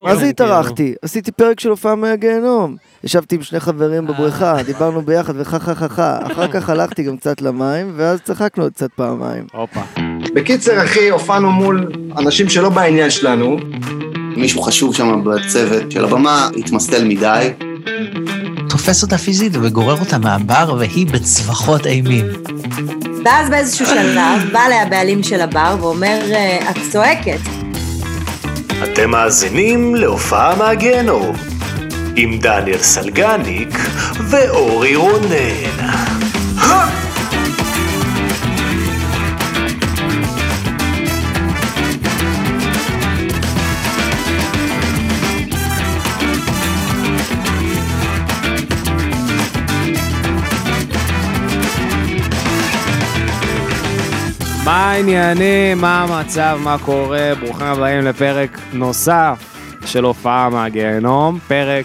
מה זה התארחתי? עשיתי פרק של הופעה מהגיהנום. ישבתי עם שני חברים בבריכה, דיברנו ביחד אחר כך הלכתי גם קצת למים, ואז צחקנו עוד קצת פעמיים. בקיצר, אחי, הופענו מול אנשים שלא בעניין שלנו. מישהו חשוב שם בצוות של הבמה, התמסטל מדי. תופס אותה פיזית וגורר אותה מהבר, והיא בצווחות אימים. ואז באיזשהו שלב, בא לה הבעלים של הבר ואומר, את צועקת. אתם מאזינים להופעה מהגיהנום, עם דניאל סלגניק ואורי רונן. מה העניינים, מה המצב, מה קורה, ברוכים הבאים לפרק נוסף של הופעה מהגיהנום, פרק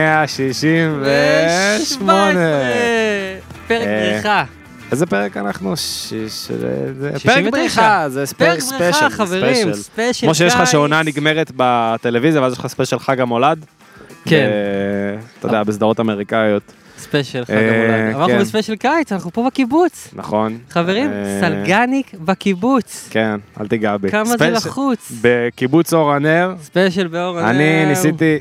168. פרק בריחה. איזה פרק אנחנו? פרק בריחה, זה פרק בריחה, חברים, ספיישל. כמו שיש לך שעונה נגמרת בטלוויזיה, ואז יש לך ספיישל חג המולד. כן. אתה יודע, בסדרות אמריקאיות. ספיישל חג המולד. אבל אנחנו בספיישל קיץ, אנחנו פה בקיבוץ. נכון. חברים, סלגניק בקיבוץ. כן, אל תיגע בי. כמה זה לחוץ. בקיבוץ אור הנר. ספיישל באור הנר. אני ניסיתי,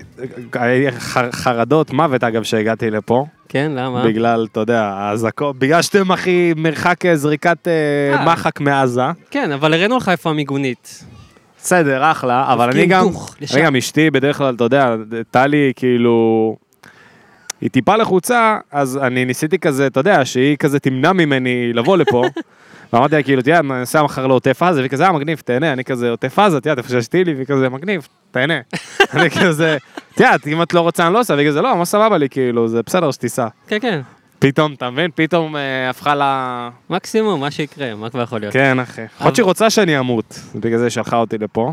חרדות מוות אגב שהגעתי לפה. כן, למה? בגלל, אתה יודע, האזעקות, בגלל שאתם הכי מרחק זריקת מחק מעזה. כן, אבל הראינו לך איפה המיגונית. בסדר, אחלה, אבל אני גם אשתי בדרך כלל, אתה יודע, טלי כאילו... היא טיפה לחוצה, אז אני ניסיתי כזה, אתה יודע, שהיא כזה תמנע ממני לבוא לפה, ואמרתי לה כאילו, תראה, אני נוסע מחר לעוטף עזה, והיא כזה, מגניב, תהנה, אני כזה עוטף עזה, תראה, תפששתי לי, והיא כזה, מגניב, תהנה. אני כזה, תראה, אם את לא רוצה, אני לא עושה, והיא כזה, לא, מה סבבה לי, כאילו, זה בסדר שתיסע. כן, כן. פתאום, אתה מבין? פתאום הפכה לה... מקסימום, מה שיקרה, מה כבר יכול להיות. כן, אחי. יכול שהיא רוצה שאני אמות, בגלל זה שלחה אותי לפה.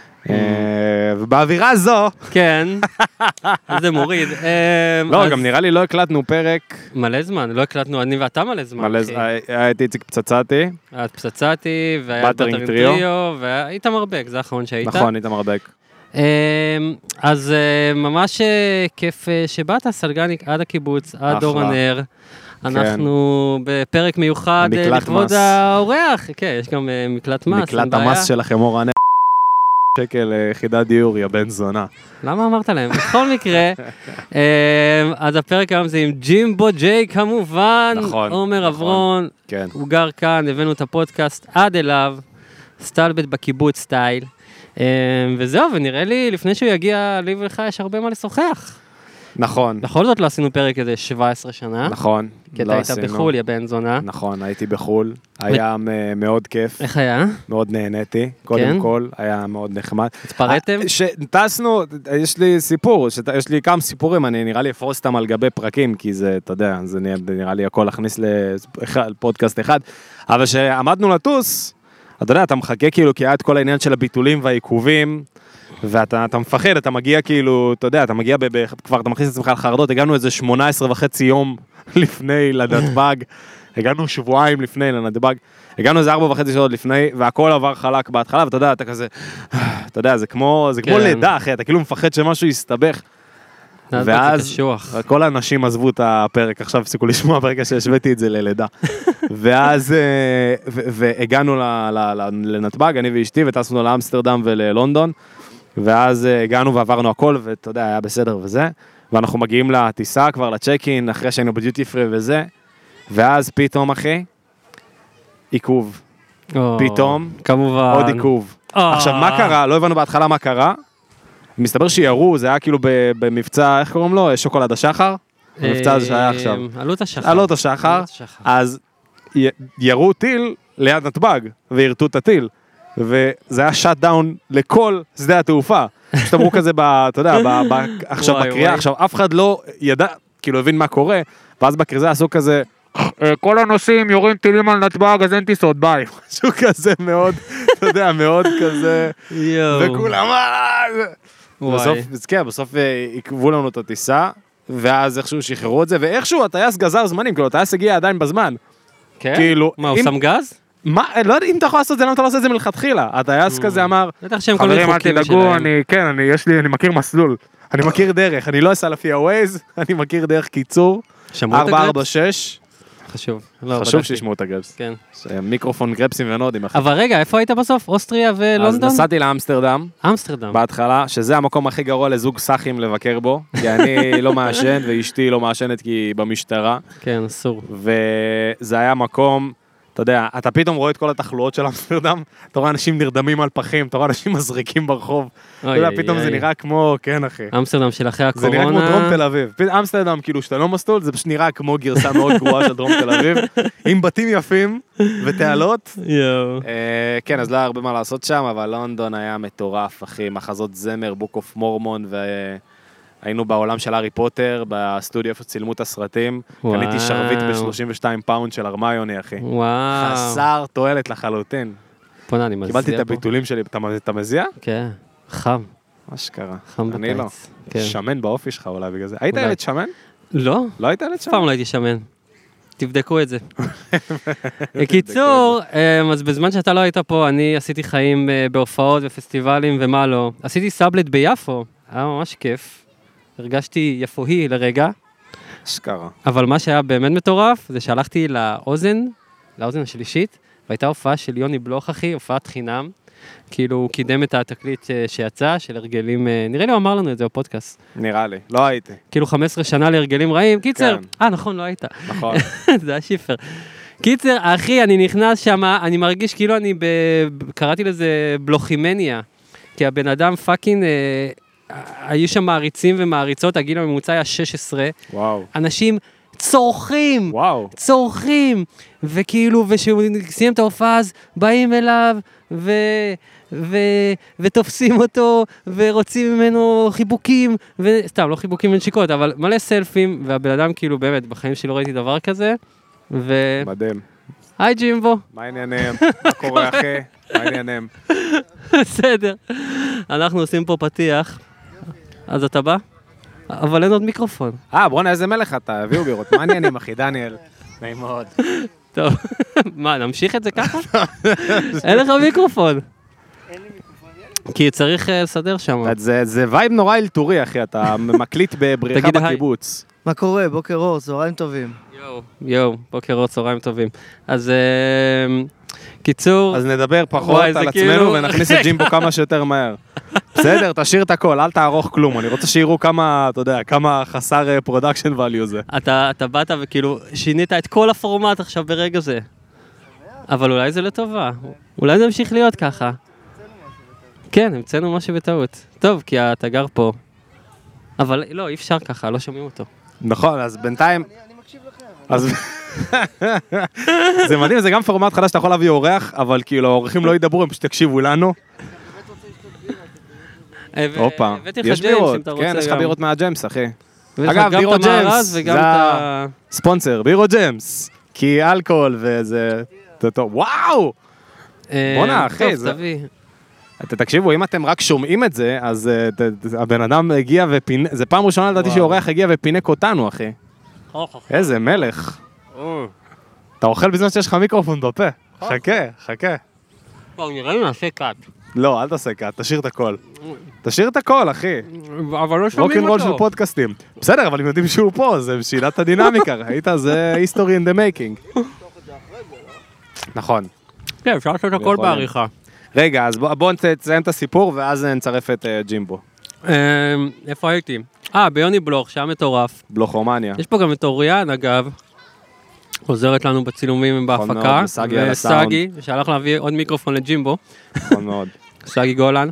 ובאווירה זו כן זה מוריד לא, גם נראה לי לא הקלטנו פרק מלא זמן, לא הקלטנו אני ואתה מלא זמן הייתי איציק פצצתי את פצצתי והיה בטרינג טריו והיית מרבק, זה האחרון שהיית נכון, היית מרבק אז ממש כיף שבאת סלגניק עד הקיבוץ, עד אור הנר אנחנו בפרק מיוחד לכבוד האורח כן, יש גם מקלט מס מקלט המס שלכם אור הנר שקל יחידת דיור, יא בן זונה. למה אמרת להם? בכל מקרה, אז הפרק היום זה עם ג'ימבו ג'יי כמובן, עומר אברון, הוא גר כאן, הבאנו את הפודקאסט עד אליו, סטלבט בקיבוץ סטייל, וזהו, ונראה לי לפני שהוא יגיע, לי ולך יש הרבה מה לשוחח. נכון. בכל זאת לא עשינו פרק איזה 17 שנה. נכון. כי אתה היית בחול, יא בן זונה. נכון, הייתי בחול. היה מאוד כיף. איך היה? מאוד נהניתי. קודם כל, היה מאוד נחמד. התפרטתם? טסנו, יש לי סיפור, יש לי כמה סיפורים, אני נראה לי אפרוס אותם על גבי פרקים, כי זה, אתה יודע, זה נראה לי הכל להכניס לפודקאסט אחד. אבל שעמדנו לטוס, אתה יודע, אתה מחכה כאילו, כי היה את כל העניין של הביטולים והעיכובים, ואתה מפחד, אתה מגיע כאילו, אתה יודע, אתה מגיע כבר, אתה מכניס את עצמך לחרדות, הגענו איזה 18.5 יום לפני לנתב"ג, הגענו שבועיים לפני לנתב"ג, הגענו איזה 4.5 שעות לפני, והכל עבר חלק בהתחלה, ואתה יודע, אתה כזה, אתה יודע, זה כמו לידה, אחי, אתה כאילו מפחד שמשהו יסתבך, ואז כל האנשים עזבו את הפרק, עכשיו הפסיקו לשמוע ברגע שהשוויתי את זה ללידה, ואז, והגענו לנתב"ג, אני ואשתי, וטסנו לאמסטרדם וללונדון, ואז הגענו ועברנו הכל, ואתה יודע, היה בסדר וזה, ואנחנו מגיעים לטיסה כבר לצ'ק-אין, אחרי שהיינו בדיוטי פרי וזה, ואז פתאום, אחי, עיכוב. פתאום, כמובן. עוד עיכוב. עכשיו, מה קרה? לא הבנו בהתחלה מה קרה. מסתבר שירו, זה היה כאילו במבצע, איך קוראים לו? שוקולד השחר? המבצע הזה שהיה עכשיו. עלות השחר. אז ירו טיל ליד נתב"ג, וירטו את הטיל. וזה היה שאט דאון לכל שדה התעופה. שתאמרו כזה, אתה יודע, עכשיו בקריאה, עכשיו אף אחד לא ידע, כאילו הבין מה קורה, ואז בקריאה עשו כזה, כל הנוסעים יורים טילים על נתב"ג, אז אין טיסות, ביי. משהו כזה מאוד, אתה יודע, מאוד כזה, וכולם, בסוף עקבו לנו את הטיסה, ואז איכשהו שחררו את זה, ואיכשהו הטייס גזר זמנים, כאילו הטייס הגיע עדיין בזמן. כן? מה, הוא שם גז? מה, לא יודע, אם אתה יכול לעשות את זה, למה אתה לא עושה את זה מלכתחילה? הטייס כזה אמר, בטח שהם כל מיני חברים, אל חוקים תדאגו, שלהם. אני מכיר מסלול, אני מכיר דרך, אני לא אסע לפי הווייז, אני מכיר דרך קיצור, 446, חשוב שישמעו את הגרפס. כן. מיקרופון גרפסים ונודים. אבל רגע, איפה היית בסוף? אוסטריה ולונדון? אז נסעתי לאמסטרדם. אמסטרדם. בהתחלה, שזה המקום הכי גרוע לזוג סאחים לבקר בו, כי אני לא מעשן ואשתי לא מעשנת כי היא במשטרה. כן, אסור. וזה היה מקום, אתה יודע, אתה פתאום רואה את כל התחלואות של אמסטרדם, אתה רואה אנשים נרדמים על פחים, אתה רואה אנשים מזריקים ברחוב. אתה יודע, פתאום זה נראה כמו, כן אחי. אמסטרדם של אחרי הקורונה. זה נראה כמו דרום תל אביב. אמסטרדם, כאילו, שאתה לא מסטול, זה פשוט נראה כמו גרסה מאוד גרועה של דרום תל אביב, עם בתים יפים ותעלות. כן, אז לא היה הרבה מה לעשות שם, אבל לונדון היה מטורף, אחי, מחזות זמר, בוק אוף מורמון, היינו בעולם של הארי פוטר, בסטודיו איפה צילמו את הסרטים, קניתי שרביט ב-32 פאונד של הרמיוני, אחי. וואו. חסר תועלת לחלוטין. פונה, אני מזיע פה. קיבלתי את הביטולים שלי, אתה מזיע? כן, חם. מה שקרה. חם בקיץ. אני לא. שמן באופי שלך אולי בגלל זה. היית ילד שמן? לא. לא היית ילד שמן? פעם לא הייתי שמן. תבדקו את זה. בקיצור, אז בזמן שאתה לא היית פה, אני עשיתי חיים בהופעות ופסטיבלים ומה לא. עשיתי סאבלט ביפו, היה ממש כיף. הרגשתי יפוהי לרגע. שקרה. אבל מה שהיה באמת מטורף, זה שהלכתי לאוזן השלישית, והייתה הופעה של יוני בלוך, אחי, הופעת חינם. כאילו, הוא קידם את התקליט שיצא, של הרגלים, נראה לי הוא אמר לנו את זה בפודקאסט. נראה לי, לא הייתי. כאילו 15 שנה להרגלים רעים, קיצר, נכון, לא היית. נכון. זה היה שיפר. קיצר, אחי, אני נכנס שם, אני מרגיש כאילו קראתי לזה בלוכימניה, כי הבן אדם פאקינג, היו שם מעריצים ומעריצות, הגיל הממוצע היה 16. וואו. אנשים צורכים, צורכים, וכאילו, ושהוא סיים את ההופעה, אז באים אליו, ותופסים אותו, ורוצים ממנו חיבוקים, סתם, לא חיבוקים ונשיקות, אבל מלא סלפים, והבן אדם כאילו באמת, בחיים שלי לא ראיתי דבר כזה, מדהים. היי ג'ימבו. מה העניינים? מה קורה אחי? מה העניינים? בסדר. אנחנו עושים פה פתיח, אז אתה בא? אבל אין עוד מיקרופון. ברונה, איזה מלך אתה, הביאו בירות. מה העניינים אחי, דניאל? נעים מאוד. טוב, מה, נמשיך את זה ככה? אין לך מיקרופון. אין לי מיקרופון. כי צריך לסדר שם. זה וייב נורא אלתורי, אחי, אתה מקליט בבריחה בקיבוץ. מה קורה? בוקר אור, צהריים טובים. יואו, בוקר אור, צהריים טובים. אז קיצור... אז נדבר פחות על עצמנו ונכניס את ג'ימבו כמה שיותר מהר. בסדר, תשאיר את הכל, אל תערוך כלום, אני רוצה שיראו כמה, אתה יודע, כמה חסר פרודקשן ואליו זה. אתה באת וכאילו שינית את כל הפורמט עכשיו ברגע זה. אבל אולי זה לטובה, אולי זה המשיך להיות ככה. כן, המצאנו משהו בטעות. טוב, כי אתה גר פה. אבל לא, אי אפשר ככה, לא שומעים אותו. נכון, אז בינתיים... אני מקשיב לכם. זה מדהים, זה גם פורמט חדש, אתה יכול להביא אורח, אבל כאילו, האורחים לא ידברו, הם פשוט תקשיבו לנו. הופה, יש בירות, כן, יש לך בירות מהג'מס, אחי. אגב, בירות ג'מס, זה הספונסר, בירות ג'מס, כי אלכוהול וזה, וואו! בונה, אחי, תקשיבו, אם אתם רק שומעים את זה, אז הבן אדם הגיע ופינק, זה פעם ראשונה לדעתי שאורח הגיע ופינק אותנו, אחי. איזה מלך. אתה אוכל בזמן שיש לך מיקרופון בפה. חכה. בואו, נראה לי נעשה קאט. לא, אל תעשה קאט, תשאיר את הכל. תשאיר את הכל, אחי. אבל לא שומעים אותו. רוק'נ'רול של פודקאסטים. בסדר, אבל אם יודעים שהוא פה, זה שאלת את הדינמיקה, ראית? זה history in the making. נכון. כן, אפשר לעשות הכל בעריכה. רגע, אז בואו נציין את הסיפור, ואז נצרף את ג'ימבו. איפה הייתי? ביוני בלוך, שהיה מטורף. בלוכומניה. יש פה גם את אוריאן, אגב. עוזרת לנו בצילומים בהפקה. וסגי, שהלך להביא עוד מיקרופון לג'ימבו. נכון מאוד. סגי גולן.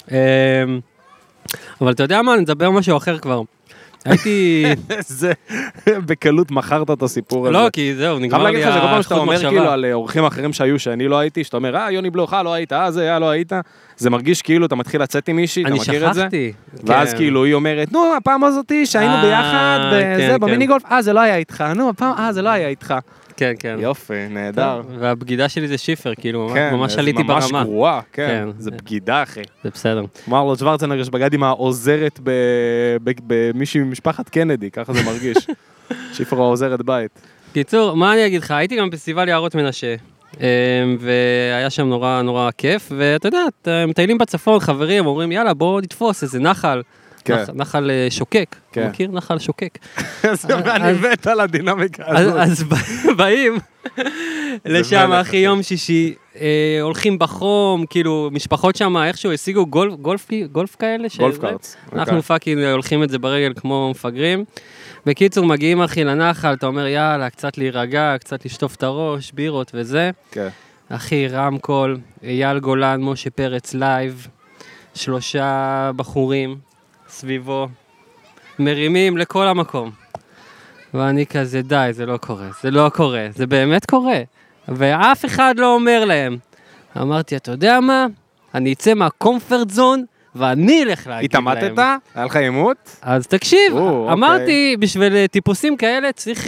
אבל אתה יודע מה, נדבר משהו אחר כבר. הייתי... זה, בקלות מכרת את הסיפור הזה. לא, כי זהו, נגמר לי החוט מחשבה. כל פעם שאתה אומר כאילו על אורחים אחרים שהיו שאני לא הייתי, שאתה אומר, יוני בלוך, לא היית, זה, לא היית, זה מרגיש כאילו אתה מתחיל לצאת עם מישהי, אתה מכיר את זה? אני שכחתי. ואז כאילו היא אומרת, נו, הפעם הזאתי שהיינו ביחד, במיני גולף, זה לא היה איתך, נו, הפעם, זה לא היה איתך. כן, כן. יופי, נהדר. והבגידה שלי זה שיפר, כאילו, ממש עליתי ברמה. ממש גרועה, כן. זה בגידה, אחי. זה בסדר. אמר לו, שוורצנגר שבגד עם העוזרת במישהי ממשפחת קנדי, ככה זה מרגיש. שיפר העוזרת בית. קיצור, מה אני אגיד לך? הייתי גם בפסטיבל יערות מנשה. והיה שם נורא נורא כיף, ואתה יודע, מטיילים בצפון, חברים, אומרים, יאללה, בואו נתפוס איזה נחל. נחל שוקק, אתה מכיר? נחל שוקק. אני מת על הדינמיקה הזאת. אז באים לשם, אחי, יום שישי, הולכים בחום, כאילו, משפחות שם איכשהו השיגו גולף כאלה. גולף קארטס. אנחנו פאקינג הולכים את זה ברגל כמו מפגרים. בקיצור, מגיעים אחי לנחל, אתה אומר, יאללה, קצת להירגע, קצת לשטוף את הראש, בירות וזה. אחי, רמקול, אייל גולן, משה פרץ לייב, 3 בחורים סביבו, מרימים לכל המקום. ואני כזה, די, זה לא קורה, זה לא קורה, זה באמת קורה. ואף אחד לא אומר להם. אמרתי, אתה יודע מה? אני אצא מהקומפרט זון, ואני אלך להגיד להם. התאמתת? היה לך אימות? אז תקשיב, אמרתי, בשביל טיפוסים כאלה צריך,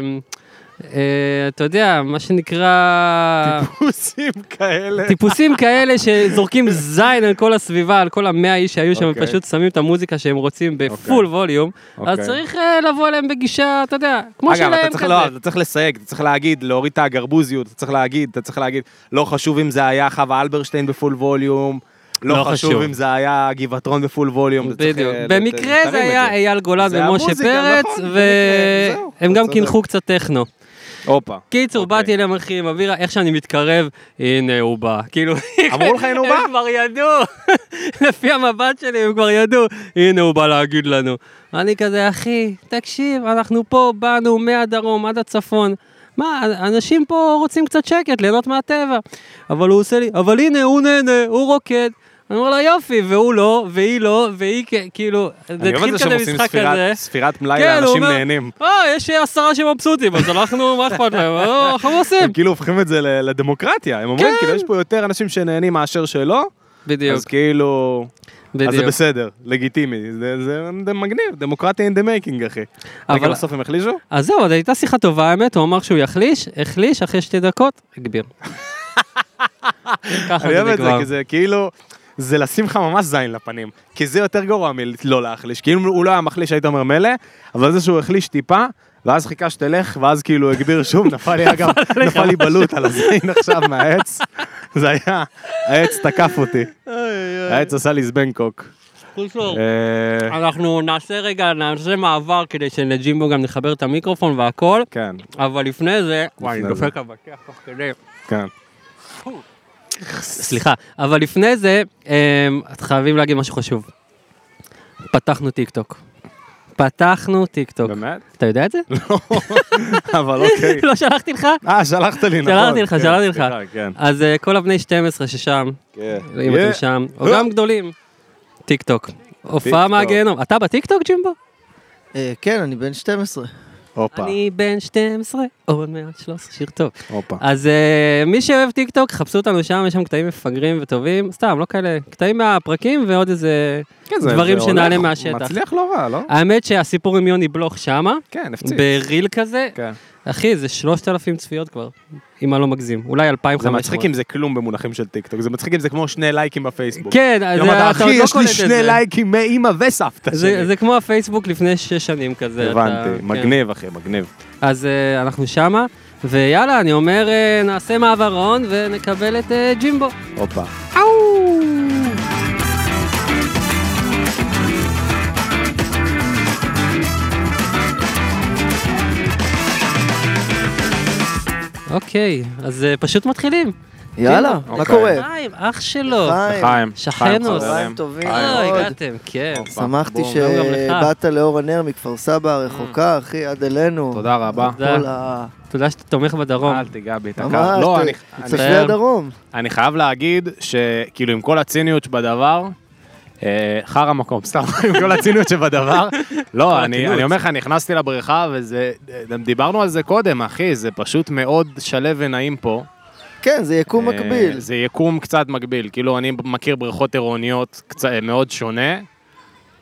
אתה יודע, מה שנקרא... טיפוסים כאלה שזורקים זין על כל הסביבה, על כל 100 איש שהיו שם, פשוט שמים את המוזיקה שהם רוצים בפול ווליום, אז צריך לבוא אליהם בגישה, אתה יודע, כמו שלהם כזה. אגב, אתה צריך לסייג, אתה צריך להגיד, להוריד את הגרבוזיות, אתה צריך להגיד, לא חשוב אם זה היה חווה אלברשטיין בפול ווליום, לא חשוב אם זה היה גבעתרון בפול ווליום. בדיוק. במקרה זה היה אייל גולן ומשה פרץ, והם גם כינחו קצת טכנו. קיצור, באתי אליהם אחי עם אווירה, איך שאני מתקרב, הנה הוא בא. כאילו, אמרו לך הנה הוא בא? הם כבר ידעו, לפי המבט שלי הם כבר ידעו, הנה הוא בא להגיד לנו. אני כזה, אחי, תקשיב, אנחנו פה באנו מהדרום עד הצפון. מה, אנשים פה רוצים קצת שקט, ליהנות מהטבע. אבל הוא עושה לי, אבל הנה, הוא נהנה, הוא רוקד. אני אומר לה, יופי, והוא לא, והיא לא, והיא כאילו, זה התחיל כזה משחק כזה. אני אוהב ספירת מלאי לאנשים נהנים. יש 10 שמבסוטים, אז אנחנו, מה אכפת להם? אנחנו עושים. הם כאילו הופכים את זה לדמוקרטיה. הם אומרים, כאילו, יש פה יותר אנשים שנהנים מאשר שלא. בדיוק. אז כאילו... אז זה בסדר, לגיטימי, זה מגניב, דמוקרטיה in the making, אחי. רגע, בסוף הם החלישו? אז זהו, עוד הייתה שיחה טובה, האמת, הוא אמר שהוא החליש, אחרי 2 דקות, הגביר. ככה זה נגמר. כי זה כאילו, זה לשים לך ממש זין לפנים, כי זה יותר גרוע מלא להחליש, כי אם הוא לא היה מחליש, היית אומר מלא, אבל זה שהוא החליש טיפה, ואז חיכה שתלך, ואז כאילו הגביר שוב, נפל לי בלוט על הזין עכשיו מהעץ, זה היה, העץ תקף אותי, העץ עשה לי זבנקוק. אנחנו נעשה מעבר כדי שלג'ימבו גם נחבר את המיקרופון והכל, אבל לפני זה, וואי, אני דופק אבקח תוך כדי. כן. סליחה, אבל לפני זה, את חייבים להגיד משהו חשוב. פתחנו טיקטוק. באמת? אתה יודע את זה? לא, אבל אוקיי. לא שלחתי לך? שלחת לי, נכון. שלחתי לך. אז כל הבני 12 ששם, אם אתם שם, או גם גדולים, טיקטוק. הופעה מהגיהנום. אתה בטיקטוק, ג'ימבו? כן, אני בן 12. אני בן 12, עוד מעט 13, שיר טוב. אז מי שאוהב טיקטוק, חפשו אותנו שם, יש שם קטעים מפגרים וטובים, סתם, לא כאלה, קטעים מהפרקים ועוד איזה דברים שנעלה מהשטח. מצליח לא רע, לא? האמת שהסיפור עם יוני בלוך שמה, הפציץ. בריל כזה, אחי, זה 3,000 צפיות כבר, אם אני לא מגזים, אולי 2,500. זה מצחיק אם זה כלום במונחים של טיקטוק, זה מצחיק אם זה כמו 2 לייקים בפייסבוק. כן, אחי, יש לי 2 לייקים מאמא וסבתא שלי. זה כמו הפייסבוק לפני 6 שנים כזה. הבנתי, מגניב אחי, מגניב. אז אנחנו שמה, ויאללה, אני אומר, נעשה מעברון ונקבל את ג'ימבו. הופה. אוקיי, אז פשוט מתחילים. יאללה, מה קורה? חיים, אח שלו. חיים. שכנוס. חיים טובים מאוד. הגעתם, כן. שמחתי שבאת לאור הנר מכפר סבא הרחוקה, אחי, עד אלינו. תודה רבה. תודה שאתה תומך בדרום. אל תיגע בי, ממש, תושבי הדרום. אני חייב להגיד שכאילו עם כל הציניות שבדבר, חר המקום, סתם, עם כל הציניות שבדבר. לא, אני אומר לך, נכנסתי לבריכה וזה, דיברנו על זה קודם, אחי, זה פשוט מאוד שלב ונעים פה. כן, זה יקום מקביל. זה יקום קצת מקביל, כאילו אני מכיר בריכות עירוניות מאוד שונה,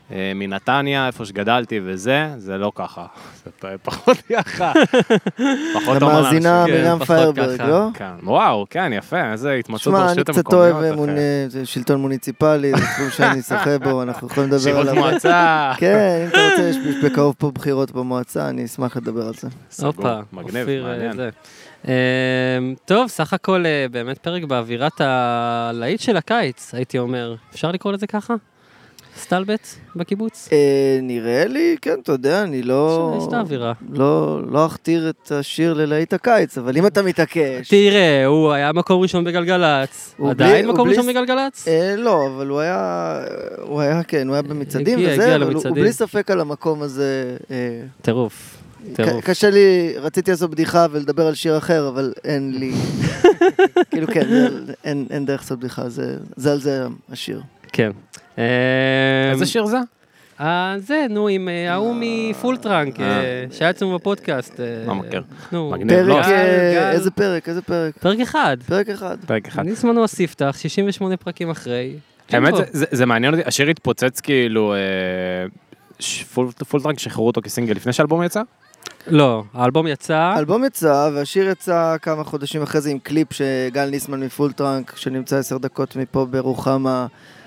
מנתניה, איפה שגדלתי וזה, זה לא ככה. זה פחות ככה. פחות המאזינה מרים פיירברג, לא? כן, וואו, כן, יפה, איזה התמצאות שמע, אני קצת אוהב שלטון מוניציפלי, זה תחום שאני שוחה בו, אנחנו יכולים לדבר עליו. שירות מועצה. כן, אם אתה רוצה, יש בקרוב פה בחירות במועצה, אני אשמח לדבר על זה. הופה, מגניב, מעניין. טוב, סך הכל באמת פרק באווירת הלהיט של הקיץ, הייתי אומר. אפשר לקרוא לזה ככה? סטלבט בקיבוץ? נראה לי, כן, אתה יודע, אני לא... יש את האווירה. לא אכתיר את השיר ללהיט הקיץ, אבל אם אתה מתעקש... תראה, הוא היה מקום ראשון בגלגלצ. עדיין מקום ראשון בגלגלצ? לא, אבל הוא היה, כן, הוא היה במצעדים וזה, אבל הוא בלי ספק על המקום הזה... טירוף. קשה לי, רציתי לעשות בדיחה ולדבר על שיר אחר, אבל אין לי... כאילו כן, אין דרך לעשות בדיחה, זה על זה השיר. כן. איזה שיר זה? זה, נו, עם ההוא מפולטרנק, שהיה אצלנו בפודקאסט. לא מכיר. פרק, איזה פרק? פרק אחד. פרק אחד. אני זמנו הספתח, 68 פרקים אחרי. האמת, זה מעניין אותי, השיר התפוצץ כאילו, פולטרנק שחררו אותו כסינגל לפני שהאלבום יצא? לא, האלבום יצא. האלבום יצא, והשיר יצא כמה חודשים אחרי זה עם קליפ שגל ניסמן מפולטרנק, שנמצא 10 דקות מפה ברוחמה,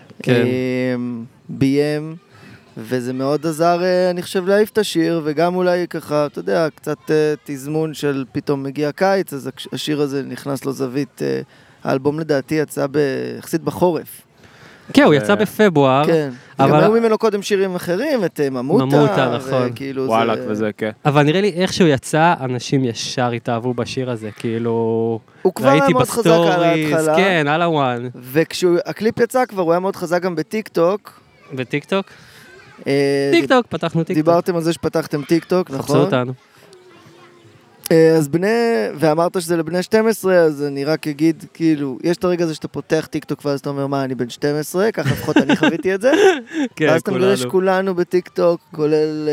ביים, וזה מאוד עזר, אני חושב, להעיף את השיר, וגם אולי ככה, אתה יודע, קצת תזמון של פתאום מגיע קיץ, אז השיר הזה נכנס לו זווית, האלבום לדעתי יצא יחסית בחורף. כן, הוא יצא בפברואר. כן, גם היו ממנו קודם שירים אחרים, את ממוטה, נכון. וואלק וזה, כן. אבל נראה לי איך שהוא יצא, אנשים ישר התאהבו בשיר הזה, כאילו... הוא כבר היה מאוד חזק על ההתחלה. כן, על הוואן. וכשהקליפ יצא כבר, הוא היה מאוד חזק גם בטיקטוק. בטיקטוק? טיקטוק, פתחנו טיקטוק. דיברתם על זה שפתחתם טיקטוק, נכון? חפשו אותנו. אז ואמרת שזה לבני 12, אז אני רק אגיד, כאילו, יש את הרגע הזה שאתה פותח טיקטוק, ואז אתה אומר, מה, אני בן 12? ככה לפחות אני חוויתי את זה. ואז אתה מגלה שכולנו בטיקטוק, כולל...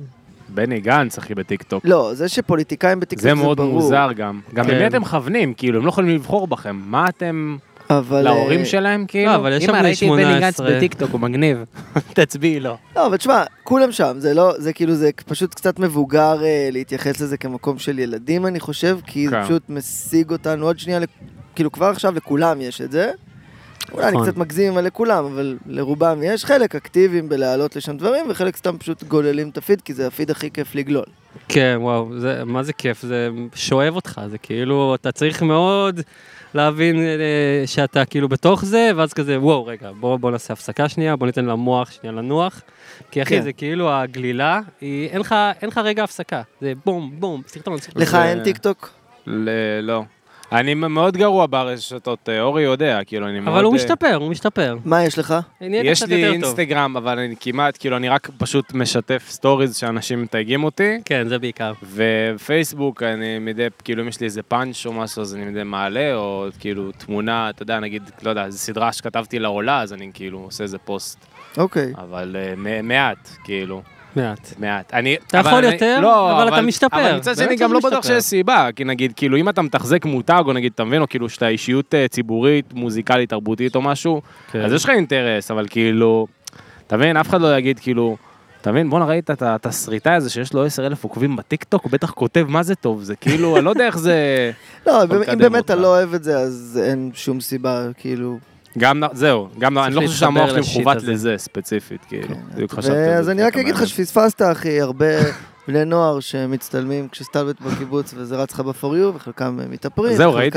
בני גנץ, אחי, בטיקטוק. לא, זה שפוליטיקאים בטיקטוק זה ברור. זה מאוד מוזר גם. גם למי אתם מכוונים, כאילו, הם לא יכולים לבחור בכם. מה אתם... להורים שלהם, כאילו? אבל יש שם בני 18. אם ראיתי בני גנץ בטיקטוק, הוא מגניב. תצביעי לו. לא, אבל תשמע, כולם שם, זה כאילו, זה פשוט קצת מבוגר להתייחס לזה כמקום של ילדים, אני חושב, כי זה פשוט משיג אותנו עוד שנייה, כאילו כבר עכשיו לכולם יש את זה. אולי אני קצת מגזים על לכולם, אבל לרובם יש חלק אקטיביים בלהעלות לשם דברים, וחלק סתם פשוט גוללים את הפיד, כי זה הפיד הכי כיף לגלול. כן, וואו, מה זה כיף? זה שואב אותך, זה כאילו, אתה צריך מאוד להבין שאתה כאילו בתוך זה, ואז כזה, וואו, רגע, בוא נעשה הפסקה שנייה, בוא ניתן למוח שנייה לנוח, כי אחי, זה כאילו הגלילה, אין לך רגע הפסקה, זה בום, בום, סרטון. לך אין טיקטוק? לא. אני מאוד גרוע ברשתות, אורי יודע, כאילו אני מאוד... אבל הוא משתפר. מה יש לך? יש לי אינסטגרם, אבל אני כמעט, כאילו אני רק פשוט משתף סטוריז שאנשים מתייגים אותי. כן, זה בעיקר. ופייסבוק, אני מדי, כאילו אם יש לי איזה פאנץ' או משהו, אז אני מדי מעלה, או כאילו תמונה, אתה יודע, נגיד, לא יודע, איזו סדרה שכתבתי לעולה, אז אני כאילו עושה איזה פוסט. אוקיי. אבל מעט, כאילו. מעט. אתה יכול יותר, אבל אתה משתפר. אבל מצד שני גם לא בטוח שיש סיבה, כי נגיד, כאילו אם אתה מתחזק מותג, או נגיד, אתה מבין, או כאילו שאתה אישיות ציבורית, מוזיקלית, תרבותית או משהו, אז יש לך אינטרס, אבל כאילו, אתה מבין, אף אחד לא יגיד, כאילו, אתה מבין, בוא נראית את התסריטאי הזה שיש לו 10,000 עוקבים בטיקטוק, הוא בטח כותב מה זה טוב, זה כאילו, אני לא יודע איך זה... לא, אם באמת אתה לא אוהב את זה, אז אין שום סיבה, כאילו... גם, זהו, גם אני לא חושב שהמוח שלי מכוות לזה ספציפית, כאילו. אז אני רק אגיד לך שפספסת, אחי, הרבה בני נוער שמצטלמים כשסטלבט בקיבוץ וזה רץ לך בפוריו, וחלקם מתאפרים. זהו, ראיתי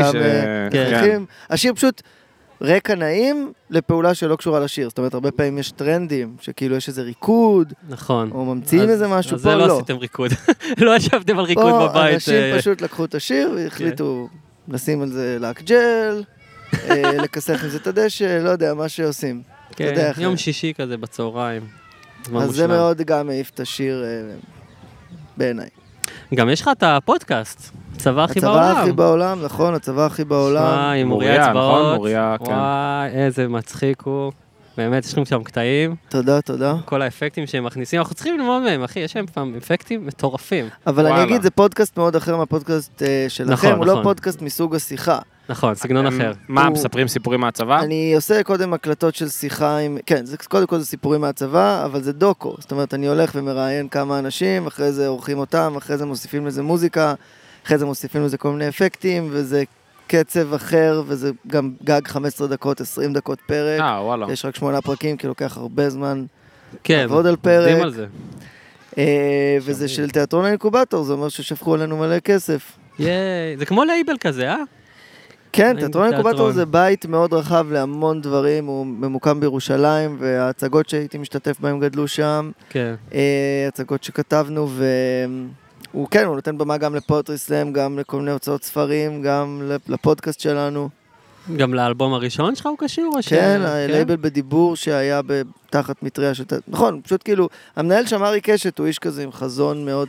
השיר פשוט רקע נעים לפעולה שלא קשורה לשיר. זאת אומרת, הרבה פעמים יש טרנדים, שכאילו יש איזה ריקוד. נכון. או ממציאים איזה משהו, פה לא. אז זה לא עשיתם ריקוד. לא ישבתם על ריקוד בבית. פה אנשים פשוט לקחו את השיר והחליטו לשים על זה לק ג'ל, לכסח עם זה את הדשא, לא יודע, מה שעושים. כן, יום שישי כזה בצהריים. אז זה מאוד גם העיף את השיר בעיניי. גם יש לך את הפודקאסט, הצבא הכי בעולם. הצבא הכי בעולם, נכון, הצבא הכי בעולם. שמע, עם מוריה אצבעות. וואי, איזה מצחיק הוא. באמת, יש לנו שם קטעים. תודה, תודה. כל האפקטים שהם מכניסים, אנחנו צריכים ללמוד מהם, אחי, יש להם פעם אפקטים מטורפים. אבל אני אגיד, זה פודקאסט מאוד אחר מהפודקאסט שלכם, הוא לא פודקאסט מסוג השיחה. נכון, סגנון אחר. מה, מספרים סיפורים מהצבא? אני עושה קודם הקלטות של שיחה עם... כן, קודם כל זה סיפורים מהצבא, אבל זה דוקו. זאת אומרת, אני הולך ומראיין כמה אנשים, אחרי זה עורכים אותם, אחרי זה מוסיפים לזה מוזיקה, אחרי זה מוסיפים לזה כל מיני אפקטים, וזה קצב אחר, וזה גם גג 15 דקות, 20 דקות פרק. וואלה. יש רק 8 פרקים, כי לוקח הרבה זמן כן, לעבוד על פרק. עובדים על זה. וזה של תיאטרון האינקובטור, זה אומר ששפכו עלינו מלא כסף. זה כמו לייבל כזה, אה? כן, תיאטרון האינקובטור זה בית מאוד רחב להמון דברים, הוא ממוקם בירושלים, וההצגות שהייתי משתתף בהם גדלו שם. כן. הצגות שכתבנו, והוא כן, הוא נותן במה גם לפוטרי סלאם, גם לכל מיני הוצאות ספרים, גם לפודקאסט שלנו. גם לאלבום הראשון שלך הוא קשור? כן, הלייבל בדיבור שהיה תחת מטריה של... נכון, פשוט כאילו, המנהל שם ארי קשת הוא איש כזה עם חזון מאוד...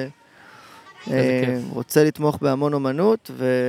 רוצה לתמוך בהמון אומנות,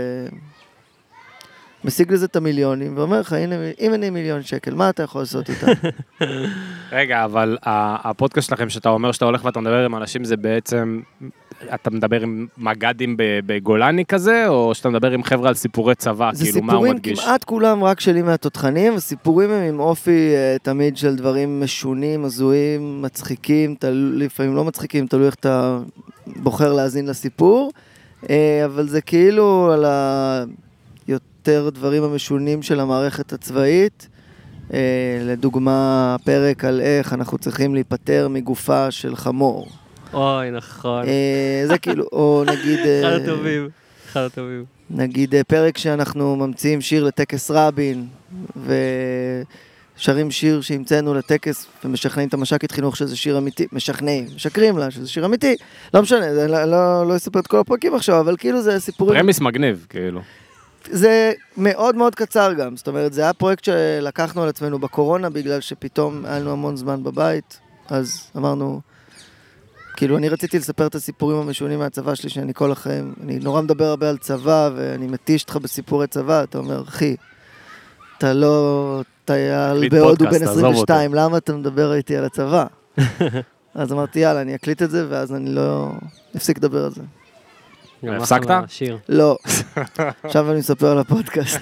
משיג לזה את המיליונים, ואומר לך, הנה, אם אני $1,000,000, מה אתה יכול לעשות איתם? רגע, אבל הפודקאסט שלכם, שאתה אומר שאתה הולך ואתה מדבר עם אנשים, זה בעצם, אתה מדבר עם מג"דים בגולני כזה, או שאתה מדבר עם חבר'ה על סיפורי צבא, כאילו, מה הוא מדגיש? זה סיפורים כמעט כולם רק שלי מהתותחנים, הסיפורים הם עם אופי תמיד של דברים משונים, הזויים, מצחיקים, לפעמים לא מצחיקים, תלוי איך אתה בוחר להאזין לסיפור, אבל זה כאילו על יותר דברים המשונים של המערכת הצבאית, לדוגמה פרק על איך אנחנו צריכים להיפטר מגופה של חמור. אוי, נכון. זה כאילו, או נגיד... אחד הטובים. נגיד פרק שאנחנו ממציאים שיר לטקס רבין, ושרים שיר שהמצאנו לטקס, ומשכנעים את המש"קית חינוך שזה שיר אמיתי, משקרים לה שזה שיר אמיתי, לא משנה, לא אספר את כל הפרקים עכשיו, אבל כאילו זה סיפורים... פרמיס מגניב, כאילו. זה מאוד מאוד קצר גם, זאת אומרת, זה היה פרויקט שלקחנו על עצמנו בקורונה, בגלל שפתאום היה לנו המון זמן בבית, אז אמרנו, כאילו אני רציתי לספר את הסיפורים המשונים מהצבא שלי, שאני כל החיים, אני נורא מדבר הרבה על צבא, ואני מתיש אותך בסיפורי צבא, אתה אומר, אחי, אתה לא טייל בהודו בן 22, למה אתה מדבר איתי על הצבא? אז אמרתי, יאללה, אני אקליט את זה, ואז אני לא אפסיק לדבר על זה. הפסקת? לא. עכשיו אני מספר על הפודקאסט.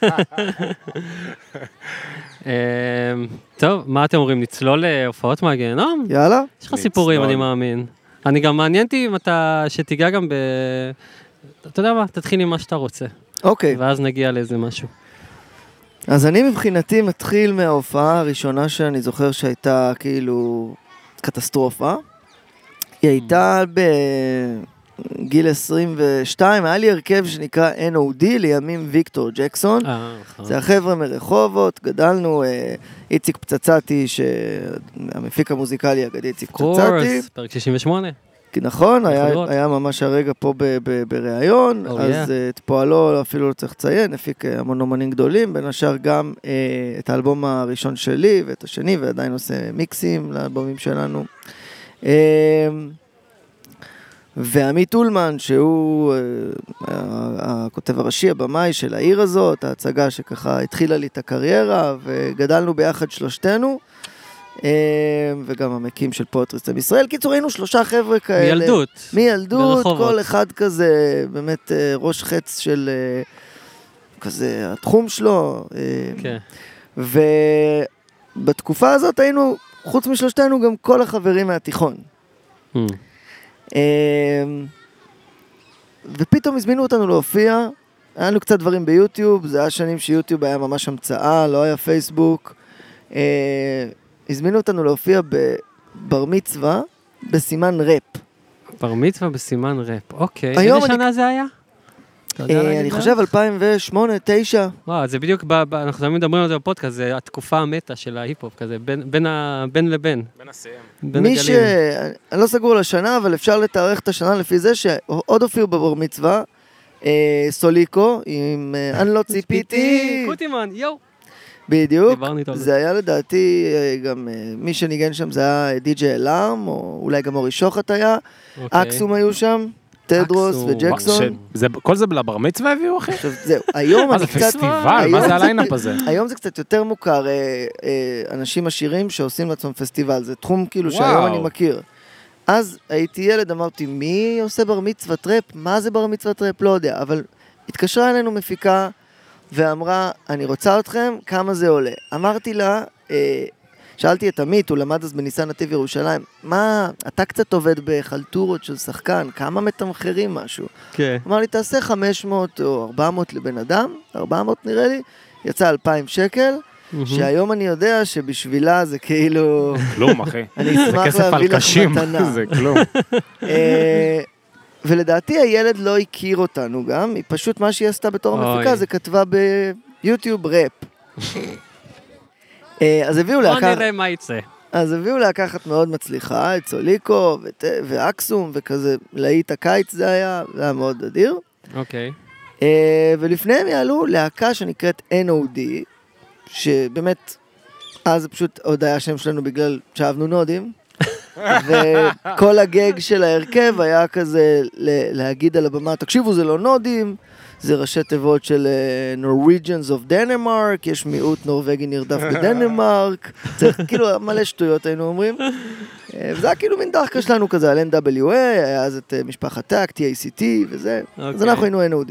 טוב, מה אתם אומרים? נצלול להופעות מהגיהנום? יאללה. יש לך סיפורים, אני מאמין. אני גם מעניינתי אם אתה, שתיגע גם אתה יודע מה? תתחיל עם מה שאתה רוצה. אוקיי. ואז נגיע לאיזה משהו. אז אני מבחינתי מתחיל מההופעה הראשונה שאני זוכר שהייתה כאילו קטסטרופה. היא הייתה גיל 22, היה לי הרכב שנקרא NOD, לימים ויקטור ג'קסון. זה החבר'ה מרחובות, גדלנו, איציק פצצתי, המפיק המוזיקלי אגדי איציק פצצתי. קורס, פרק 68. נכון, היה ממש הרגע פה בראיון, אז את פועלו אפילו לא צריך לציין, הפיק המון אומנים גדולים, בין השאר גם את האלבום הראשון שלי ואת השני, ועדיין עושה מיקסים לאלבומים שלנו. ועמית אולמן, שהוא הכותב הראשי, הבמאי של העיר הזאת, ההצגה שככה התחילה לי את הקריירה, וגדלנו ביחד שלושתנו, וגם המקים של פוטרי סלאם ישראל. קיצור, היינו 3 חבר'ה כאלה. מילדות. מילדות, כל אחד כזה, באמת ראש חץ של כזה התחום שלו. כן. ובתקופה הזאת היינו, חוץ משלושתנו, גם כל החברים מהתיכון. ופתאום הזמינו אותנו להופיע, היה לנו קצת דברים ביוטיוב, זה היה שנים שיוטיוב היה ממש המצאה, לא היה פייסבוק, הזמינו אותנו להופיע בבר מצווה בסימן ראפ. בר מצווה בסימן ראפ, אוקיי. איזה שנה זה היה? אני חושב 2008, 2009. וואו, זה בדיוק, אנחנו תמיד מדברים על זה בפודקאסט, זה התקופה המטה של ההיפ-הופ כזה, בין לבין. בין הסיים. מי אני לא סגור לשנה, אבל אפשר לתארך את השנה לפי זה שעוד הופיעו בבר מצווה, סוליקו, עם אני לא ציפיתי. קוטימן, יואו. בדיוק. זה היה לדעתי גם, מי שניגן שם זה היה די.ג'יי אלארם, או אולי גם אורי שוחט היה, אקסום היו שם. טדרוס וג'קסון. כל זה לבר מצווה הביאו, אחי? זהו, היום מה זה פסטיבל? מה זה הליינאפ הזה? היום זה קצת יותר מוכר, אנשים עשירים שעושים לעצמם פסטיבל, זה תחום כאילו שהיום אני מכיר. אז הייתי ילד, אמרתי, מי עושה בר מצווה טראפ? מה זה בר מצווה טראפ? לא יודע, אבל התקשרה אלינו מפיקה ואמרה, אני רוצה אתכם, כמה זה עולה? אמרתי לה, שאלתי את עמית, הוא למד אז בניסן נתיב ירושלים, מה, אתה קצת עובד בחלטורות של שחקן, כמה מתמחרים משהו? כן. אמר לי, תעשה 500 או 400 לבן אדם, 400 נראה לי, יצא 2,000 שקל, שהיום אני יודע שבשבילה זה כאילו... כלום, אחי. אני אשמח להביא לך מתנה. זה כלום. ולדעתי הילד לא הכיר אותנו גם, היא פשוט מה שהיא עשתה בתור המפיקה, זה כתבה ביוטיוב ראפ. אז הביאו להקה... בוא נראה מה יצא. אז הביאו להקה אחת מאוד מצליחה, את סוליקו ואקסום וכזה, להיט הקיץ זה היה מאוד אדיר. אוקיי. ולפניהם יעלו להקה שנקראת NOD, שבאמת, אז פשוט עוד היה שם שלנו בגלל שאהבנו נודים, וכל הגג של ההרכב היה כזה להגיד על הבמה, תקשיבו זה לא נודים, זה ראשי תיבות של Norwegians of Denmark, יש מיעוט נורווגי נרדף בדנמרק, צריך כאילו מלא שטויות היינו אומרים, וזה היה כאילו מין דחקה שלנו כזה על NWA, היה אז את משפחת טאק, TACT וזה, אז אנחנו היינו NOD.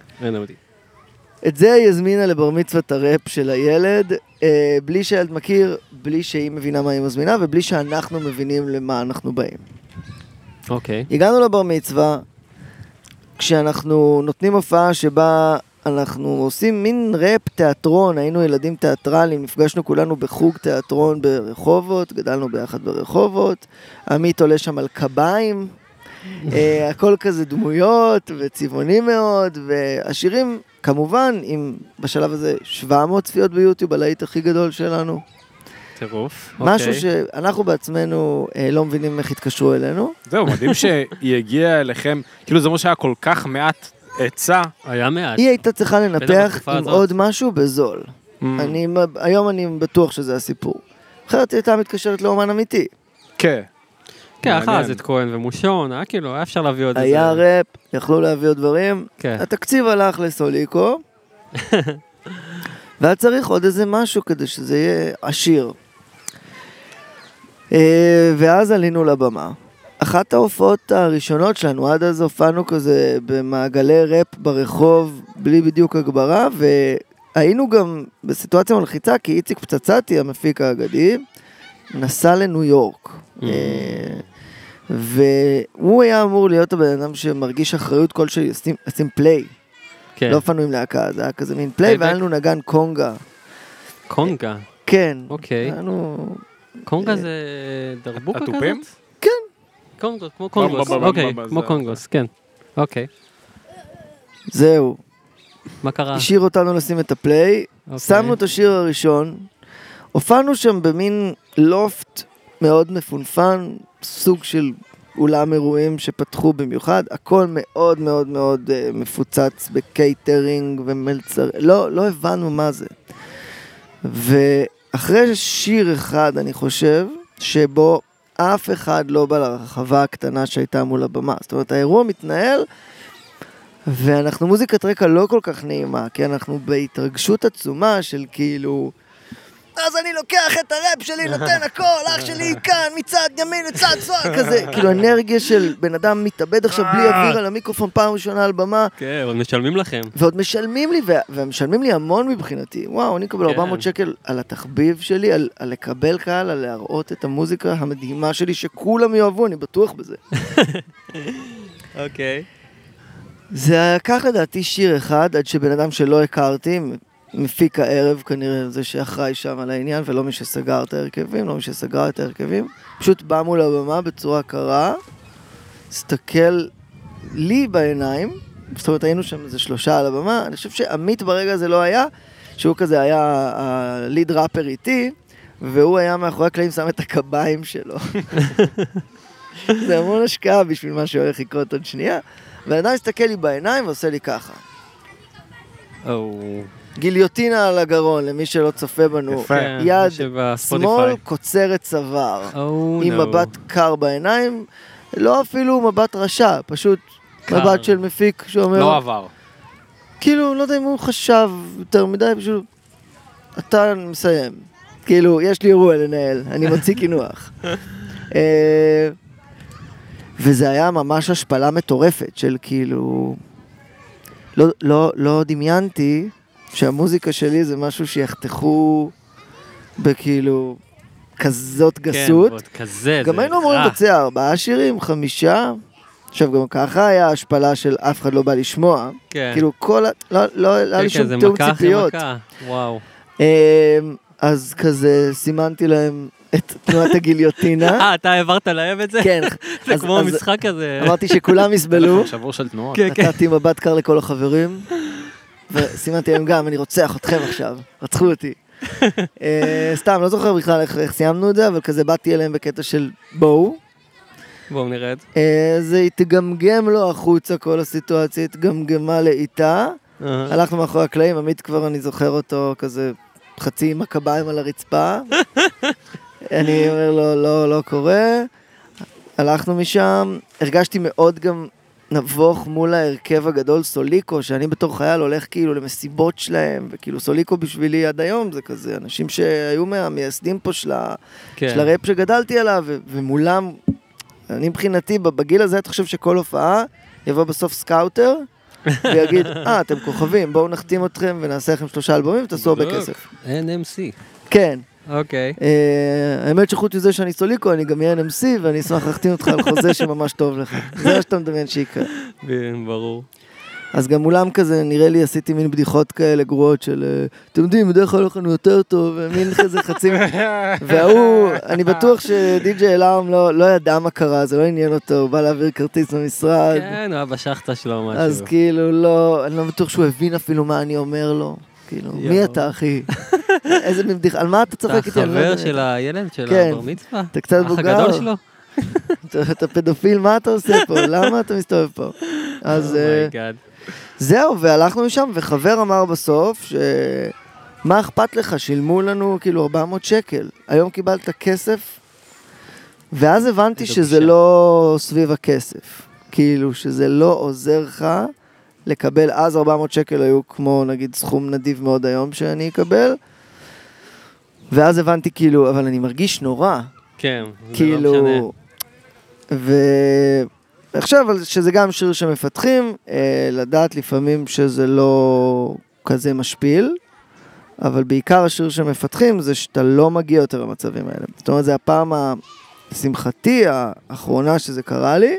את זה היא הזמינה לבר מצוות הראפ של הילד, בלי שהילד מכיר, בלי שהיא מבינה מה היא מזמינה, ובלי שאנחנו מבינים למה אנחנו באים. אוקיי. הגענו לבר מצווה, כשאנחנו נותנים הופעה שבה אנחנו עושים מין ראפ תיאטרון, היינו ילדים תיאטרליים, נפגשנו כולנו בחוג תיאטרון ברחובות, גדלנו ביחד ברחובות, עמית עולה שם על קביים, הכל כזה דמויות וצבעונים מאוד, והשירים כמובן, עם בשלב הזה 700 צפיות ביוטיוב, הלהיט הכי גדול שלנו. טירוף. משהו שאנחנו בעצמנו לא מבינים איך התקשרו אלינו. זהו, מדהים שהיא הגיעה אליכם, כאילו זה אומר שהיה כל כך מעט עצה. היה מעט. היא הייתה צריכה לנפח עם עוד משהו בזול. היום אני בטוח שזה הסיפור. אחרת היא הייתה מתקשרת לאומן אמיתי. כן. כן, אחר אז את כהן ומושון, היה כאילו, היה אפשר להביא עוד איזה... היה ראפ, יכלו להביא עוד דברים. התקציב הלך לסוליקו, והיה צריך עוד איזה משהו כדי שזה יהיה עשיר. ואז עלינו לבמה. אחת ההופעות הראשונות שלנו, עד אז הופענו כזה במעגלי ראפ ברחוב, בלי בדיוק הגברה, והיינו גם בסיטואציה מלחיצה, כי איציק פצצתי, המפיק האגדי, נסע לניו יורק. והוא היה אמור להיות הבן אדם שמרגיש אחריות כלשהי, לשים פליי. לא פנו עם להקה, זה היה כזה מין פליי, והיה לנו נגן קונגה. קונגה? כן. אוקיי. קונגה זה דרבוקה כזאת? הטופים? כן. קונגוס, כמו קונגוס. אוקיי, כמו קונגוס, כן. אוקיי. זהו. מה קרה? השאיר אותנו לשים את הפליי, שמנו את השיר הראשון, הופענו שם במין לופט מאוד מפונפן, סוג של אולם אירועים שפתחו במיוחד, הכל מאוד מאוד מאוד מפוצץ בקייטרינג ומלצר, לא הבנו מה זה. ואחרי שיר אחד, אני חושב, שבו אף אחד לא בא לרחבה הקטנה שהייתה מול הבמה. זאת אומרת, האירוע מתנהל, ואנחנו מוזיקת רקע לא כל כך נעימה, כי אנחנו בהתרגשות עצומה של כאילו... אז אני לוקח את הראפ שלי, נותן הכל, אח שלי כאן, מצד ימין לצד שמאל, כזה. כאילו אנרגיה של בן אדם מתאבד עכשיו בלי אוויר על המיקרופון פעם ראשונה על במה. כן, עוד משלמים לכם. ועוד משלמים לי, ומשלמים לי המון מבחינתי. וואו, אני אקבל 400 שקל על התחביב שלי, על לקבל קהל, על להראות את המוזיקה המדהימה שלי, שכולם יאהבו, אני בטוח בזה. אוקיי. זה לקח לדעתי שיר אחד, עד שבן אדם שלא הכרתי, מפיק הערב כנראה זה שאחראי שם על העניין, ולא מי שסגר את ההרכבים, לא מי שסגר את ההרכבים, פשוט בא מול הבמה בצורה קרה, הסתכל לי בעיניים, זאת אומרת היינו שם איזה 3 על הבמה, אני חושב שעמית ברגע הזה לא היה, שהוא כזה היה הליד ראפר איתי, והוא היה מאחורי הקלעים שם את הקביים שלו. זה המון השקעה בשביל מה שהולך לקרות עוד שנייה, והאדם הסתכל לי בעיניים ועושה לי ככה. גיליוטינה על הגרון, למי שלא צופה בנו. יד שמאל, קוצרת צוואר. עם מבט קר בעיניים, לא אפילו מבט רשע, פשוט מבט של מפיק שאומר... לא עבר. כאילו, לא יודע אם הוא חשב יותר מדי, פשוט... אתה מסיים. כאילו, יש לי אירוע לנהל, אני מוציא כינוח. וזה היה ממש השפלה מטורפת של כאילו... לא דמיינתי שהמוזיקה שלי זה משהו שיחתכו בכאילו כזאת גסות. כן, כזה, גם היינו אמורים לבצע 4 שירים, 5. עכשיו גם ככה היה השפלה של אף אחד לא בא לשמוע. כן. כאילו לא היה לי שום תיאום ציפיות. זה מכה. וואו. אז כזה סימנתי להם את תנועת הגיליוטינה. אתה העברת להם את זה? כן. זה כמו משחק כזה. אמרתי שכולם יסבלו. שבוע של תנועות. נתתי מבט קר לכל החברים, וסימנתי להם גם, אני רוצח אתכם עכשיו, רצחו אותי. סתם, לא זוכר בכלל איך סיימנו את זה, אבל כזה באתי אליהם בקטע של בואו. בואו נרד. זה התגמגם לו החוצה, כל הסיטואציה התגמגמה לאיתה. הלכנו מאחורי הקלעים, עמית כבר אני זוכר אותו כזה חצי עם הקביים על הרצפה. אני אומר לו, לא קורה. הלכנו משם, הרגשתי מאוד גם נבוך מול ההרכב הגדול סוליקו, שאני בתור חייל הולך כאילו למסיבות שלהם, וכאילו סוליקו בשבילי עד היום, זה כזה אנשים שהיו מהמייסדים פה של הראפ שגדלתי עליו, ומולם, אני מבחינתי, בגיל הזה אתה חושב שכל הופעה יבוא בסוף סקאוטר, ויגיד, אתם כוכבים, בואו נחתים אתכם ונעשה לכם 3 אלבומים ותעשו הרבה כסף. NMC. כן. אוקיי. האמת שחוץ מזה שאני סוליקו, אני גם אהיה NMC, ואני אשמח להחתים אותך על חוזה שממש טוב לך. זה מה שאתה מדמיין שיקרה. ברור. אז גם מולם כזה, נראה לי עשיתי מין בדיחות כאלה גרועות של, אתם יודעים, בדרך כלל הולכנו יותר טוב, ומין כזה חצי... והוא, אני בטוח שדי.ג'יי אלארם לא ידע מה קרה, זה לא עניין אותו, הוא בא להעביר כרטיס במשרד. כן, הוא היה בשחטה שלו משהו. אז כאילו, לא, אני לא בטוח שהוא הבין אפילו מה אני אומר לו. כאילו, מי אתה, אחי? איזה מין בדיחה, על מה אתה צוחק איתי? אתה חבר של הילד של הבר מצווה? אתה קצת בוגר. אח הגדול שלו? אתה פדופיל, מה אתה עושה פה? למה אתה מסתובב פה? אז זהו, והלכנו משם, וחבר אמר בסוף, מה אכפת לך? שילמו לנו כאילו 400 שקל. היום קיבלת כסף, ואז הבנתי שזה לא סביב הכסף. כאילו, שזה לא עוזר לך לקבל, אז 400 שקל היו כמו נגיד סכום נדיב מאוד היום שאני אקבל, ואז הבנתי כאילו, אבל אני מרגיש נורא. כן, זה כאילו, לא משנה. ועכשיו, שזה גם שיר שמפתחים, לדעת לפעמים שזה לא כזה משפיל, אבל בעיקר השיר שמפתחים זה שאתה לא מגיע יותר למצבים האלה. זאת אומרת, זה הפעם השמחתי האחרונה שזה קרה לי.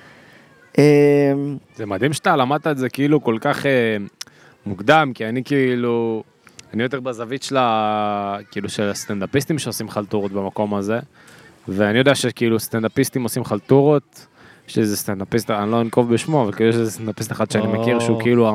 זה מדהים שאתה למדת את זה כאילו כל כך מוקדם, כי אני כאילו, אני יותר בזווית של כאילו של הסטנדאפיסטים שעושים חלטורות במקום הזה, ואני יודע שכאילו סטנדאפיסטים עושים חלטורות, יש איזה סטנדאפיסט, אני לא אנקוב בשמו, אבל כאילו יש איזה סטנדאפיסט אחד שאני מכיר שהוא כאילו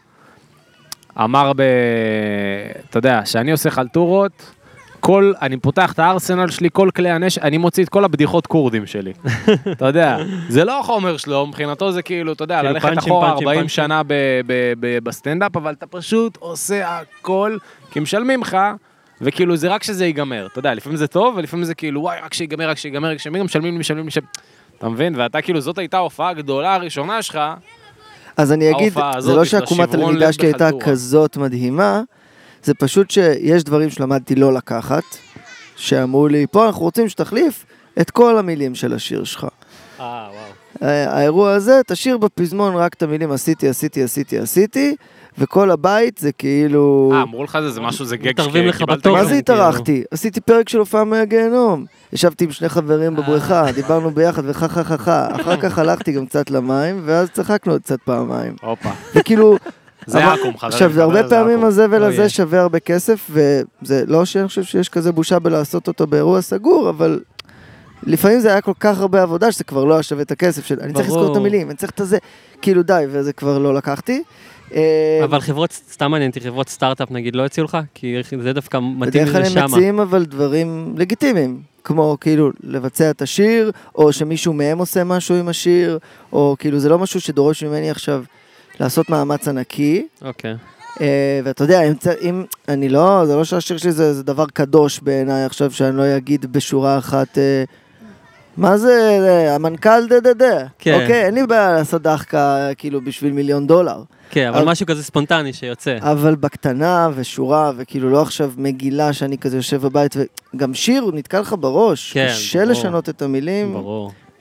אמר אתה יודע, שאני עושה חלטורות, אני פותח את הארסנל שלי, כל כלי הנשק, אני מוציא את כל הבדיחות קורדים שלי. אתה יודע, זה לא החומר שלו, מבחינתו זה כאילו, אתה יודע, ללכת אחורה 40 שנה בסטנדאפ, אבל אתה פשוט עושה הכל, כי משלמים לך, וכאילו זה רק שזה ייגמר. אתה יודע, לפעמים זה טוב, ולפעמים זה כאילו, וואי, רק שיגמר, כשהם משלמים. אתה מבין? ואתה כאילו, זאת הייתה ההופעה הגדולה הראשונה שלך. אז אני אגיד, זה לא שעקומת הלמידה שלי הייתה כזאת מדהימה, זה פשוט שיש דברים שלמדתי לא לקחת, שאמרו לי, פה אנחנו רוצים שתחליף את כל המילים של השיר שלך. וואו. האירוע הזה, תשאיר בפזמון רק את המילים עשיתי, וכל הבית זה כאילו... אמרו לך זה משהו, זה גג מתערבים לך בתוכן. מה זה התארחתי? עשיתי פרק של הופעה מהגיהנום. ישבתי עם 2 חברים בבריכה, דיברנו ביחד אחר כך הלכתי גם קצת למים, ואז צחקנו עוד קצת פעמיים. וכאילו... זה עקום, חברים. עכשיו, זה הרבה פעמים הזבל הזה שווה הרבה כסף, וזה לא שאני חושב שיש כזה בושה בלעשות אותו באירוע סגור, אבל לפעמים זה היה כל כך הרבה עבודה, שזה כבר לא היה שווה את הכסף, אני צריך לזכור את המילים, אני צריך את זה, כאילו די, וזה כבר לא לקחתי. אבל חברות, סתם מעניינתי, חברות סטארט-אפ נגיד לא הציעו לך? כי זה דווקא מתאים לזה שמה. בדרך כלל הם מציעים אבל דברים לגיטימיים, כמו כאילו לבצע את השיר, או שמישהו מהם עושה משהו עם השיר, או כאילו זה לא משהו שדורש ממני עכשיו לעשות מאמץ ענקי. אוקיי. ואתה יודע, אם אני לא, זה לא שהשיר שלי זה דבר קדוש בעיניי עכשיו, שאני לא אגיד בשורה אחת, מה זה, המנכ"ל כן. אוקיי, אין לי בעיה לעשות דחקה כאילו בשביל $1,000,000. כן, אבל משהו כזה ספונטני שיוצא. אבל בקטנה ושורה, וכאילו לא עכשיו מגילה שאני כזה יושב בבית, וגם שיר הוא נתקע לך בראש, קשה לשנות את המילים. ברור.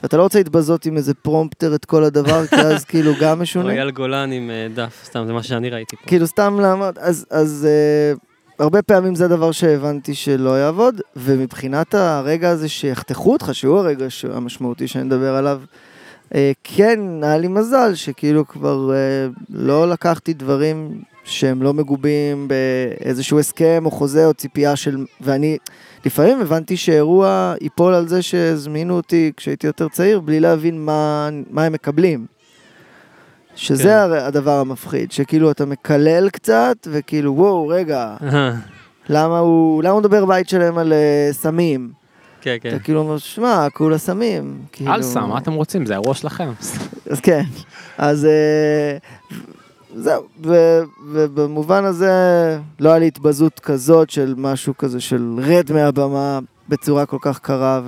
ואתה לא רוצה להתבזות עם איזה פרומפטר את כל הדבר, כי אז כאילו גם משונה. אייל גולן עם דף, סתם, זה מה שאני ראיתי פה. כאילו סתם לעמוד, אז הרבה פעמים זה הדבר שהבנתי שלא יעבוד, ומבחינת הרגע הזה שיחתכו אותך, שהוא הרגע המשמעותי שאני מדבר עליו, כן, היה לי מזל שכאילו כבר לא לקחתי דברים שהם לא מגובים באיזשהו הסכם או חוזה או ציפייה של... ואני לפעמים הבנתי שאירוע ייפול על זה שהזמינו אותי כשהייתי יותר צעיר, בלי להבין מה הם מקבלים. שזה כן. הדבר המפחיד, שכאילו אתה מקלל קצת, וכאילו וואו, רגע, למה הוא מדבר בית שלהם על סמים? כן, כן. אתה כאילו אומר, שמע, כולה סמים. על סם, מה אתם רוצים? זה האירוע שלכם. אז כן, אז זהו, ובמובן הזה לא היה לי התבזות כזאת של משהו כזה של רד מהבמה בצורה כל כך קרה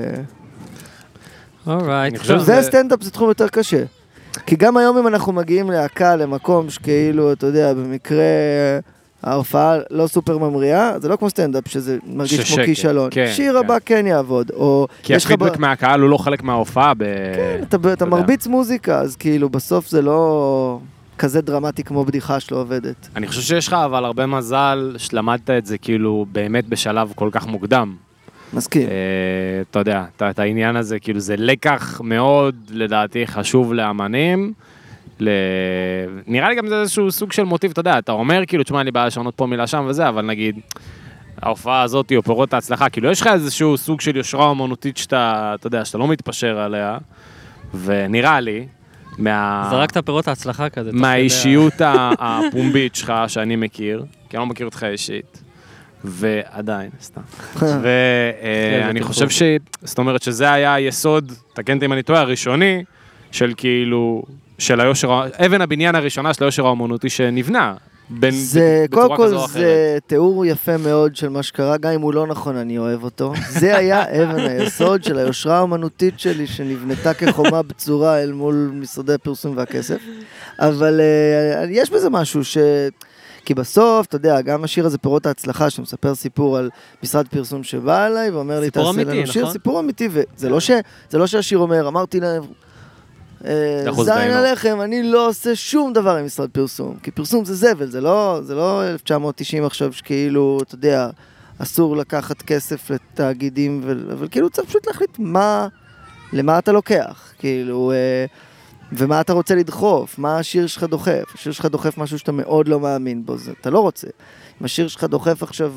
זה סטנדאפ, זה תחום יותר קשה. כי גם היום אם אנחנו מגיעים להקה למקום שכאילו, אתה יודע, במקרה ההופעה לא סופר ממריאה, זה לא כמו סטנדאפ שזה מרגיש כמו כישלון. שיר הבא כן יעבוד. כי הפידבק מהקהל הוא לא חלק מההופעה. כן, אתה מרביץ מוזיקה, אז כאילו בסוף זה לא כזה דרמטי כמו בדיחה שלא עובדת. אני חושב שיש לך אבל הרבה מזל שלמדת את זה כאילו באמת בשלב כל כך מוקדם. מסכים. אתה יודע, את העניין הזה, כאילו זה לקח מאוד, לדעתי, חשוב לאמנים. נראה לי גם זה איזשהו סוג של מוטיב, אתה יודע, אתה אומר כאילו, תשמע, אני בעיה לשנות פה מילה שם וזה, אבל נגיד, ההופעה הזאת או פירות ההצלחה, כאילו יש לך איזשהו סוג של יושרה אומנותית שאתה, אתה יודע, שאתה לא מתפשר עליה, ונראה לי, זרקת פירות ההצלחה כזה. מהאישיות הפומבית שלך, שאני מכיר, כי אני לא מכיר אותך אישית. ועדיין, סתם. ואני חושב זאת אומרת שזה היה היסוד, תקן אותי אם אני טועה, הראשוני, של כאילו, של היושר, אבן הבניין הראשונה של היושר האומנותי שנבנה, קודם כל זה תיאור יפה מאוד של מה שקרה, גם אם הוא לא נכון, אני אוהב אותו. זה היה אבן היסוד של היושרה האומנותית שלי, שנבנתה כחומה בצורה אל מול משרדי הפרסום והכסף. אבל יש בזה משהו כי בסוף, אתה יודע, גם השיר הזה פירות ההצלחה, שמספר סיפור על משרד פרסום שבא אליי, ואומר לי, סיפור אמיתי, נכון? סיפור אמיתי, וזה לא שהשיר אומר, אמרתי להם, זין עליכם, אני לא עושה שום דבר עם משרד פרסום, כי פרסום זה זבל, זה לא 1990 עכשיו, שכאילו, אתה יודע, אסור לקחת כסף לתאגידים, אבל כאילו צריך פשוט להחליט למה אתה לוקח, כאילו... ומה אתה רוצה לדחוף, מה השיר שלך דוחף. השיר שלך דוחף משהו שאתה מאוד לא מאמין בו, אתה לא רוצה. אם השיר שלך דוחף עכשיו,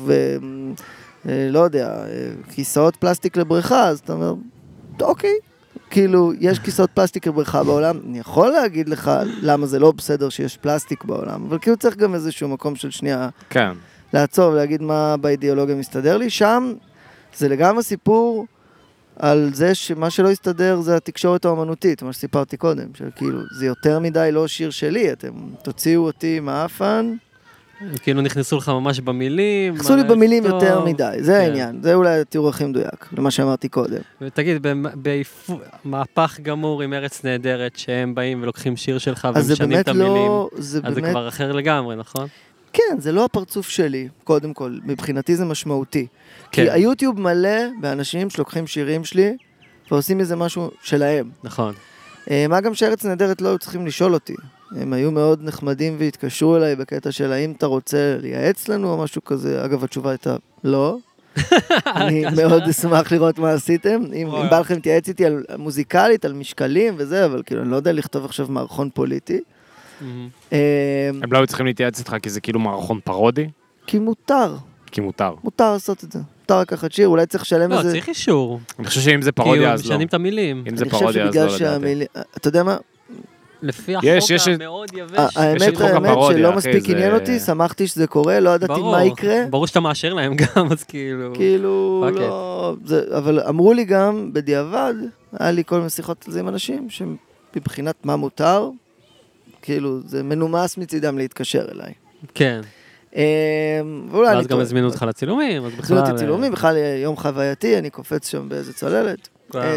לא יודע, כיסאות פלסטיק לבריכה, אז אתה אומר, אוקיי, כאילו, יש כיסאות פלסטיק לבריכה בעולם, אני יכול להגיד לך למה זה לא בסדר שיש פלסטיק בעולם, אבל כאילו צריך גם איזשהו מקום של שנייה, כן. לעצור ולהגיד מה באידיאולוגיה מסתדר לי. שם זה לגמרי סיפור, על זה שמה שלא יסתדר זה התקשורת האומנותית, מה שסיפרתי קודם, שכאילו זה יותר מדי לא שיר שלי, אתם תוציאו אותי מהאפן. כאילו נכנסו לך ממש במילים. נכנסו לי במילים יותר מדי, זה העניין, זה אולי התיאור הכי מדויק, למה שאמרתי קודם. ותגיד, במהפך גמור עם ארץ נהדרת, שהם באים ולוקחים שיר שלך ומשנים את המילים, אז זה כבר אחר לגמרי, נכון? כן, זה לא הפרצוף שלי, קודם כל, מבחינתי זה משמעותי. כי היוטיוב מלא באנשים שלוקחים שירים שלי, ועושים איזה משהו שלהם. נכון. מה גם שארץ נהדרת לא היו צריכים לשאול אותי. הם היו מאוד נחמדים והתקשרו אליי בקטע של האם אתה רוצה לייעץ לנו או משהו כזה. אגב, התשובה הייתה לא. אני מאוד אשמח לראות מה עשיתם. אם בא לכם תייעץ איתי על מוזיקלית, על משקלים וזה, אבל כאילו אני לא יודע לכתוב עכשיו מערכון פוליטי. הם לא היו צריכים להתייעץ איתך כי זה כאילו מערכון פרודי? כי מותר. כי מותר. מותר לעשות את זה. מותר לקחת שיר, אולי צריך לשלם איזה... לא, צריך אישור. אני חושב שאם זה פרודיה אז לא. כי משנים את המילים. אם זה פרודיה אז לא לדעתי. אתה יודע מה? לפי החוק המאוד יבש. האמת שלא מספיק עניין אותי, שמחתי שזה קורה, לא ידעתי מה יקרה. ברור שאתה מאשר להם גם, אז כאילו... כאילו, לא... אבל אמרו לי גם, בדיעבד, היה לי כל מיני שיחות על זה עם אנשים, שמבחינת מה מותר, כאילו, זה מנומס מצידם להתקשר אליי. כן. ואז גם הזמינו אותך לצילומים, אז בכלל... הזמינו אותי צילומים, בכלל יום חווייתי, אני קופץ שם באיזה צוללת.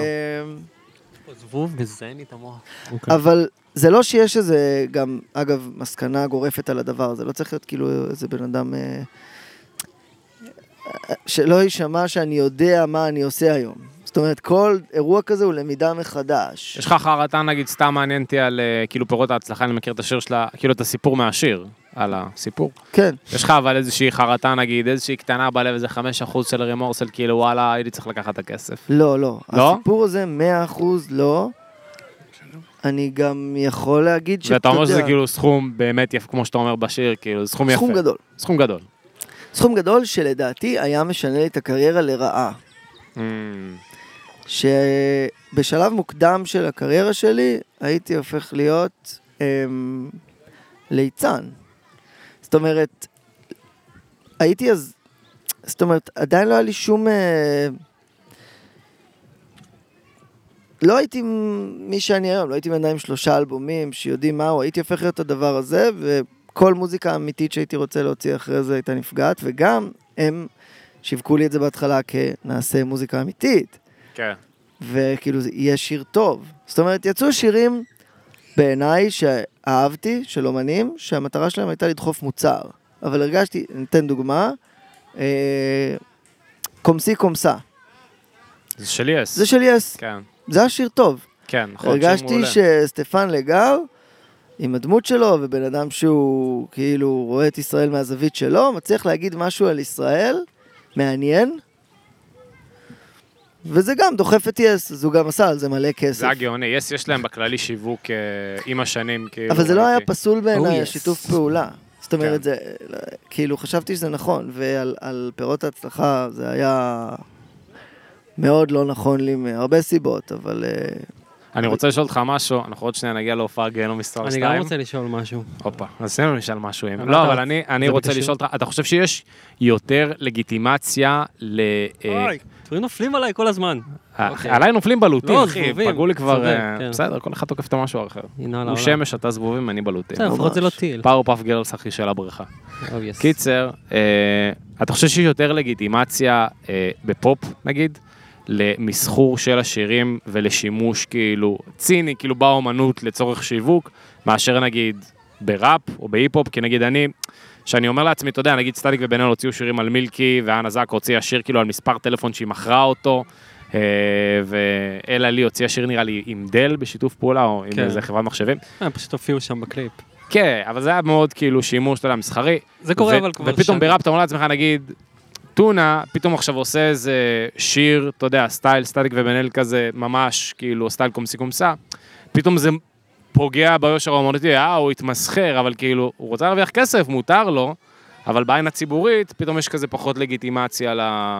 זבוב מזיין לי את המוח. אבל זה לא שיש איזה, גם, אגב, מסקנה גורפת על הדבר, זה לא צריך להיות כאילו איזה בן אדם שלא יישמע שאני יודע מה אני עושה היום. זאת אומרת, כל אירוע כזה הוא למידה מחדש. יש לך חרטה, נגיד, סתם מעניינתי על כאילו פירות ההצלחה, אני מכיר את השיר שלה, כאילו את הסיפור מהשיר, על הסיפור. כן. יש לך אבל איזושהי חרטה, נגיד, איזושהי קטנה בלב, איזה 5% של רימורסל, כאילו, וואלה, הייתי צריך לקחת את הכסף. לא, לא. לא? הסיפור הזה 100% לא. אני גם יכול להגיד ואתה אומר שזה כאילו סכום באמת יפה, כמו שאתה אומר בשיר, כאילו, סכום יפה. סכום גדול. סכום גדול. סכום גדול שלדעתי היה משנה לי את הקריירה לרעה. שבשלב מוקדם של הקריירה שלי, הייתי הופך להיות ליצן. זאת אומרת, הייתי אז, זאת אומרת, עדיין לא היה לי שום... לא הייתי מי שאני היום, לא הייתי בן אדם עם 3 אלבומים שיודעים מהו, הייתי הופך להיות את הדבר הזה, וכל מוזיקה אמיתית שהייתי רוצה להוציא אחרי זה הייתה נפגעת, וגם הם שיווקו לי את זה בהתחלה כנעשה מוזיקה אמיתית. כן. וכאילו זה יהיה שיר טוב. זאת אומרת, יצאו שירים בעיניי שאהבתי, של אומנים, שהמטרה שלהם הייתה לדחוף מוצר. אבל הרגשתי, ניתן דוגמה, קומסי קומסה. זה של יס. זה של יס. כן. זה היה שיר טוב. כן, נכון. הרגשתי שסטפן לגר, עם הדמות שלו, ובן אדם שהוא כאילו רואה את ישראל מהזווית שלו, מצליח להגיד משהו על ישראל, מעניין, וזה גם דוחף את יס, אז הוא גם עשה על זה מלא כסף. זה הגאוני, יש להם בכללי שיווק עם השנים, כאילו... אבל זה לא היה פסול בעיניי, השיתוף פעולה. זאת אומרת, זה, כאילו חשבתי שזה נכון, ועל פירות ההצלחה זה היה מאוד לא נכון לי מהרבה סיבות, אבל... אני רוצה לשאול אותך משהו, אנחנו עוד שניה נגיע להופעה גיהנום מספר 2. אני גם רוצה לשאול משהו. הופה, אז שימו לשאול משהו. לא, אבל אני רוצה לשאול אותך, אתה חושב שיש יותר לגיטימציה ל... דברים נופלים עליי כל הזמן. עליי נופלים בלוטים, אחי, פגעו לי כבר... כן. בסדר, כל אחד תוקף את המשהו אחר. הוא הוא שמש, אתה זבובים, אני בלוטים. בסדר, לפחות זה לא טיל. פאור פאף גרלס, אחי, של הבריכה. קיצר, אתה חושב שיש יותר לגיטימציה בפופ, נגיד? למסחור של השירים ולשימוש כאילו ציני, כאילו באומנות לצורך שיווק, מאשר נגיד בראפ או בהיפ-הופ, כי נגיד שאני אומר לעצמי, אתה יודע, נגיד סטטיק ובן-אל הוציאו שירים על מילקי, ואנה זק הוציאה שיר כאילו על מספר טלפון שהיא מכרה אותו, ואלה לי הוציאה שיר נראה לי עם דל בשיתוף פעולה, או עם איזה חברת מחשבים. פשוט הופיעו שם בקליפ. כן, אבל זה היה מאוד כאילו שימוש, אתה יודע, מסחרי. זה קורה אבל כבר ופתאום בראפ אתה אומר לעצמך, נגיד, טונה, פתאום עכשיו עושה איזה שיר, אתה יודע, סטייל סטטיק ובן-אל כזה, ממש, כאילו, סטייל קומסי קומסה, פתאום זה פוגע ביושר האומנותי, הוא התמסחר, אבל כאילו, הוא רוצה להרוויח כסף, מותר לו, אבל בעין הציבורית, פתאום יש כזה פחות לגיטימציה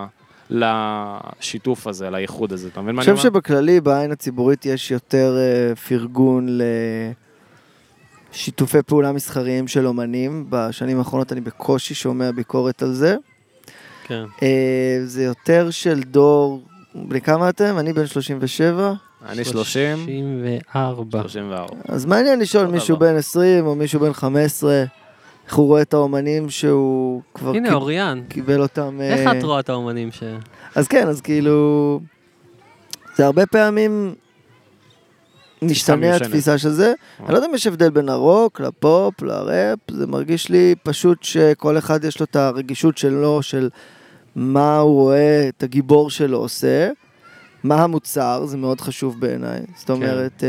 לשיתוף הזה, לייחוד הזה, אתה מבין מה אני אומר? אני חושב שבכללי, בעין הציבורית יש יותר פרגון לשיתופי פעולה מסחריים של אומנים, בשנים האחרונות אני בקושי שומע ביקורת על זה, כן. זה יותר של דור, בלי כמה אתם? אני בן 37. אני 30. 34. אז מעניין לשאול מישהו בן 20 או מישהו בן 15, איך הוא רואה את האומנים שהוא כבר הנה, אוריאן. קיבל אותם. איך את רואה את האומנים ש... אז כן, אז כאילו, זה הרבה פעמים משתנה התפיסה של זה. אני לא יודע אם יש הבדל בין הרוק, לפופ, לראפ, זה מרגיש לי פשוט שכל אחד יש לו את הרגישות שלו, של מה הוא רואה, את הגיבור שלו עושה, מה המוצר, זה מאוד חשוב בעיניי. זאת אומרת,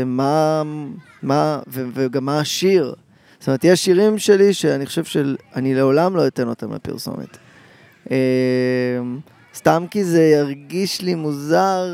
וגם מה השיר. זאת אומרת, יש שירים שלי שאני חושב שאני לעולם לא אתן אותם לפרסומת. סתם כי זה ירגיש לי מוזר,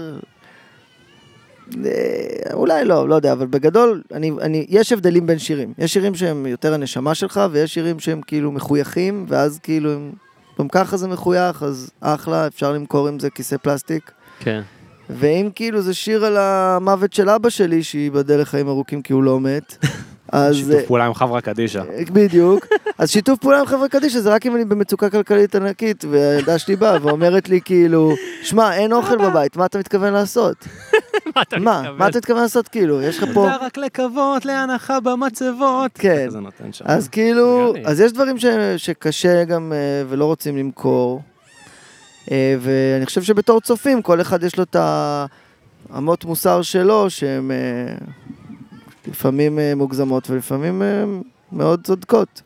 אולי לא יודע, אבל בגדול, יש הבדלים בין שירים. יש שירים שהם יותר הנשמה שלך, ויש שירים שהם כאילו מחויכים, ואז כאילו, גם ככה זה מחוייך, אז אחלה, אפשר למכור עם זה כיסא פלסטיק. כן. ואם כאילו זה שיר על המוות של אבא שלי, שיבדל לחיים ארוכים כי הוא לא מת, אז... שיתוף פעולה עם חברה קדישה. בדיוק. אז שיתוף פעולה עם חברה קדישה זה רק אם אני במצוקה כלכלית ענקית, והילדה שלי באה ואומרת לי כאילו, שמע, אין אוכל בבית, מה אתה מתכוון לעשות? מה אתה מתכוון לעשות כאילו? יש לך פה... זה רק לקוות, להנחה במצבות. כן. אז כאילו, אז יש דברים שקשה גם ולא רוצים למכור, ואני חושב שבתור צופים, כל אחד יש לו את האמות מוסר שלו, שהן לפעמים מוגזמות ולפעמים מאוד צודקות.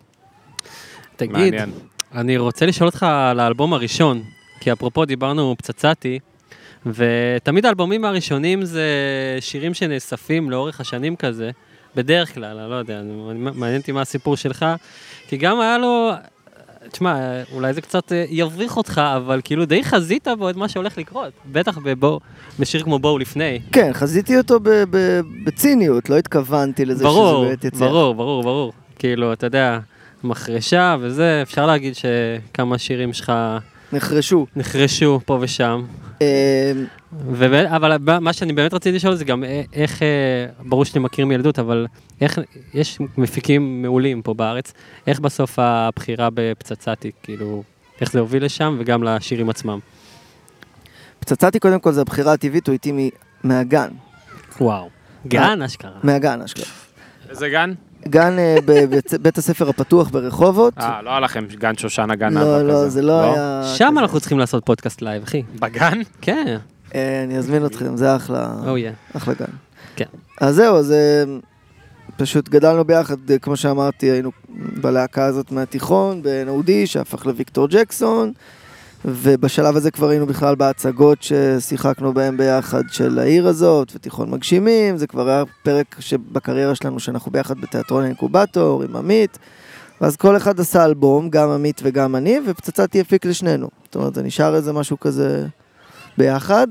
תגיד, אני רוצה לשאול אותך על האלבום הראשון, כי אפרופו דיברנו פצצתי, ותמיד האלבומים הראשונים זה שירים שנאספים לאורך השנים כזה, בדרך כלל, אני לא יודע, מעניין אותי מה הסיפור שלך, כי גם היה לו, תשמע, אולי זה קצת יבריך אותך, אבל כאילו די חזית בו את מה שהולך לקרות, בטח בשיר כמו בואו לפני. כן, חזיתי אותו בציניות, לא התכוונתי לזה שזה באמת יצא. ברור, כאילו, אתה יודע, מחרשה וזה, אפשר להגיד שכמה שירים שלך נחרשו פה ושם. אבל מה שאני באמת רציתי לשאול זה גם איך, ברור שאתם מכירים מילדות, אבל איך, יש מפיקים מעולים פה בארץ, איך בסוף הבחירה בפצצתי, כאילו, איך זה הוביל לשם וגם לשירים עצמם? פצצתי קודם כל זה הבחירה הטבעית, הוא איתי מהגן. וואו, גן אשכרה. מהגן אשכרה. איזה גן? גן בבית הספר הפתוח ברחובות. לא היה לכם גן שושנה, גן לא, זה לא היה... שם אנחנו צריכים לעשות פודקאסט לייב, אחי. בגן? כן. אני אזמין אתכם, זה אחלה גן. כן. אז זהו, אז פשוט גדלנו ביחד, כמו שאמרתי, היינו בלהקה הזאת מהתיכון, בנאודי, שהפך לוויקטור ג'קסון, ובשלב הזה כבר היינו בכלל בהצגות ששיחקנו בהם ביחד של העיר הזאת, ותיכון מגשימים, זה כבר היה פרק בקריירה שלנו שאנחנו ביחד בתיאטרון אינקובטור עם עמית, ואז כל אחד עשה אלבום, גם עמית וגם אני, ופצצתי הפיק לשנינו. זאת אומרת, זה נשאר איזה משהו כזה ביחד.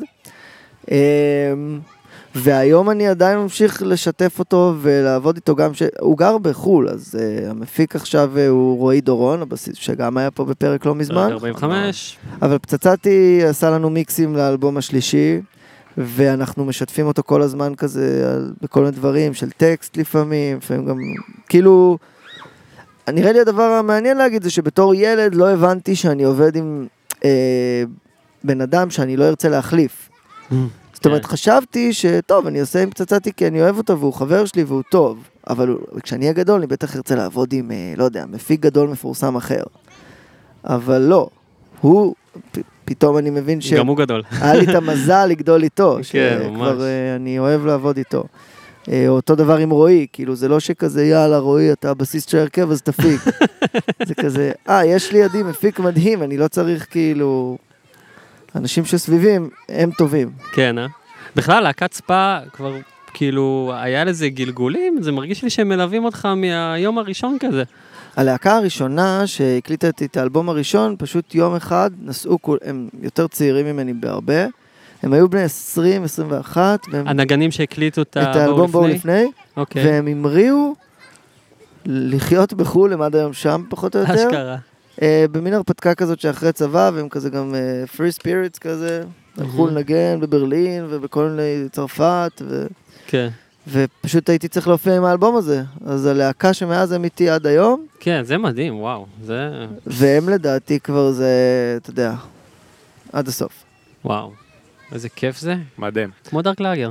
והיום אני עדיין ממשיך לשתף אותו ולעבוד איתו גם הוא גר בחול, אז המפיק עכשיו הוא רועי דורון, שגם היה פה בפרק לא מזמן. 45. אבל פצצתי עשה לנו מיקסים לאלבום השלישי, ואנחנו משתפים אותו כל הזמן כזה בכל מיני דברים, של טקסט לפעמים גם, כאילו, נראה לי הדבר המעניין להגיד זה שבתור ילד לא הבנתי שאני עובד עם בן אדם שאני לא ארצה להחליף. זאת אומרת, חשבתי שטוב, אני עושה עם פצצתי כי אני אוהב אותו והוא חבר שלי והוא טוב, אבל כשאני אהיה גדול, אני בטח ארצה לעבוד עם, לא יודע, מפיק גדול מפורסם אחר. אבל לא, פתאום אני מבין גם הוא גדול. היה לי את המזל לגדול איתו, כן, ממש. שכבר אני אוהב לעבוד איתו. אותו דבר עם רועי, כאילו זה לא שכזה, יאללה רועי, אתה הבסיס של הרכב, אז תפיק. זה כזה, יש לי ידי מפיק מדהים, אני לא צריך כאילו... אנשים שסביבים, הם טובים. כן, בכלל, להקת ספא כבר, כאילו, היה לזה גלגולים, זה מרגיש לי שהם מלווים אותך מהיום הראשון כזה. הלהקה הראשונה שהקליטה את האלבום הראשון, פשוט יום אחד נסעו, הם יותר צעירים ממני בהרבה, הם היו בני 20, 21. הנגנים שהקליטו את האלבום בואו לפני, אוקיי. והם המריאו לחיות בחול, הם עד היום שם פחות או יותר. אשכרה. במין הרפתקה כזאת שאחרי צבא, והם כזה גם free spirits כזה, הלכו לנגן בברלין ובכל מיני צרפת, כן. ופשוט הייתי צריך להופיע עם האלבום הזה. אז הלהקה שמאז הם איתי עד היום. כן, זה מדהים, וואו. והם לדעתי כבר זה, אתה יודע, עד הסוף. וואו, איזה כיף זה. מדהים. כמו דארק לאגר.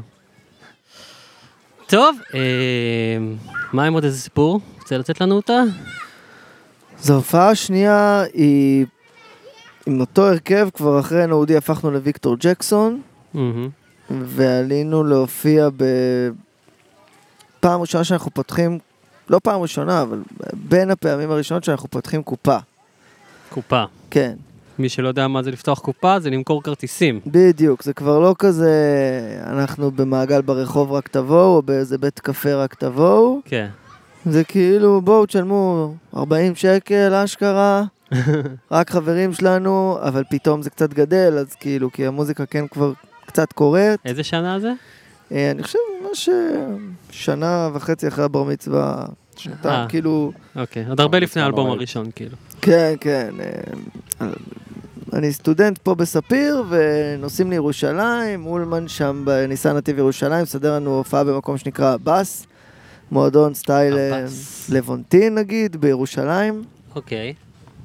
טוב, מה עם עוד איזה סיפור? רוצה לתת לנו אותה? זו ההופעה השנייה, היא עם אותו הרכב, כבר אחרי נאודי הפכנו לוויקטור ג'קסון, ועלינו להופיע בפעם ראשונה שאנחנו פותחים, לא פעם ראשונה, אבל בין הפעמים הראשונות שאנחנו פותחים קופה. קופה. כן. מי שלא יודע מה זה לפתוח קופה, זה למכור כרטיסים. בדיוק, זה כבר לא כזה, אנחנו במעגל ברחוב רק תבואו, או באיזה בית קפה רק תבואו. כן. זה כאילו, בואו תשלמו 40 שקל, אשכרה, רק חברים שלנו, אבל פתאום זה קצת גדל, אז כאילו, כי המוזיקה כן כבר קצת קורית. איזה שנה זה? אני חושב ממש שנה וחצי אחרי הבר מצווה, שנתיים, כאילו... אוקיי, עוד הרבה לפני האלבום הראשון, כאילו. כן, כן. אני סטודנט פה בספיר, ונוסעים לירושלים, אולמן שם בניסן נתיב ירושלים, סדר לנו הופעה במקום שנקרא הבאס, מועדון סטייל לבונטין נגיד, בירושלים. אוקיי.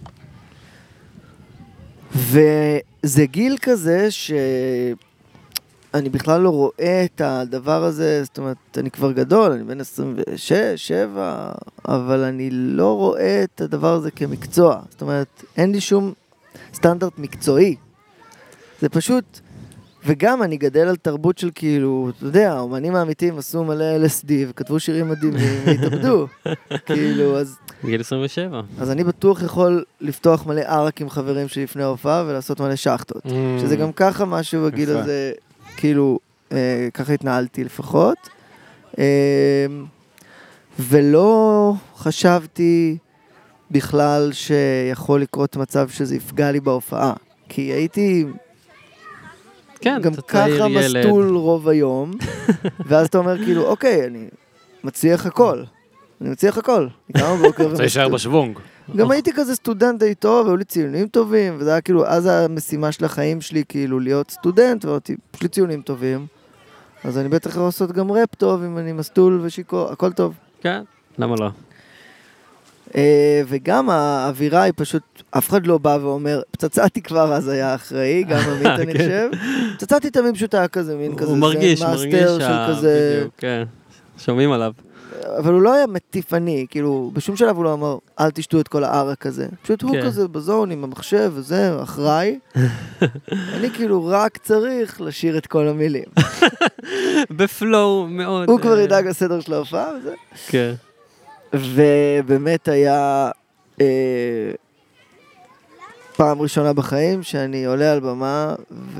וזה גיל כזה שאני בכלל לא רואה את הדבר הזה, זאת אומרת, אני כבר גדול, אני בן 26, 7, אבל אני לא רואה את הדבר הזה כמקצוע. זאת אומרת, אין לי שום סטנדרט מקצועי. זה פשוט וגם אני גדל על תרבות של כאילו, אתה יודע, האומנים האמיתיים עשו מלא LSD וכתבו שירים מדהימים והתאבדו. כאילו, אז... גיל 27. אז אני בטוח יכול לפתוח מלא ערק עם חברים שלי לפני ההופעה ולעשות מלא שחטות. שזה גם ככה משהו בגיל הזה, כאילו, ככה התנהלתי לפחות. ולא חשבתי בכלל שיכול לקרות מצב שזה יפגע לי בהופעה. כי הייתי... כן, גם ככה מסטול רוב היום, ואז אתה אומר כאילו, אוקיי, אני מצליח הכל. אני מצליח הכל. רוצה להישאר בשוונג. גם הייתי כזה סטודנט די טוב, והיו לי ציונים טובים, וזה היה כאילו, אז המשימה של החיים שלי כאילו להיות סטודנט, יש לי ציונים טובים, אז אני בטח יכול לעשות גם רפ טוב, אם אני מסטול ושיקור, הכל טוב. כן, למה לא? וגם האווירה היא פשוט, אף אחד לא בא ואומר, פצצתי כבר אז היה אחראי, גם עמית אני חושב. פצצתי תמיד פשוט היה כזה, מין כזה, הוא מרגיש כזה... כן, שומעים עליו. אבל הוא לא היה מטיפני, כאילו, בשום שלב הוא לא אמר, אל תשתו את כל הערק הזה. פשוט הוא כזה בזון עם המחשב וזה, אחראי. אני כאילו רק צריך לשיר את כל המילים. בפלואו מאוד. הוא כבר ידאג לסדר של ההופעה וזה. כן. ובאמת היה פעם ראשונה בחיים שאני עולה על במה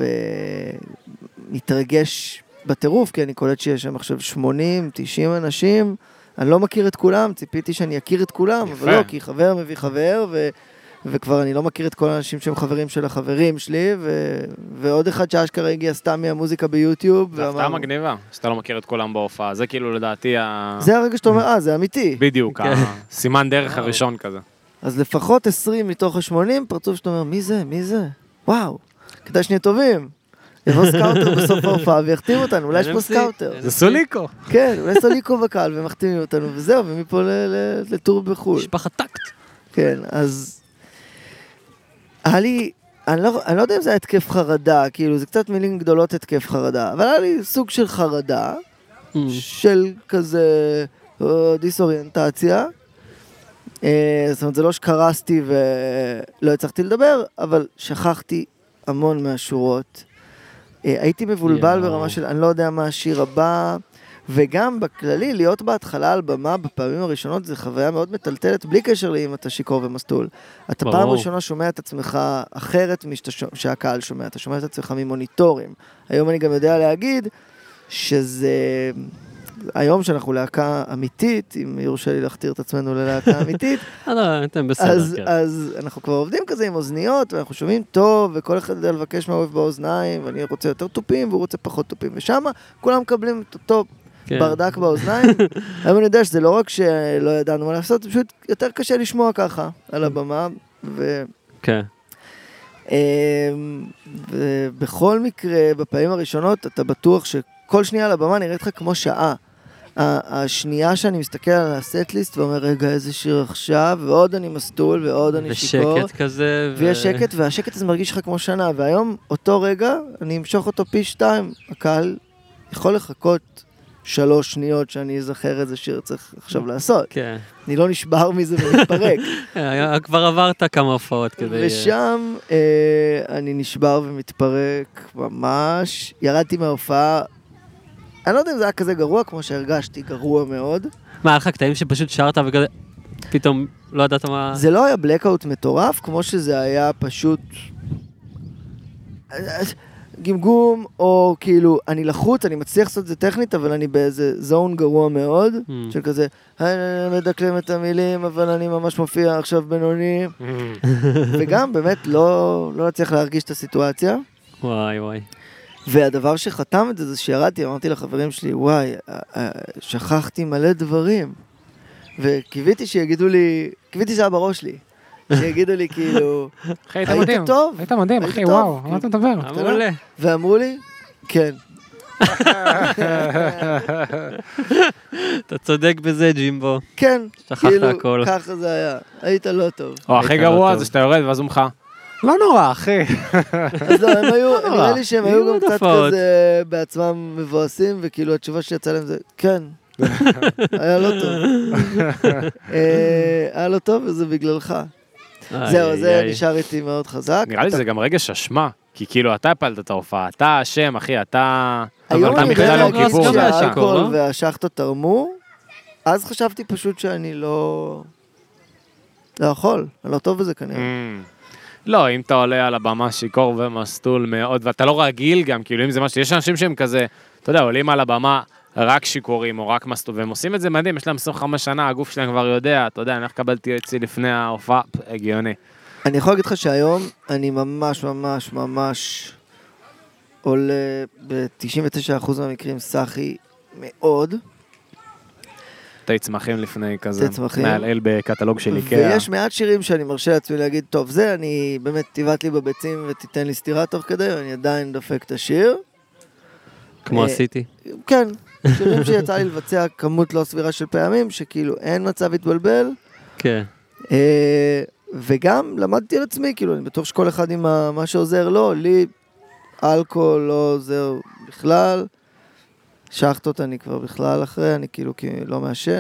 ומתרגש בטירוף, כי אני קולט שיש שם עכשיו 80, 90 אנשים, אני לא מכיר את כולם, ציפיתי שאני אכיר את כולם, אבל לא, כי חבר מביא חבר, וכבר אני לא מכיר את כל האנשים שהם חברים של החברים שלי, ועוד אחד שאשכרה הגיע סתם מהמוזיקה ביוטיוב. זה הפתעה מגניבה, שאתה לא מכיר את כולם בהופעה, זה כאילו לדעתי זה הרגע שאתה אומר, זה אמיתי. בדיוק, הסימן דרך הראשון כזה. אז לפחות 20 מתוך ה-80 פרצוף שאתה אומר, מי זה? מי זה? וואו, כדאי שנהיה טובים. יבוא סקאוטר בסוף ההופעה ויחתים אותנו, אולי יש פה סקאוטר. זה סוליקו. כן, אולי סוליקו בקהל ומחתימים אותנו, וזהו, ומפה לטור בחו"ל. משפחת טקט. כן, אז... היה לי... אני לא יודע אם זה היה התקף חרדה, כאילו, זה קצת מילים גדולות התקף חרדה, אבל היה לי סוג של חרדה, של כזה דיסאוריינטציה. זאת אומרת, זה לא שקרסתי ולא הצלחתי לדבר, אבל שכחתי המון מהשורות. הייתי מבולבל ברמה של אני לא יודע מה השיר הבא, וגם בכללי, להיות בהתחלה על במה בפעמים הראשונות, זה חוויה מאוד מטלטלת, בלי קשר לאם אתה שיקור ומסטול. אתה פעם ראשונה שומע את עצמך אחרת שהקהל שומע, אתה שומע את עצמך ממוניטורים. היום אני גם יודע להגיד שזה... היום שאנחנו להקה אמיתית, אם יורשה לי להכתיר את עצמנו ללהקה אמיתית, אז אנחנו כבר עובדים כזה עם אוזניות, ואנחנו שומעים טוב, וכל אחד יודע לבקש מהאוהב באוזניים, ואני רוצה יותר טופים, והוא רוצה פחות טופים, ושם כולם מקבלים את אותו ברדק באוזניים. היום אני יודע שזה לא רק שלא ידענו מה לעשות, זה פשוט יותר קשה לשמוע ככה על הבמה, ובכל מקרה, בפעמים הראשונות, אתה בטוח שכל שנייה על הבמה נראית לך כמו שעה. השנייה שאני מסתכל על הסט-ליסט ואומר, רגע, איזה שיר עכשיו, ועוד אני מסטול, ועוד אני שיקור. ושקט כזה. ויש שקט, והשקט הזה מרגיש לך כמו שנה, והיום, אותו רגע, אני אמשוך אותו פי 2, הקהל יכול לחכות 3 שניות שאני אזכר איזה שיר צריך עכשיו לעשות. כן. אני לא נשבר מזה ומתפרק. כבר עברת כמה הופעות כדי... ושם אני נשבר ומתפרק ממש. ירדתי מההופעה, אני לא יודע אם זה היה כזה גרוע, כמו שהרגשתי גרוע מאוד. מה, היה לך קטעים שפשוט שרת וכזה, פתאום לא ידעת מה... זה לא היה בלקאוט מטורף, כמו שזה היה פשוט... גמגום, או כאילו, אני לחוץ, אני מצליח לעשות את זה טכנית, אבל אני באיזה זון גרוע מאוד, של כזה, אני מדקלם את המילים, אבל אני ממש מופיע עכשיו בינוני. וגם, באמת, לא צריך להרגיש את הסיטואציה. וואי, וואי. והדבר שחתם את זה, זה שירדתי, אמרתי לחברים שלי, וואי, שכחתי מלא דברים. וקיוויתי שיגידו לי, קיוויתי שזה היה בראש לי. שיגידו לי כאילו, היית טוב? היית מדהים, אחי, וואו, מה אתה מדבר? ואמרו לי, כן. אתה צודק בזה, ג'ימבו. כן, שכחת הכל. ככה זה היה, היית לא טוב. או, הכי גרוע זה שאתה יורד ואז אומך. לא נורא, אחי. אז לא, הם היו, נראה לי שהם היו גם קצת כזה בעצמם מבואסים, וכאילו התשובה שיצאה להם זה, כן. היה לא טוב. היה לא טוב וזה בגללך. זהו, זה נשאר איתי מאוד חזק. נראה לי זה גם רגש אשמה, כי כאילו אתה הפלת את ההופעה, אתה אשם, אחי, אתה... היום אני יודע להגיד כיפור, שהאלכוהול לא? והשחטות תרמו, אז חשבתי פשוט שאני לא יכול, אני לא טוב בזה כנראה. לא, אם אתה עולה על הבמה שיקור ומסטול מאוד, ואתה לא רגיל גם, כאילו אם זה משהו, יש אנשים שהם כזה, אתה יודע, עולים על הבמה רק שיקורים או רק מסטול, והם עושים את זה מדהים, יש להם 25 שנה, הגוף שלהם כבר יודע, אתה יודע, אני איך קבלתי אצלי לפני ההופעה, הגיוני. אני יכול להגיד לך שהיום אני ממש עולה ב-99% מהמקרים סחי מאוד. תה צמחים לפני כזה, צמחים. מעל בקטלוג של איקאה. ויש מעט שירים שאני מרשה לעצמי להגיד, טוב, זה אני באמת תיבט לי בביצים ותיתן לי סתירה תוך כדי, ואני עדיין דופק את השיר. כמו עשיתי. כן, שירים שיצא לי לבצע כמות לא סבירה של פעמים, שכאילו אין מצב להתבלבל. כן. וגם למדתי על עצמי, כאילו, אני בטוח שכל אחד עם מה שעוזר לו, לי אלכוהול לא עוזר בכלל, שחטות אני כבר בכלל אחרי, אני כאילו לא מעשן,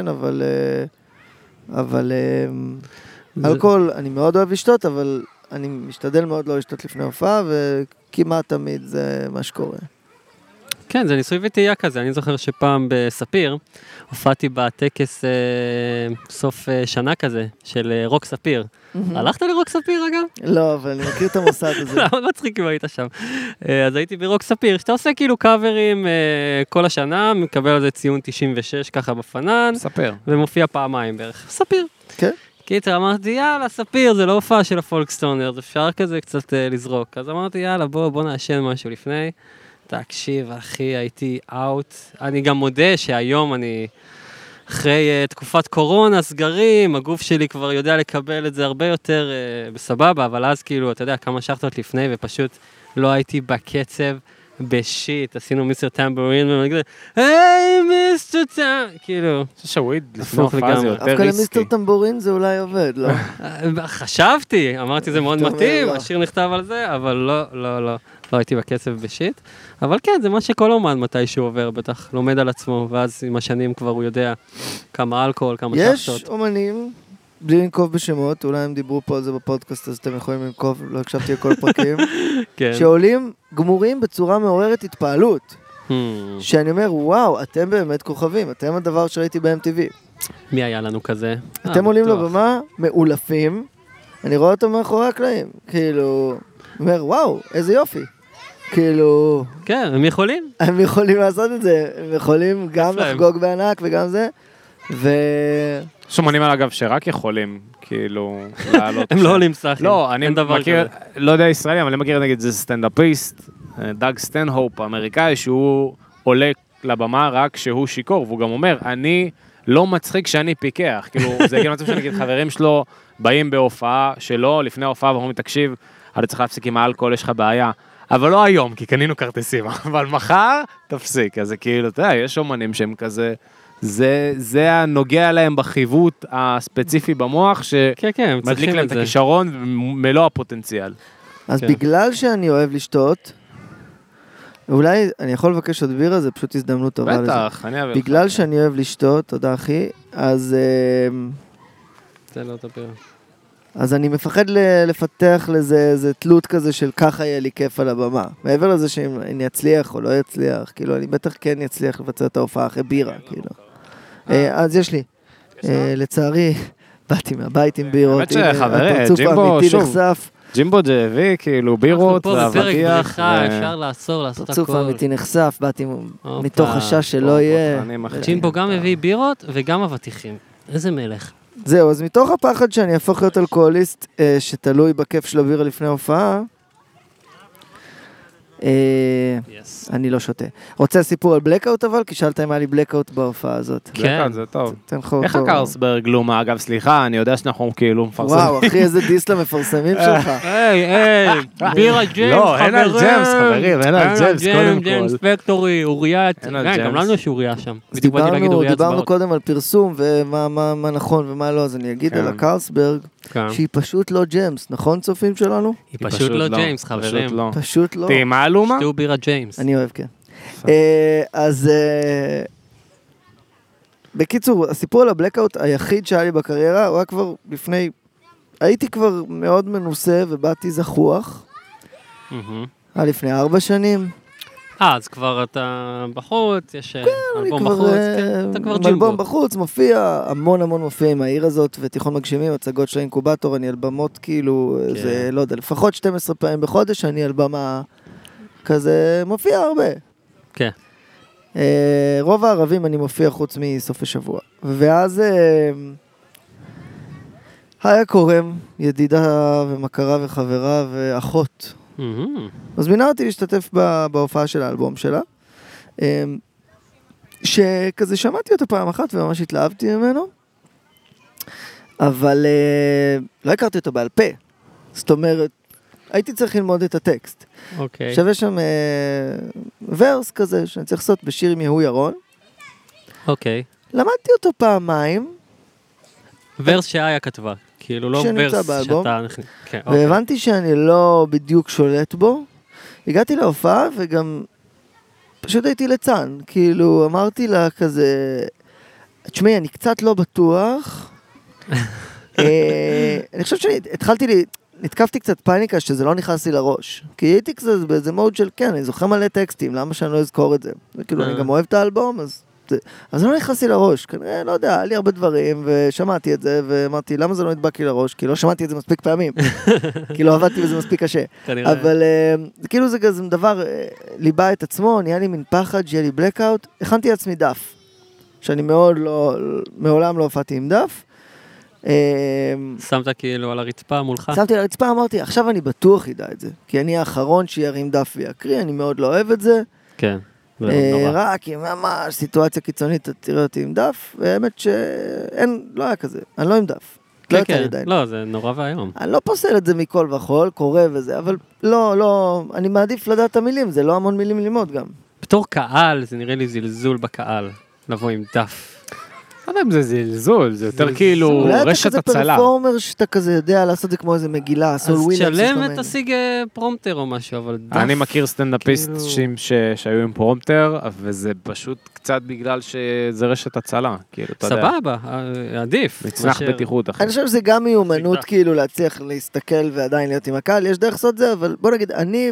אבל אלכוהול אני מאוד אוהב לשתות, אבל אני משתדל מאוד לא לשתות לפני הופעה, וכמעט תמיד זה מה שקורה. כן, זה ניסוי וטעייה כזה. אני זוכר שפעם בספיר, הופעתי בטקס סוף שנה כזה, של רוק ספיר. הלכת לרוק ספיר אגב? לא, אבל אני מכיר את המוסד הזה. לא, מצחיק אם היית שם. אז הייתי ברוק ספיר, שאתה עושה כאילו קאברים כל השנה, מקבל על זה ציון 96 ככה בפנן. ספיר. ומופיע פעמיים בערך. ספיר. כן. קיצר, אמרתי, יאללה, ספיר, זה לא הופעה של הפולקסטונר, זה אפשר כזה קצת לזרוק. אז אמרתי, יאללה, בוא נעשן משהו לפני. תקשיב, אחי, הייתי אאוט. אני גם מודה שהיום אני, אחרי תקופת קורונה, סגרים, הגוף שלי כבר יודע לקבל את זה הרבה יותר בסבבה, אבל אז כאילו, אתה יודע, כמה שחטות לפני, ופשוט לא הייתי בקצב בשיט. עשינו מיסטר טמבורין, ואני כזה, היי, מיסטר טמבורין, כאילו. אני חושב שוויד לפני הופעה זה יותר ריסקי. דווקא למיסטר טמבורין זה אולי עובד, לא? חשבתי, אמרתי, זה מאוד מתאים, השיר נכתב על זה, אבל לא הייתי בקצב בשיט. אבל כן, זה מה שכל אומן מתישהו עובר, בטח לומד על עצמו, ואז עם השנים כבר הוא יודע כמה אלכוהול, כמה שחטות. יש אומנים, בלי לנקוב בשמות, אולי הם דיברו פה על זה בפודקאסט, אז אתם יכולים לנקוב, לא הקשבתי לכל פרקים, שעולים גמורים בצורה מעוררת התפעלות. שאני אומר, וואו, אתם באמת כוכבים, אתם הדבר שראיתי ב-MTV. מי היה לנו כזה? אתם עולים לבמה, מאולפים, אני רואה אותם מאחורי הקלעים, כאילו, אומר, וואו, איזה יופי. כאילו... כן, הם יכולים. הם יכולים לעשות את זה, הם יכולים גם לחגוג בענק וגם זה, יש אומנים על אגב שרק יכולים, כאילו, לעלות. הם לא עולים סחים. לא, אני מכיר, לא יודע ישראלי, אבל אני מכיר נגיד, זה סטנדאפיסט, דאג סטנהופ, אמריקאי, שהוא עולה לבמה רק שהוא שיקור, והוא גם אומר, אני לא מצחיק שאני פיקח, כאילו, זה הגיע מצב שנגיד חברים שלו באים בהופעה שלו, לפני ההופעה, ואומרים, תקשיב, אתה צריך להפסיק עם האלכוהול, יש לך בעיה. אבל לא היום, כי קנינו כרטיסים, אבל מחר תפסיק. אז זה כאילו, אתה יודע, יש אומנים שהם כזה, זה הנוגע להם בחיווט הספציפי במוח, שמדליק להם את הכישרון ומלוא הפוטנציאל. אז בגלל שאני אוהב לשתות, אולי אני יכול לבקש עוד בירה, זה פשוט הזדמנות טובה לזה. בטח, אני אוהב. בגלל שאני אוהב לשתות, תודה אחי, אז... זה לא אותו בירה. אז אני מפחד לפתח לזה תלות כזה של ככה יהיה לי כיף על הבמה. מעבר לזה שאם אני אצליח או לא אצליח, כאילו אני בטח כן אצליח לבצע את ההופעה אחרי בירה, כאילו. אז יש לי. לצערי, באתי מהבית עם בירות. האמת שחברי, ג'ימבו, שוב, ג'ימבו ג'אבי, כאילו בירות, אנחנו פה בפרק בריחה, אפשר לעצור, לעשות הכל. פרצוף האמיתי נחשף, באתי מתוך חשש שלא יהיה. ג'ימבו גם הביא בירות וגם אבטיחים. איזה מלך. זהו, אז מתוך הפחד שאני אהפוך להיות אלכוהוליסט שתלוי בכיף של הבירה לפני ההופעה, אני לא שותה. רוצה סיפור על בלקאוט אבל? כי שאלת אם היה לי בלקאוט בהופעה הזאת. כן, זה טוב. איך הקרסברג לומה? אגב, סליחה, אני יודע שאנחנו כאילו מפרסמים. וואו, אחי, איזה דיס למפרסמים שלך. היי, בירה ג'יימס, לא, אין על ג'יימס, חברים, אין על ג'יימס, קודם כל. ג'יימס פקטורי, אוריה, גם לנו יש אוריה שם. דיברנו קודם על פרסום ומה נכון ומה לא, אז אני אגיד על הקרסברג, שהיא פשוט לא ג'יימס, נכון צופים שלנו? היא פשוט לא ג'יימס, חברים. פשוט לא. טעימה לומה? שתו בירה ג'יימס. אני אוהב, כן. אז בקיצור, הסיפור על הבלקאוט היחיד שהיה לי בקריירה, הוא היה כבר לפני, הייתי כבר מאוד מנוסה ובאתי זחוח, לפני 4 שנים. אז כבר אתה בחוץ, יש אלבום בחוץ, אתה כבר ג'ימבו. אלבום בחוץ, מופיע, המון מופיע עם העיר הזאת, ותיכון מגשימים, הצגות של האינקובטור, אני אלבמות כאילו, זה לא יודע, לפחות 12 פעמים בחודש, אני אלבמה כזה מופיע הרבה. כן. רוב הערבים אני מופיע חוץ מסוף השבוע. ואז היה קורם, ידידה ומכרה וחברה ואחות. מזמינה אותי להשתתף בהופעה של האלבום שלה, שכזה שמעתי אותו פעם אחת וממש התלהבתי ממנו, אבל לא הכרתי אותו בעל פה. זאת אומרת, הייתי צריך ללמוד את הטקסט. אוקיי. עכשיו יש שם ורס כזה שאני צריך לעשות בשיר עם יהוא ירון. אוקיי. למדתי אותו פעמיים. ורס שאיה כתבה. כאילו לא ורס שאתה... והבנתי שאני לא בדיוק שולט בו. הגעתי להופעה וגם פשוט הייתי ליצן. כאילו אמרתי לה כזה, תשמעי, אני קצת לא בטוח. אני חושבת שהתחלתי נתקפתי קצת פאניקה שזה לא נכנס לי לראש. כי הייתי קצת באיזה מוד של, כן, אני זוכר מלא טקסטים, למה שאני לא אזכור את זה? וכאילו, אני גם אוהב את האלבום, אז לא נכנס לי לראש. כנראה, לא יודע, היה לי הרבה דברים, ושמעתי את זה, ואמרתי, למה זה לא נדבק לי לראש? כי לא שמעתי את זה מספיק פעמים. כי לא עבדתי בזה מספיק קשה. אבל כאילו זה כזה דבר, ליבה את עצמו, נהיה לי מין פחד, שיהיה לי בלקאוט. הכנתי לעצמי דף, שאני מעולם לא הופעתי עם דף. שמת כאילו על הרצפה מולך? שמתי על הרצפה, אמרתי, עכשיו אני בטוח ידע את זה. כי אני האחרון שירים דף ויקריא, אני מאוד לא אוהב את זה. כן. רק עם ממש סיטואציה קיצונית, תראה אותי עם דף, והאמת שאין, לא היה כזה, אני לא עם דף. כן, כן, לא, זה נורא והיום. אני לא פוסל את זה מכל וכל, קורא וזה, אבל לא, אני מעדיף לדעת את המילים, זה לא המון מילים ללמוד גם. בתור קהל, זה נראה לי זלזול בקהל, לבוא עם דף. לא יודע אם זה זלזול, זה יותר כאילו רשת הצלה. אולי אתה כזה פרפורמר שאתה כזה יודע לעשות את זה כמו איזה מגילה, סול ווילמס. אז שלם ותשיג פרומטר או משהו, אבל דף. אני מכיר סטנדאפיסטים שהיו עם פרומטר, וזה פשוט קצת בגלל שזה רשת הצלה. סבבה, עדיף. מצנח בטיחות אחרי. אני חושב שזה גם מיומנות כאילו להצליח להסתכל ועדיין להיות עם הקהל, יש דרך לעשות זה, אבל בוא נגיד, אני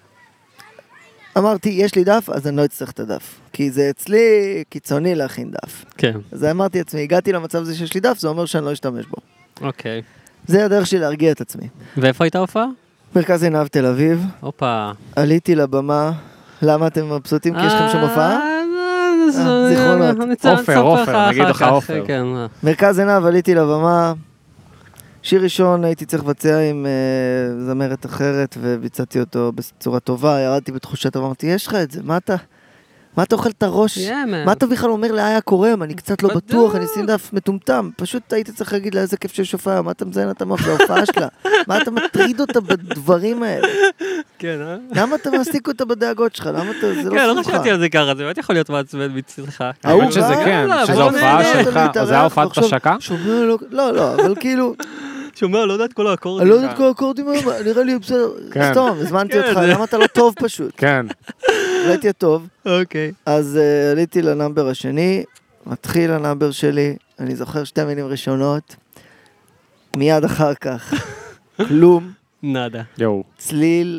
אמרתי, יש לי דף, אז אני לא אצטרך את הדף. כי זה אצלי קיצוני להכין דף. כן. אז אמרתי לעצמי, הגעתי למצב הזה שיש לי דף, זה אומר שאני לא אשתמש בו. אוקיי. זה הדרך שלי להרגיע את עצמי. ואיפה הייתה הופעה? מרכז עינב תל אביב. הופה. עליתי לבמה. למה אתם מבסוטים? כי יש לכם שם הופעה? זיכרונות. עופר, נגיד לך עופר. מרכז עינב, עליתי לבמה. שיר ראשון הייתי צריך לבצע עם זמרת אחרת, וביצעתי אותו בצורה טובה, ירדתי בתחושת, אמרתי, יש לך את זה, מה אתה אוכל את הראש? מה אתה בכלל אומר לאיה קורם? אני קצת לא בטוח, אני שים דף מטומטם, פשוט הייתי צריך להגיד לה איזה כיף שיש הופעה, מה אתה מזיין את המוח בהופעה שלה? מה אתה מטריד אותה בדברים האלה? כן, למה אתה מעסיק אותה בדאגות שלך? למה אתה, זה לא כן, לא חשבתי על זה ככה, זה באמת יכול להיות מעצבן מצלך. האמת שזה כן, שזו הופעה שלך, זה ההופעת השקה? לא, אבל כאילו שומע, לא יודע את כל האקורדים. אני לא יודע את כל האקורדים, נראה לי בסדר. סתום, הזמנתי אותך, למה אתה לא טוב פשוט? כן. אולי תהיה טוב. אוקיי. אז עליתי לנאמבר השני, מתחיל הנאמבר שלי, אני זוכר 2 מילים ראשונות, מיד אחר כך, כלום. נדה. צליל,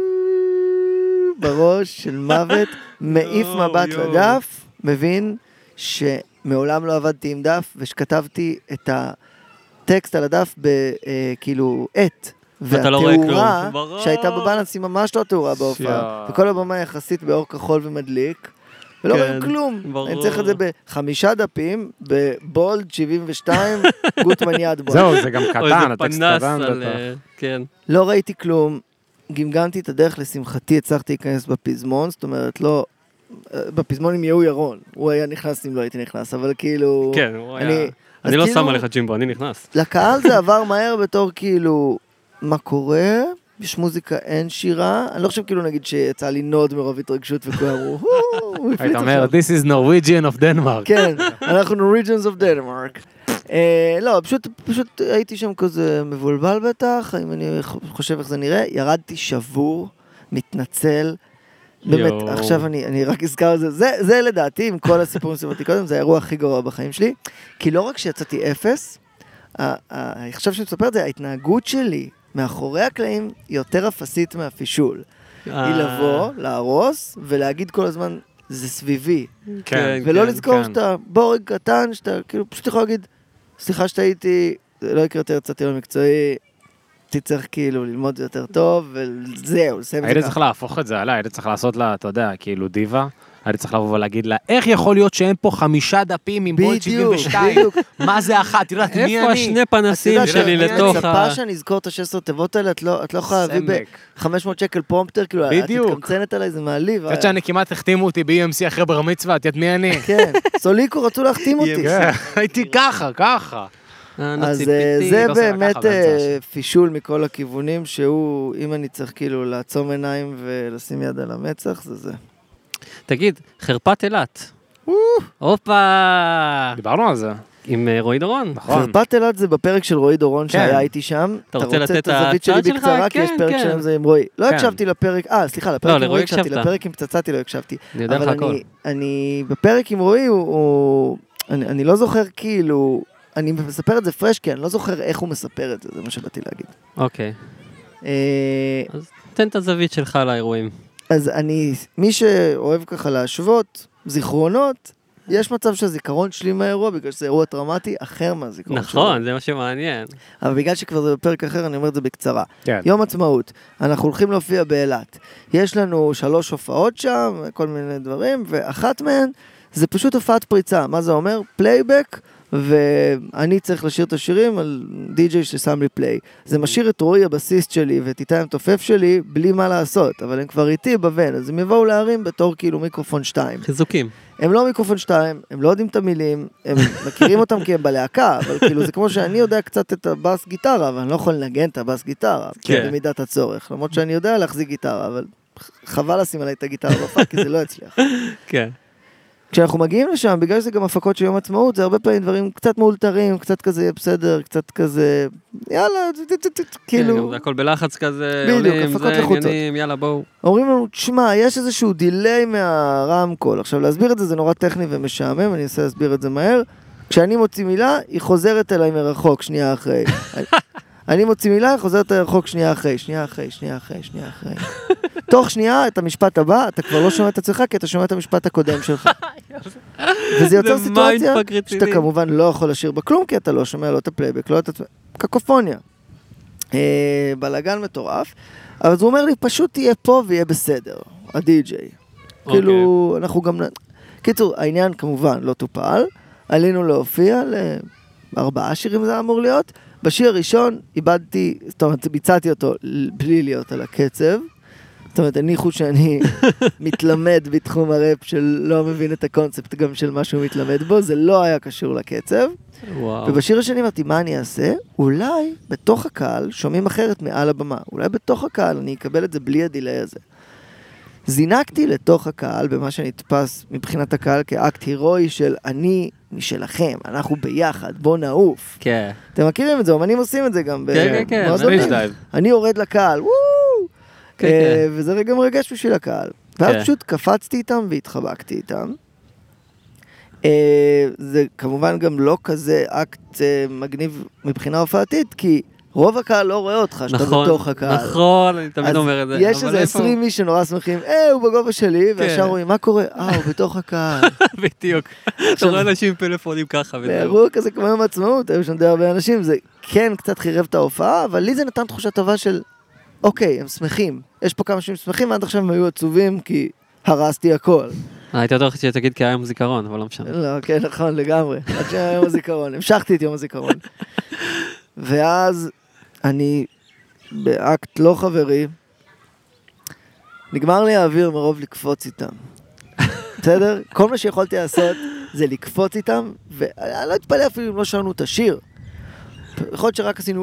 בראש של מוות, מעיף מבט לדף, מבין שמעולם לא עבדתי עם דף, ושכתבתי את טקסט על הדף בכאילו עת, והתאורה שהייתה בבלנס היא ממש לא תאורה בהופעה, וכל הבמה יחסית באור כחול ומדליק, ולא רואים כלום. אני צריך את זה ב5 דפים, בבולד 72, גוטמן יד בו. זהו, זה גם קטן, הטקסט קטן. לא ראיתי כלום, גמגמתי את הדרך, לשמחתי הצלחתי להיכנס בפזמון, זאת אומרת לא, בפזמון עם יהוא ירון, הוא היה נכנס אם לא הייתי נכנס, אבל כאילו... כן, הוא היה... אני לא שם עליך ג'ימבו, אני נכנס. לקהל זה עבר מהר בתור כאילו, מה קורה? יש מוזיקה, אין שירה. אני לא חושב כאילו נגיד שיצא לי נוד מרוב התרגשות וכולם אמרו, היית אומר, this is Norwegian of Denmark. כן, אנחנו Norwegians of Denmark. לא, פשוט הייתי שם כזה מבולבל בטח, אם אני חושב איך זה נראה, ירדתי שבור, מתנצל, באמת, עכשיו אני רק אזכר את זה, זה לדעתי, עם כל הסיפורים סביבתי קודם, זה האירוע הכי גרוע בחיים שלי, כי לא רק שיצאתי 0, אני חושב שאני מספר את זה, ההתנהגות שלי מאחורי הקלעים יותר אפסית מהפישול. היא לבוא, להרוס, ולהגיד כל הזמן, זה סביבי. כן, ולא לזכור שאתה בורג קטן, שאתה כאילו פשוט יכול להגיד, סליחה שהייתי, לא יקרה יותר, יצאתי לא מקצועי, תצטרך כאילו ללמוד יותר טוב, וזהו, לסיים את זה. הייתי צריך להפוך את זה עליי, הייתי צריך לעשות לה, אתה יודע, כאילו דיבה, הייתי צריך לבוא ולהגיד לה, איך יכול להיות שאין פה 5 דפים עם בולט 72? מה זה אחת? תראה, מי אני? איפה השני פנסים שלי לתוך ה... אני מצפה שאני אזכור את 16 תיבות האלה, את לא יכולה להביא ב-500 שקל פרומפטר, כאילו, את מתקמצנת עליי, זה מעליב. את שאני כמעט החתימו אותי ב-EMC אחרי בר מצווה, את יודעת מי אני? כן, סוליקו רצו להחתים אותי. הייתי ככה. אז זה באמת פישול מכל הכיוונים, שהוא, אם אני צריך כאילו לעצום עיניים ולשים יד על המצח, זה זה. תגיד, חרפת אילת. הופה! דיברנו על זה. עם רועי דורון. חרפת אילת זה בפרק של רועי דורון שהיה איתי שם. אתה רוצה לתת את הזווית שלי בקצרה, כי יש פרק שלהם זה עם רועי. לא הקשבתי לפרק, סליחה, לפרק עם רועי הקשבתי, לפרק עם פצצתי לא הקשבתי. אבל אני, בפרק עם רועי, אני לא זוכר כאילו, אני מספר את זה פרש, כי אני לא זוכר איך הוא מספר את זה, זה מה שבאתי להגיד. אוקיי. אז תן את הזווית שלך על האירועים. אז מי שאוהב ככה להשוות זיכרונות, יש מצב שהזיכרון שלי מהאירוע, בגלל שזה אירוע טראומטי אחר מהזיכרון שלי. נכון, זה מה שמעניין. אבל בגלל שכבר זה בפרק אחר, אני אומר את זה בקצרה. יום עצמאות, אנחנו הולכים להופיע באילת. יש לנו 3 הופעות שם, כל מיני דברים, ואחת מהן זה פשוט הופעת פריצה. מה זה אומר? פלייבק, ואני צריך לשיר את השירים על די-ג'יי ששם לי פליי. זה משאיר את רועי הבסיסט שלי ואת איתי המתופף שלי בלי מה לעשות, אבל הם כבר איתי בבן, אז הם יבואו להרים בתור כאילו מיקרופון 2. חיזוקים. הם לא מיקרופון 2, הם לא יודעים את המילים, הם מכירים אותם כי הם בלהקה, אבל כאילו זה כמו שאני יודע קצת את הבאס גיטרה, אבל אני לא יכול לנגן את הבאס גיטרה, במידת הצורך, למרות שאני יודע להחזיק גיטרה, אבל חבל לשים עליי את הגיטרה בפאק, כי זה לא יצליח. כן. כשאנחנו מגיעים לשם, בגלל שזה גם הפקות של יום עצמאות, זה הרבה פעמים דברים קצת מאולתרים, קצת כזה יהיה בסדר, קצת כזה, יאללה, כאילו... זה הכל בלחץ כזה, בדיוק, עולים, הפקות זה לחוצות. עניינים, יאללה בואו. אומרים לנו, תשמע, יש איזשהו דיליי מהרמקול. עכשיו, להסביר את זה, זה נורא טכני ומשעמם, אני אנסה להסביר את זה מהר. כשאני מוציא מילה, היא חוזרת אליי מרחוק, שנייה אחרי. אני מוציא מילה, היא חוזרת אליי מרחוק, שנייה אחרי. תוך שנייה, את המשפט הבא, אתה כבר לא שומע את עצמך, כי אתה שומע את המשפט הקודם שלך. וזה יוצר סיטואציה שאתה כמובן לא יכול לשיר בכלום, כי אתה לא שומע לא את הפלייבק, לא את קקופוניה. בלגן מטורף. אבל הוא אומר לי, פשוט תהיה פה ויהיה בסדר, הדי-ג'יי. כאילו, אנחנו גם... קיצור, העניין כמובן לא טופל, עלינו להופיע ל4 שירים זה אמור להיות. בשיר הראשון איבדתי, זאת אומרת, ביצעתי אותו בלי להיות על הקצב. זאת אומרת, הניחו שאני מתלמד בתחום הראפ שלא מבין את הקונספט גם של מה שהוא מתלמד בו, זה לא היה קשור לקצב. ובשיר השני אמרתי, מה אני אעשה? אולי בתוך הקהל שומעים אחרת מעל הבמה. אולי בתוך הקהל אני אקבל את זה בלי הדילי הזה. זינקתי לתוך הקהל במה שנתפס מבחינת הקהל כאקט הירואי של אני משלכם, אנחנו ביחד, בוא נעוף. כן. אתם מכירים את זה, אומנים עושים את זה גם. כן. אני יורד לקהל, וזה רגע מרגש בשביל הקהל. ואז פשוט קפצתי איתם והתחבקתי איתם. זה כמובן גם לא כזה אקט מגניב מבחינה הופעתית, כי רוב הקהל לא רואה אותך, שאתה בתוך הקהל. נכון, אני תמיד אומר את זה. יש איזה 20 איש שנורא שמחים, הוא בגובה שלי, והשאר רואים, מה קורה? הוא בתוך הקהל. בדיוק. אתה רואה אנשים פלאפונים ככה. אירוע כזה כמו יום העצמאות, היו שם די הרבה אנשים, זה כן קצת חירב את ההופעה, אבל לי זה נתן תחושה טובה של, אוקיי, הם שמחים. יש פה כמה אנשים שמחים, ועד עכשיו הם היו עצובים, כי הרסתי הכל. הייתי יותר חשוב שתגיד כי היה יום הזיכרון, אבל לא משנה. לא, כן, נכון, לגמרי. עד שהיה יום הזיכרון. המשכתי את יום הזיכרון. ואז אני, באקט לא חברי, נגמר לי האוויר מרוב לקפוץ איתם. בסדר? כל מה שיכולתי לעשות זה לקפוץ איתם, ואני לא אתפלא אפילו אם לא שרנו את השיר. יכול להיות שרק עשינו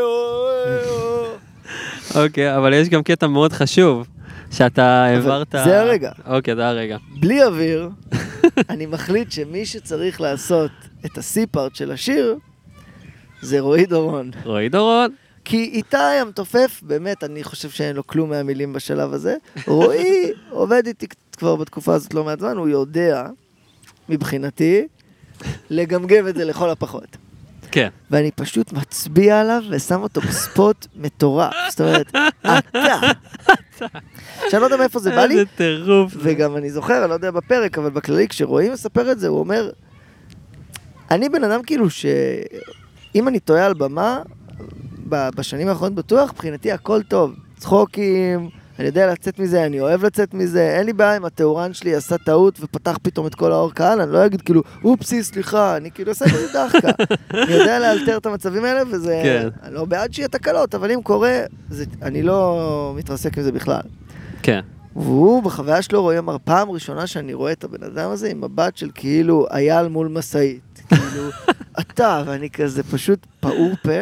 אוקיי, אבל יש גם קטע מאוד חשוב, שאתה העברת... זה הרגע. אוקיי, זה הרגע. בלי אוויר, אני מחליט שמי שצריך לעשות את הסיפארט של השיר, זה רועי דורון. רועי דורון. כי איתי המתופף, באמת, אני חושב שאין לו כלום מהמילים בשלב הזה. רועי עובד איתי כבר בתקופה הזאת לא מעט זמן, הוא יודע, מבחינתי, לגמגם את זה לכל הפחות. כן. ואני פשוט מצביע עליו ושם אותו בספוט מטורף. זאת אומרת, אתה שאני לא יודע מאיפה זה בא לי. איזה טירוף. וגם אני זוכר, אני לא יודע בפרק, אבל בכללי, כשרואים מספר את זה, הוא אומר, אני בן אדם כאילו שאם אני טועה על במה, בשנים האחרונות בטוח, מבחינתי הכל טוב. צחוקים, אני יודע לצאת מזה, אני אוהב לצאת מזה, אין לי בעיה אם התאורן שלי עשה טעות ופתח פתאום את כל האור קהל, אני לא אגיד כאילו, אופסי, סליחה, אני כאילו עושה בזה דחקה. אני יודע לאלתר את המצבים האלה, וזה, אני לא בעד שיהיה תקלות, אבל אם קורה, אני לא מתרסק עם זה בכלל. כן. והוא בחוויה שלו רואה פעם ראשונה שאני רואה את הבן אדם הזה עם מבט של כאילו אייל מול מסעית. כאילו, אתה, ואני כזה פשוט פעור פה.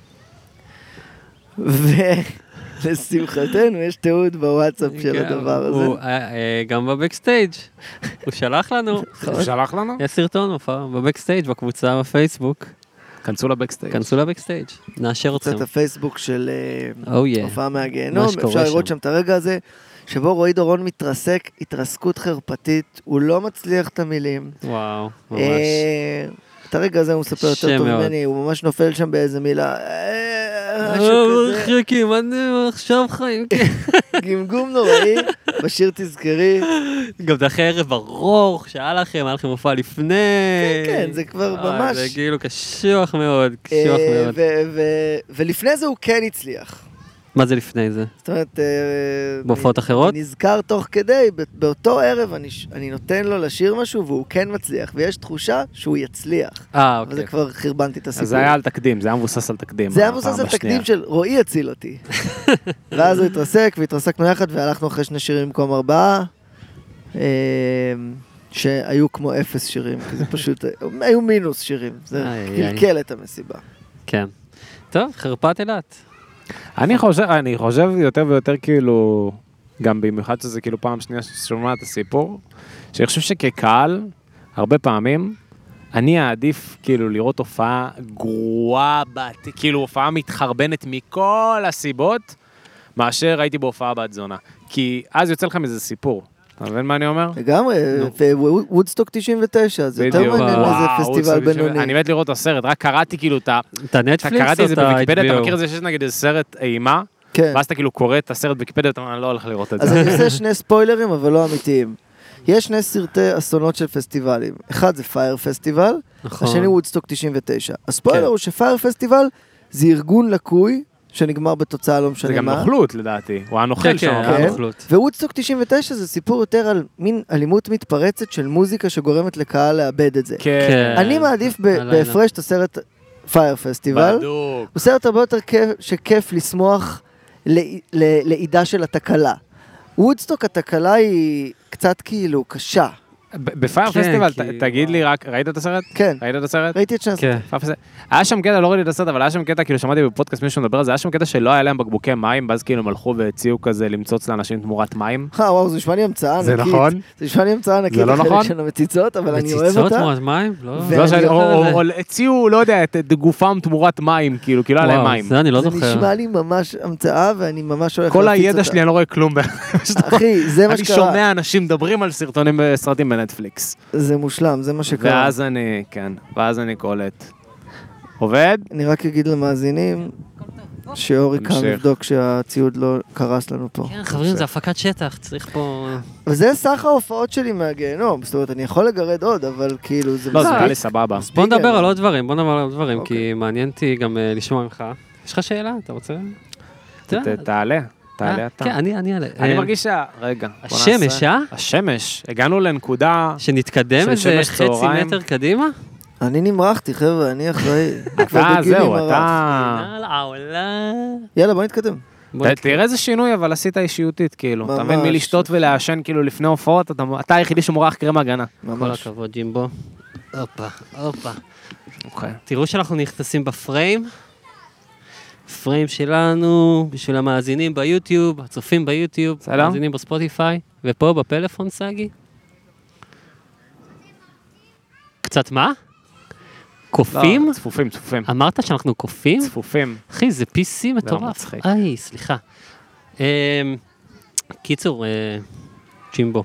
ולשמחתנו יש תיעוד בוואטסאפ של הדבר הזה. גם בבקסטייג' הוא שלח לנו. הוא שלח לנו? יש סרטון הופעה בבקסטייג' בקבוצה בפייסבוק. כנסו לבקסטייג'. כנסו לבקסטייג'. נאשר אתכם. קבוצת הפייסבוק של הופעה מהגיהנום. אפשר לראות שם את הרגע הזה. שבו רועי דורון מתרסק, התרסקות חרפתית, הוא לא מצליח את המילים. וואו, ממש. את הרגע הזה הוא מספר יותר טוב ממני, הוא ממש נופל שם באיזה מילה. חכים, אני עכשיו חיים. גמגום נוראי, בשיר תזכרי. גם אחרי ערב ארוך, שהיה לכם הופעה לפני. כן, זה כבר ממש. זה כאילו קשוח מאוד, קשוח מאוד. ולפני זה הוא כן הצליח. מה זה לפני זה? זאת אומרת, בהופעות אחרות? נזכר תוך כדי, באותו ערב אני נותן לו לשיר משהו והוא כן מצליח, ויש תחושה שהוא יצליח. אוקיי. וזה כבר חרבנתי את הסיפור. אז זה היה על תקדים, זה היה מבוסס על תקדים. זה היה מבוסס על תקדים של רועי הציל אותי. ואז הוא התרסק, והתרסקנו יחד, והלכנו אחרי 2 שירים במקום 4, שהיו כמו 0 שירים, כי זה פשוט, היו מינוס שירים, זה קלקל את המסיבה. כן. טוב, חרפת אילת. אני חושב יותר ויותר כאילו, גם במיוחד שזה כאילו פעם שנייה ששומע את הסיפור, שאני חושב שכקהל, הרבה פעמים, אני אעדיף כאילו לראות הופעה גרועה, כאילו הופעה מתחרבנת מכל הסיבות, מאשר הייתי בהופעה בת זונה. כי אז יוצא לכם איזה סיפור. אתה מבין מה אני אומר? לגמרי, וודסטוק 99, זה יותר מעניין איזה פסטיבל בינוני. אני מת לראות את הסרט, רק קראתי כאילו את הנטפליקס קראתי או את זה את ה-HBO? בוויקיפדיה, אתה מכיר את זה שיש נגיד איזה סרט אימה, ואז אתה כאילו קורא את הסרט בוויקיפדיה, אני לא הולך לראות את זה. אז אני עושה 2 ספוילרים, אבל לא אמיתיים. יש 2 סרטי אסונות של פסטיבלים. אחד זה פייר פסטיבל, השני וודסטוק 99. הספוילר הוא שפייר פסטיבל זה ארגון לקוי, שנגמר בתוצאה לא משנה מה. זה גם נוכלות לדעתי, הוא היה נוכל שם. ווודסטוק 99 זה סיפור יותר על מין אלימות מתפרצת של מוזיקה שגורמת לקהל לאבד את זה. אני מעדיף בהפרש את הסרט פייר פסטיבל. הוא סרט הרבה יותר שכיף לשמוח לעידה של התקלה. וודסטוק התקלה היא קצת כאילו קשה. בפייר פסטיבל, תגיד לי רק, ראית את הסרט? כן. ראית את הסרט? ראיתי את שני הסרט. היה שם קטע, לא ראיתי את הסרט, אבל היה שם קטע, כאילו שמעתי בפודקאסט מישהו מדבר על זה, היה שם קטע שלא היה להם בקבוקי מים, ואז כאילו הם הלכו והציעו כזה למצוץ לאנשים תמורת מים. וואו, זה נשמע לי המצאה ענקית. זה נכון? זה נשמע לי המצאה ענקית. זה לא נכון? של המציצות, אבל אני אוהב אותה. מציצות תמורת מים? או הציעו, לא יודע, את גופם תמורת מים, כאילו היה להם מים. זה אני לא זוכר. זה נשמע לי ממש המצאה, ואני ממש הולך כל הידע שלי, אני לא רואה כלום. אחי, זה מה שקרה. אני שומע אנשים מדברים על סרטים בנטפליקס. זה מושלם, זה מה שקרה. ואז אני קולט. עובד? אני רק אגיד למאזינים שאורי כאן לבדוק שהציוד לא קרס לנו פה. כן, חברים, זה הפקת שטח, צריך פה... וזה סך ההופעות שלי מהגיהנום, זאת אומרת, אני יכול לגרד עוד, אבל כאילו זה... לא, זה בא לי סבבה. בוא נדבר על עוד דברים, כי מעניין אותי גם לשמוע ממך. יש לך שאלה? אתה רוצה? תעלה. כן, אני אעלה. אני מרגיש רגע. השמש, השמש. הגענו לנקודה... שנתקדם איזה חצי מטר קדימה? אני נמרחתי, חבר'ה, אני אחראי. זהו, יאללה, בוא נתקדם. תראה איזה שינוי, אבל עשית אישיותית, כאילו. אתה מבין מי לשתות ולעשן, כאילו, לפני הופעות, אתה היחידי שמורח קרם הגנה. כל הכבוד, ג'ימבו. הופה. תראו שאנחנו נכנסים בפריים. פריים שלנו, בשביל המאזינים ביוטיוב, הצופים ביוטיוב, המאזינים בספוטיפיי, ופה בפלאפון, סגי. קצת מה? קופים? לא, צפופים. אמרת שאנחנו קופים? צפופים. אחי, זה PC מטורף. איי, סליחה. קיצור, ג'ימבו.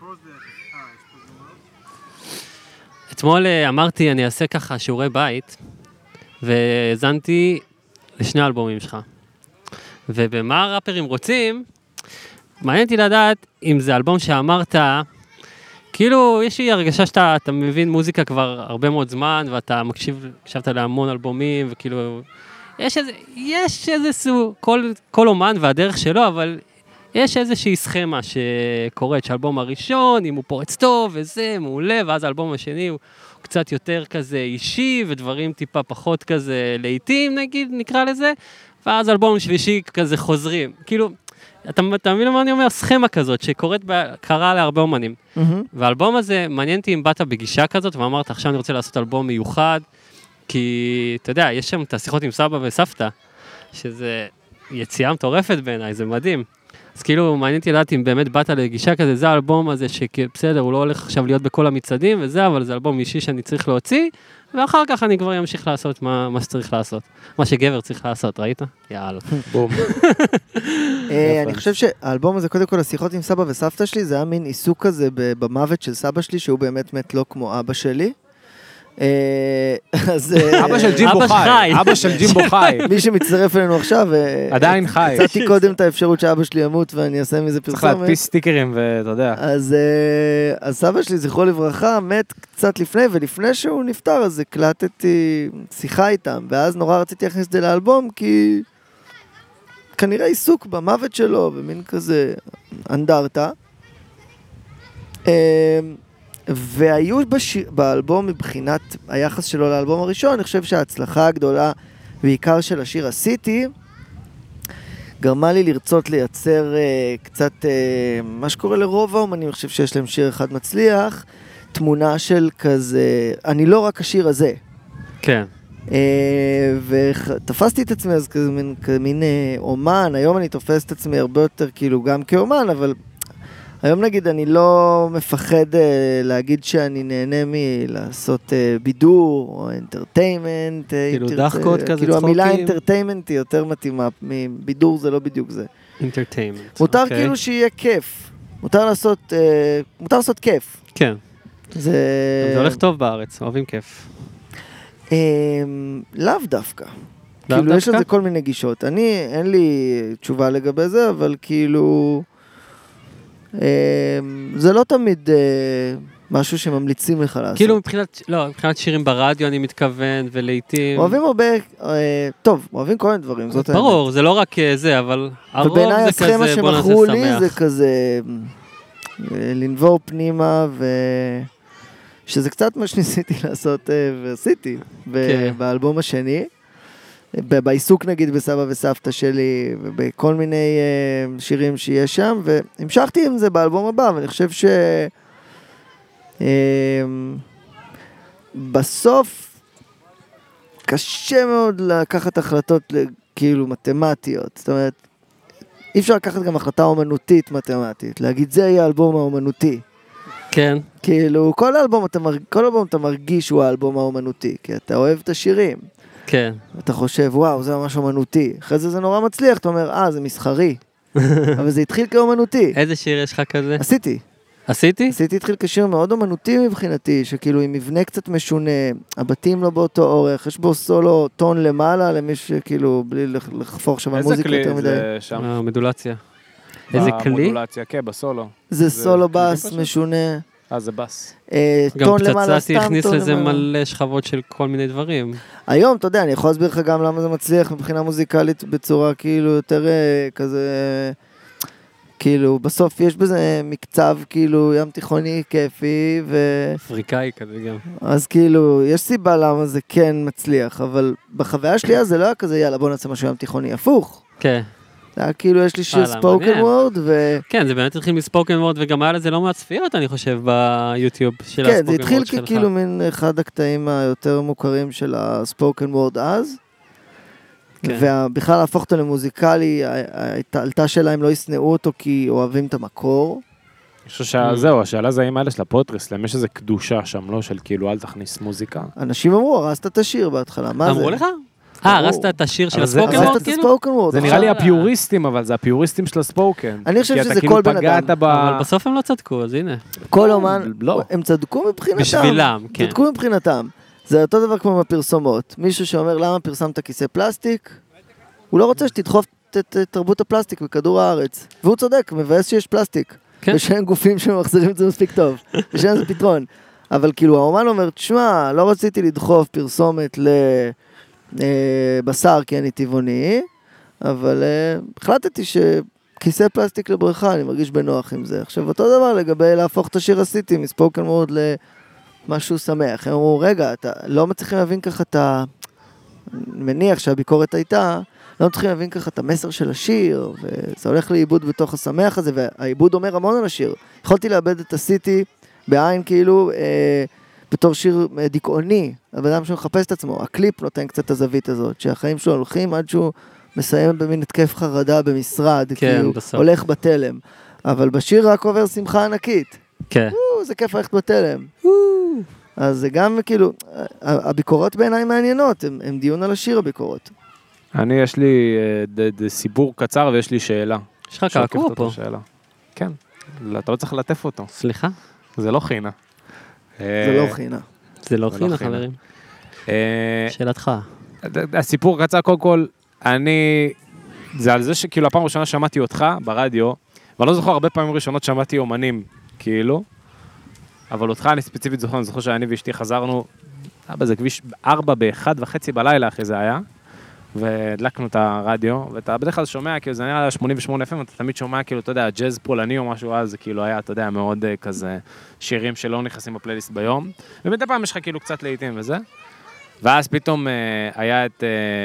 אתמול אמרתי, אני אעשה ככה שיעורי בית, והזנתי לשני האלבומים שלך. ובמה הראפרים רוצים, מעניין אותי לדעת אם זה אלבום שאמרת, כאילו, יש לי הרגשה שאתה מבין מוזיקה כבר הרבה מאוד זמן, ואתה הקשבת להמון אלבומים, וכאילו, יש איזה סוג, כל אומן והדרך שלו, אבל יש איזושהי סכמה שקורית, שהאלבום הראשון, אם הוא פורץ טוב וזה, מעולה, ואז האלבום השני הוא קצת יותר כזה אישי, ודברים טיפה פחות כזה לעיתים, נגיד, נקרא לזה, ואז אלבום שלישי כזה חוזרים. כאילו, אתה מבין מה אני אומר? סכמה כזאת, קרה להרבה אומנים. והאלבום הזה, מעניין אותי אם באת בגישה כזאת, ואמרת, עכשיו אני רוצה לעשות אלבום מיוחד, כי, אתה יודע, יש שם את השיחות עם סבא וסבתא, שזה יציאה מטורפת בעיניי, זה מדהים. אז כאילו, מעניין אותי לדעת אם באמת באת לגישה כזה, זה האלבום הזה שבסדר, הוא לא הולך עכשיו להיות בכל המצעדים וזה, אבל זה אלבום אישי שאני צריך להוציא, ואחר כך אני כבר אמשיך לעשות מה שצריך לעשות. מה שגבר צריך לעשות, ראית? יאללה. בום. אני חושב שהאלבום הזה, קודם כל, השיחות עם סבא וסבתא שלי, זה היה מין עיסוק כזה במוות של סבא שלי, שהוא באמת מת לא כמו אבא שלי. אבא של ג'ימבו חי, אבא של ג'ימבו חי. מי שמצטרף אלינו עכשיו, עדיין חי. הצעתי קודם את האפשרות שאבא שלי ימות ואני אעשה מזה פרסומת. צריך להדפיס סטיקרים ואתה יודע. אז סבא שלי, זכרו לברכה, מת קצת לפני, ולפני שהוא נפטר, אז הקלטתי שיחה איתם, ואז נורא רציתי להכניס את זה לאלבום, כי כנראה עיסוק במוות שלו, ומין כזה אנדרטה. והיו באלבום מבחינת היחס שלו לאלבום הראשון, אני חושב שההצלחה הגדולה בעיקר של השיר עשיתי, גרמה לי לרצות לייצר קצת מה שקורה לרוב האומנים, אני חושב שיש להם שיר אחד מצליח, תמונה של כזה, אני לא רק השיר הזה. כן. ותפסתי את עצמי אז כמין אומן, היום אני תופס את עצמי הרבה יותר כאילו גם כאומן, אבל היום נגיד אני לא מפחד להגיד שאני נהנה מלעשות בידור או אנטרטיימנט. כאילו דחקות כזה צחוקים. כאילו המילה אנטרטיימנט היא יותר מתאימה, בידור זה לא בדיוק זה. אנטרטיימנט. מותר כאילו שיהיה כיף. מותר לעשות כיף. כן. זה הולך טוב בארץ, אוהבים כיף. לאו דווקא. כאילו יש לזה כל מיני גישות. אין לי תשובה לגבי זה, אבל כאילו זה לא תמיד משהו שממליצים לך לעשות. כאילו מבחינת שירים ברדיו אני מתכוון, ולעיתים אוהבים הרבה, טוב, אוהבים כל מיני דברים. ברור, זה לא רק זה, אבל הרוב זה כזה, ובעיניי הסכמה שמכרו לי זה כזה לנבור פנימה, שזה קצת מה שניסיתי לעשות ועשיתי באלבום השני. בעיסוק נגיד בסבא וסבתא שלי, ובכל מיני שירים שיש שם, והמשכתי עם זה באלבום הבא, ואני חושב בסוף קשה מאוד לקחת החלטות כאילו מתמטיות, זאת אומרת, אי אפשר לקחת גם החלטה אומנותית מתמטית, להגיד זה יהיה האלבום האומנותי. כן. כאילו, כל אלבום אתה מרגיש שהוא האלבום האומנותי, כי אתה אוהב את השירים. כן. אתה חושב, וואו, זה ממש אומנותי. אחרי זה נורא מצליח, אתה אומר, זה מסחרי. אבל זה התחיל כאומנותי. איזה שיר יש לך כזה? עשיתי. עשיתי? עשיתי התחיל כשיר מאוד אומנותי מבחינתי, שכאילו עם מבנה קצת משונה, הבתים לא באותו אורך, יש בו סולו טון למעלה, למי שכאילו, בלי לחפור עכשיו על מוזיקה יותר מדי. איזה כלי זה שם? מדולציה. איזה כלי? במודולציה, כן, בסולו. זה סולו בס משונה. זה בס. גם פצצתי הכניס לזה מלא שכבות של כל מיני דברים. היום, אתה יודע, אני יכול להסביר לך גם למה זה מצליח מבחינה מוזיקלית בצורה כאילו יותר כזה, כאילו בסוף יש בזה מקצב כאילו ים תיכוני כיפי אפריקאי כזה גם. אז כאילו יש סיבה למה זה כן מצליח, אבל בחוויה שלי אז זה לא היה כזה יאללה בוא נעשה משהו ים תיכוני, הפוך. כן. זה היה כאילו יש לי שיר ספוקן וורד כן, זה באמת התחיל מספוקן וורד וגם היה לזה לא מעט צפיות אני חושב ביוטיוב של הספוקן וורד שלך. כן, זה התחיל כאילו מין אחד הקטעים היותר מוכרים של הספוקן וורד אז, ובכלל להפוך אותו למוזיקלי, עלתה שאלה אם לא יסנאו אותו כי אוהבים את המקור. אני חושב שזהו, השאלה זה האם האלה של הפודקאסט, למה יש איזה קדושה שם, לא של כאילו אל תכניס מוזיקה. אנשים אמרו, הרסת את השיר בהתחלה, מה זה? אמרו לך? הרסת את השיר של הספוקן וורד כאילו? זה נראה לי הפיוריסטים, אבל זה הפיוריסטים של הספוקן. אני חושב שזה כל בן אדם. אבל בסוף הם לא צדקו, אז הנה. כל אומן, הם צדקו מבחינתם. בשבילם, כן. צדקו מבחינתם. זה אותו דבר כמו בפרסומות. מישהו שאומר, למה פרסמת כיסא פלסטיק? הוא לא רוצה שתדחוף את תרבות הפלסטיק בכדור הארץ. והוא צודק, מבאס שיש פלסטיק. כן. ושאין גופים שמחזירים את זה מספיק טוב. ושאין זה פתרון. אבל כאילו האומן אומר, תשמע, לא רציתי לדחוף פרסומת לבשר כי אני טבעוני, אבל החלטתי שכיסא פלסטיק לבריכה, אני מרגיש בנוח עם זה. עכשיו, אותו דבר לגבי להפוך את השיר עשיתי, מספוקן מאוד למשהו שמח. הם אמרו, רגע, אתה לא מצליחים להבין ככה את ה... מניח שהביקורת הייתה, לא מצליחים להבין ככה את המסר של השיר, וזה הולך לאיבוד בתוך השמח הזה, והאיבוד אומר המון על השיר. יכולתי לאבד את עשיתי בעין כאילו, בתור שיר דיכאוני, הבן אדם שמחפש את עצמו, הקליפ נותן קצת את הזווית הזאת, שהחיים שלו הולכים עד שהוא מסיים במין התקף חרדה במשרד, כן, כאילו, בסוף. הולך בתלם. אבל בשיר רק עובר שמחה ענקית. כן. זה כיף ללכת בתלם. אז זה גם כאילו, הביקורות בעיניי מעניינות, הם דיון על השיר הביקורות. יש לי סיפור קצר ויש לי שאלה. יש לך קעקוע פה. כן, אתה לא צריך לטף אותו. סליחה? זה לא חינה. זה לא חינה. זה לא חינה, חברים. שאלתך. הסיפור קצר, קודם כל, זה על זה שכאילו הפעם הראשונה שמעתי אותך ברדיו, ואני לא זוכר הרבה פעמים ראשונות שמעתי אומנים, כאילו, אבל אותך אני ספציפית זוכר, אני זוכר שאני ואשתי חזרנו, זה כביש 4 ב-1:30 בלילה אחרי זה היה, והדלקנו את הרדיו, ואתה בדרך כלל שומע, כאילו זה נראה 88 FM, אתה תמיד שומע, כאילו, אתה יודע, ג'אז פולני או משהו, אז זה כאילו היה, אתה יודע, מאוד כזה שירים שלא נכנסים בפלייליסט ביום, ובדי פעם יש לך כאילו קצת לעיתים וזה, ואז פתאום היה את,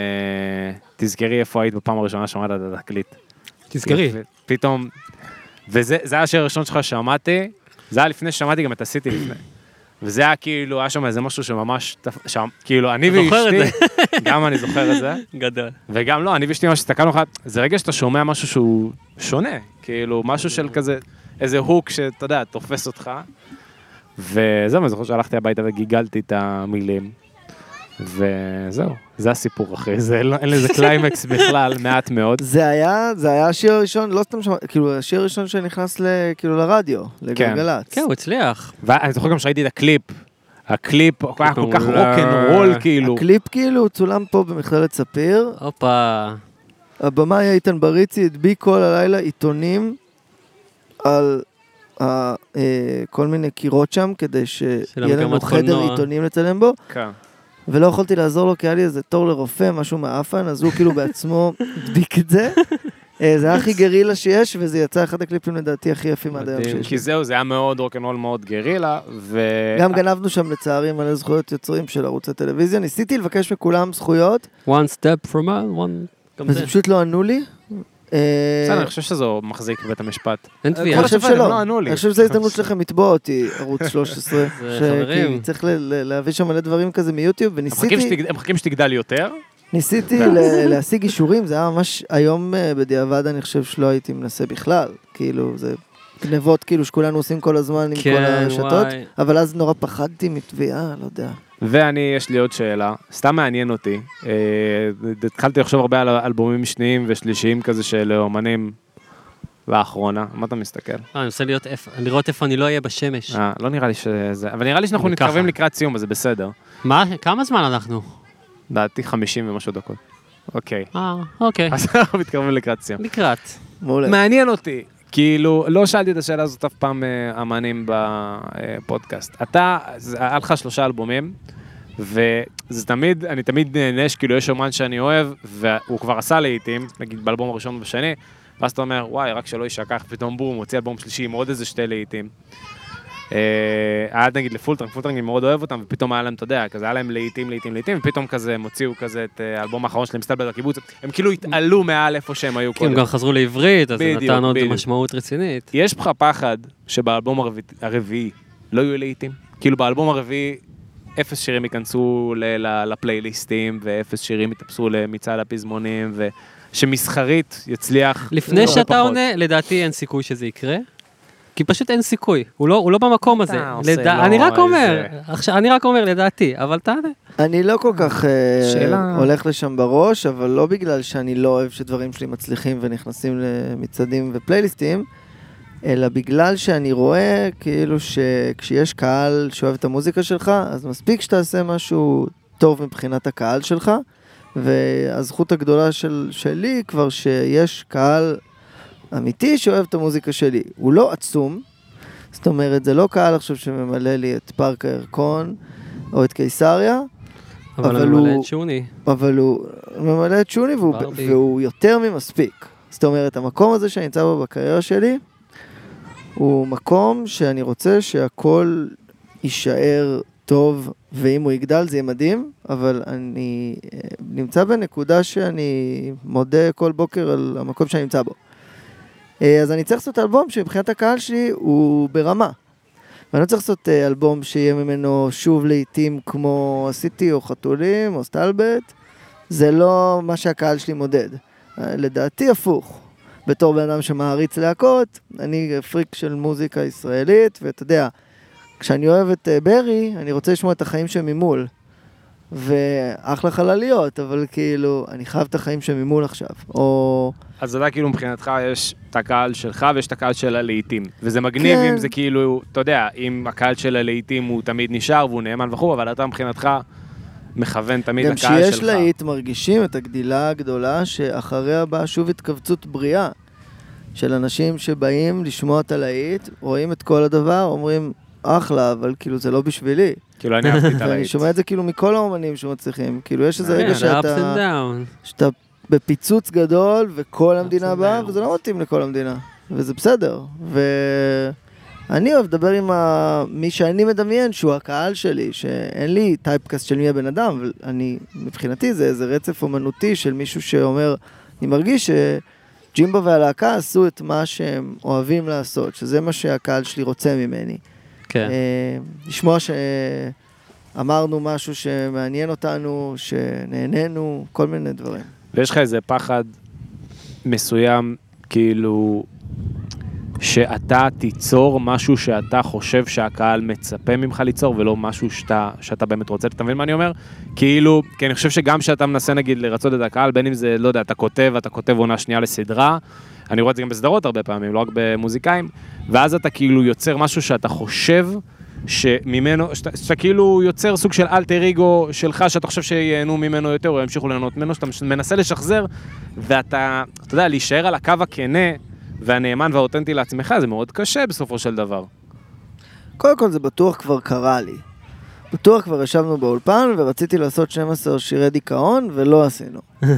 תזכרי איפה היית בפעם הראשונה שמעת את התקליט. תזכרי. פתאום, וזה היה השיר הראשון שלך שמעתי, זה היה לפני ששמעתי גם את הסיטי לפני. וזה היה כאילו, היה שם איזה משהו שממש, כאילו, אני ואשתי, גם אני זוכר את זה. גדול. וגם לא, אני ואשתי ממש הסתכלנו לך, זה רגע שאתה שומע משהו שהוא שונה, כאילו, משהו של כזה, איזה הוק שאתה יודע, תופס אותך. וזהו, אני זוכר שהלכתי הביתה וגיגלתי את המילים. וזהו, זה הסיפור אחרי זה, אין לזה קליימקס בכלל, מעט מאוד. זה היה השיר הראשון, לא סתם שמע, כאילו, השיר הראשון שנכנס כאילו לרדיו, לגלגלצ. כן, הוא הצליח. ואני זוכר גם שראיתי את הקליפ היה כל כך רוק'נ'רול, כאילו. הקליפ כאילו, צולם פה במכללת ספיר. הופה. הבמאי איתן בריצי הדביק כל הלילה עיתונים על כל מיני קירות שם, כדי שיהיה לנו חדר עיתונים לצלם בו. כן. ולא יכולתי לעזור לו, כי היה לי איזה תור לרופא, משהו מאפן, אז הוא כאילו בעצמו הדביק את זה. זה היה הכי גרילה שיש, וזה יצא אחד הקליפים לדעתי הכי יפים עד היום שיש. כי זהו, זה היה מאוד רוק'נ'רול, מאוד גרילה, גם גנבנו שם לצערים על זכויות יוצרים של ערוץ הטלוויזיה, ניסיתי לבקש מכולם זכויות. One step from one... וזה פשוט לא ענו לי. בסדר, אני חושב שזה מחזיק בבית המשפט. אין תביעה. אני חושב שלא. אני חושב שזו הזדמנות שלכם לתבוע אותי, ערוץ 13. חברים. צריך להביא שם מלא דברים כזה מיוטיוב, וניסיתי... הם מחכים שתגדל יותר? ניסיתי להשיג אישורים, זה היה ממש היום בדיעבד, אני חושב שלא הייתי מנסה בכלל. כאילו, זה גנבות כאילו שכולנו עושים כל הזמן עם כל הרשתות, אבל אז נורא פחדתי מתביעה, לא יודע. יש לי עוד שאלה, סתם מעניין אותי, התחלתי לחשוב הרבה על אלבומים שניים ושלישיים כזה של אומנים לאחרונה, מה אתה מסתכל? אני רוצה לראות איפה אני לא אהיה בשמש. לא נראה לי שזה, אבל נראה לי שאנחנו מתקרבים לקראת סיום, אז זה בסדר. מה? כמה זמן אנחנו? דעתי 50 ומשהו דקות. אוקיי. אוקיי. אז אנחנו מתקרבים לקראת סיום. לקראת. מעניין אותי. כאילו, לא שאלתי את השאלה הזאת אף פעם אמנים בפודקאסט. היה לך 3 אלבומים, וזה תמיד, אני תמיד נהנש, כאילו יש אומן שאני אוהב, והוא כבר עשה לעיתים, נגיד באלבום הראשון ובשני, ואז אתה אומר, וואי, רק שלא יישכח, פתאום בום, מוציא אלבום שלישי עם עוד איזה 2 לעיתים. היה נגיד לפולטרנג אני מאוד אוהב אותם, ופתאום היה להם, אתה יודע, כזה היה להם לעיתים, ופתאום כזה מוציאו כזה את האלבום האחרון שלהם, מסתלבט בקיבוץ, הם כאילו התעלו מעל איפה שהם היו קודם. הם גם חזרו לעברית, אז זה נתן עוד משמעות רצינית. יש לך פחד שבאלבום הרביעי לא יהיו לעיתים? כאילו באלבום הרביעי 0 שירים ייכנסו לפלייליסטים, ו0 שירים יתאפסו למצעד הפזמונים, ושמסחרית יצליח. לפני שאתה עונה, לדעתי אין סיכוי שזה יקרה. כי פשוט אין סיכוי, הוא לא במקום הזה. אני רק אומר לדעתי, אבל תענה. אני לא כל כך הולך לשם בראש, אבל לא בגלל שאני לא אוהב שדברים שלי מצליחים ונכנסים למצעדים ופלייליסטים, אלא בגלל שאני רואה כאילו שכשיש קהל שאוהב את המוזיקה שלך, אז מספיק שתעשה משהו טוב מבחינת הקהל שלך, והזכות הגדולה שלי כבר שיש קהל אמיתי שאוהב את המוזיקה שלי. הוא לא עצום, זאת אומרת, זה לא קהל עכשיו שממלא לי את פארק הירקון או את קיסריה, אבל הוא ממלא את שוני. אבל הוא ממלא את שוני והוא יותר ממספיק. זאת אומרת, המקום הזה שאני נמצא בו בקריירה שלי, הוא מקום שאני רוצה שהכל יישאר טוב, ואם הוא יגדל זה יהיה מדהים, אבל אני נמצא בנקודה שאני מודה כל בוקר על המקום שאני נמצא בו. אז אני צריך לעשות אלבום שמבחינת הקהל שלי הוא ברמה. ואני לא צריך לעשות אלבום שיהיה ממנו שוב לעתים כמו עשיתי או חתולים או סטלבט. זה לא מה שהקהל שלי מודד. לדעתי הפוך. בתור בן אדם שמעריץ להקות, אני פריק של מוזיקה ישראלית, ואתה יודע, כשאני אוהב את ברי, אני רוצה לשמוע את החיים שממול. ואחלה חלליות, אבל כאילו, אני חייב את החיים שממול עכשיו. או... אז אתה יודע, כאילו, מבחינתך יש את הקהל שלך ויש את הקהל של הלעיתים. וזה מגניב אם זה כאילו, אתה יודע, אם הקהל של הלעיתים הוא תמיד נשאר והוא נאמן וכו', אבל אתה מבחינתך מכוון תמיד לקהל שלך. גם שיש לעית מרגישים את הגדילה הגדולה שאחריה באה שוב התכווצות בריאה של אנשים שבאים לשמוע את הלעית, רואים את כל הדבר, אומרים אחלה, אבל כאילו זה לא בשבילי. כאילו אני אהבתי את הלעית. אני שומע את זה כאילו מכל האומנים שמצליחים. כאילו יש איזה רגע שאתה בפיצוץ גדול וכל המדינה באה, וזה לא מתאים לכל המדינה. וזה בסדר. ואני אוהב לדבר עם מי שאני מדמיין, שהוא הקהל שלי, שאין לי טייפקאסט של מי הבן אדם, אבל מבחינתי זה איזה רצף אומנותי של מישהו שאומר, אני מרגיש שג'ימבו והלהקה עשו את מה שהם אוהבים לעשות, שזה מה שהקהל שלי רוצה ממני. כן. לשמוע שאמרנו משהו שמעניין אותנו, שנהנינו, כל מיני דברים. ויש לך איזה פחד מסוים, כאילו, שאתה תיצור משהו שאתה חושב שהקהל מצפה ממך ליצור, ולא משהו שאתה באמת רוצה. אתה מבין מה אני אומר? כאילו, כי אני חושב שגם שאתה מנסה, נגיד, לרצות את הקהל, בין אם זה, לא יודע, אתה כותב עונה שנייה לסדרה, אני רואה את זה גם בסדרות הרבה פעמים, לא רק במוזיקאים, ואז אתה כאילו יוצר משהו שאתה חושב שממנו, שאתה כאילו יוצר סוג של אלטר אגו שלך, שאתה חושב שיהנו ממנו יותר, או ימשיכו ליהנות ממנו, שאתה מנסה לשחזר, ואתה, אתה יודע, להישאר על הקו הכנה, והנאמן והאותנטי לעצמך, זה מאוד קשה בסופו של דבר. קודם כל זה בטוח כבר קרה לי. בטוח כבר ישבנו באולפן, ורציתי לעשות 12 שירי דיכאון, ולא עשינו.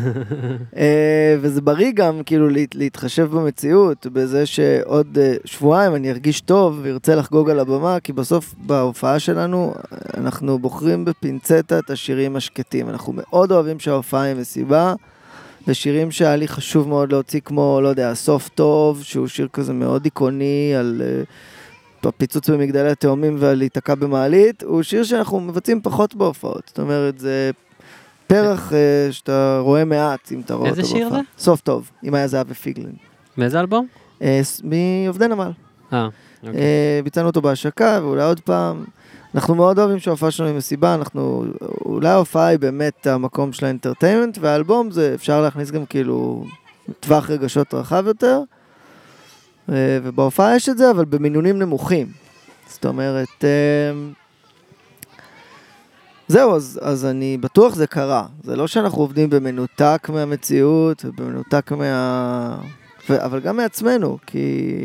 וזה בריא גם כאילו להתחשב במציאות, בזה שעוד שבועיים אני ארגיש טוב, וירצה לחגוג על הבמה, כי בסוף בהופעה שלנו, אנחנו בוחרים בפינצטה את השירים השקטים. אנחנו מאוד אוהבים שההופעה היא מסיבה, ושירים שהיה לי חשוב מאוד להוציא כמו, לא יודע, סוף טוב, שהוא שיר כזה מאוד איקוני על פיצוץ במגדלי התאומים ועל להיתקע במעלית, הוא שיר שאנחנו מבצעים פחות בהופעות. זאת אומרת, זה פרח שאתה רואה מעט אם אתה רואה אותו בהופעה. איזה שיר זה? סוף טוב, אם היה זהב ופיגלין. מאיזה אלבום? מעובדי נמל. ביצענו אותו בהשקה, ואולי עוד פעם. אנחנו מאוד אוהבים שההופעה שלנו היא מסיבה, אולי ההופעה היא באמת המקום של האנטרטיימנט, והאלבום זה אפשר להכניס גם כאילו טווח רגשות רחב יותר, ובהופעה יש את זה, אבל במינונים נמוכים. זאת אומרת, זהו, אז אני בטוח זה קרה. זה לא שאנחנו עובדים במנותק מהמציאות, ובמנותק אבל גם מעצמנו, כי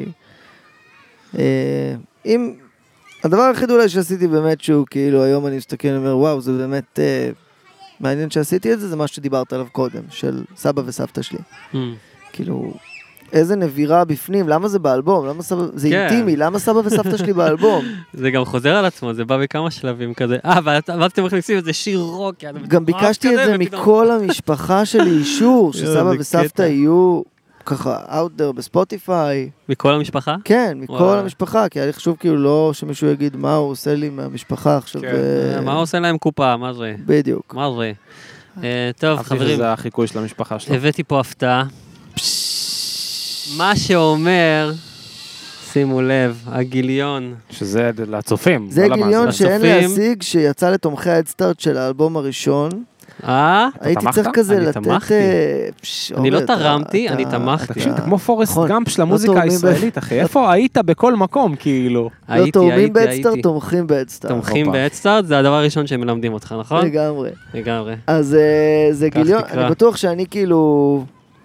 אם הדבר היחיד אולי שעשיתי באמת שהוא כאילו היום אני מסתכל ואומר וואו זה באמת מעניין שעשיתי את זה, זה מה שדיברת עליו קודם, של סבא וסבתא שלי. כאילו איזה נבירה בפנים, למה זה באלבום? למה סבא, זה אינטימי, למה סבא וסבתא שלי באלבום? זה גם חוזר על עצמו, זה בא בכמה שלבים כזה. ואז אתם מכניסים את זה שיר רוק. גם ביקשתי את זה מכל המשפחה שלי אישור, שסבא וסבתא יהיו ככה, out there בספוטיפיי. מכל המשפחה? כן, מכל המשפחה, כי היה לי חשוב כאילו לא שמישהו יגיד מה הוא עושה לי מהמשפחה עכשיו. מה הוא עושה להם קופה, מה זה? בדיוק. מה זה? טוב, חברים. זה החיקוי של המשפחה שלו. הבאתי פה הפתעה. מה שאומר, שימו לב, הגיליון. שזה לצופים. זה גיליון שאין להשיג, שיצא לתומכי ההדסטארט של האלבום הראשון. הייתי צריך כזה לתת... אני לא תרמתי, אני תמכתי. תקשיב, אתה כמו פורסט גאמפ של המוזיקה הישראלית, אחי. איפה היית בכל מקום, כאילו? לא תורמים בהדסטארט, תומכים בהדסטארט. תומכים בהדסטארט, זה הדבר הראשון שהם מלמדים אותך, נכון? לגמרי. אז זה גיליון, אני בטוח שאני כאילו...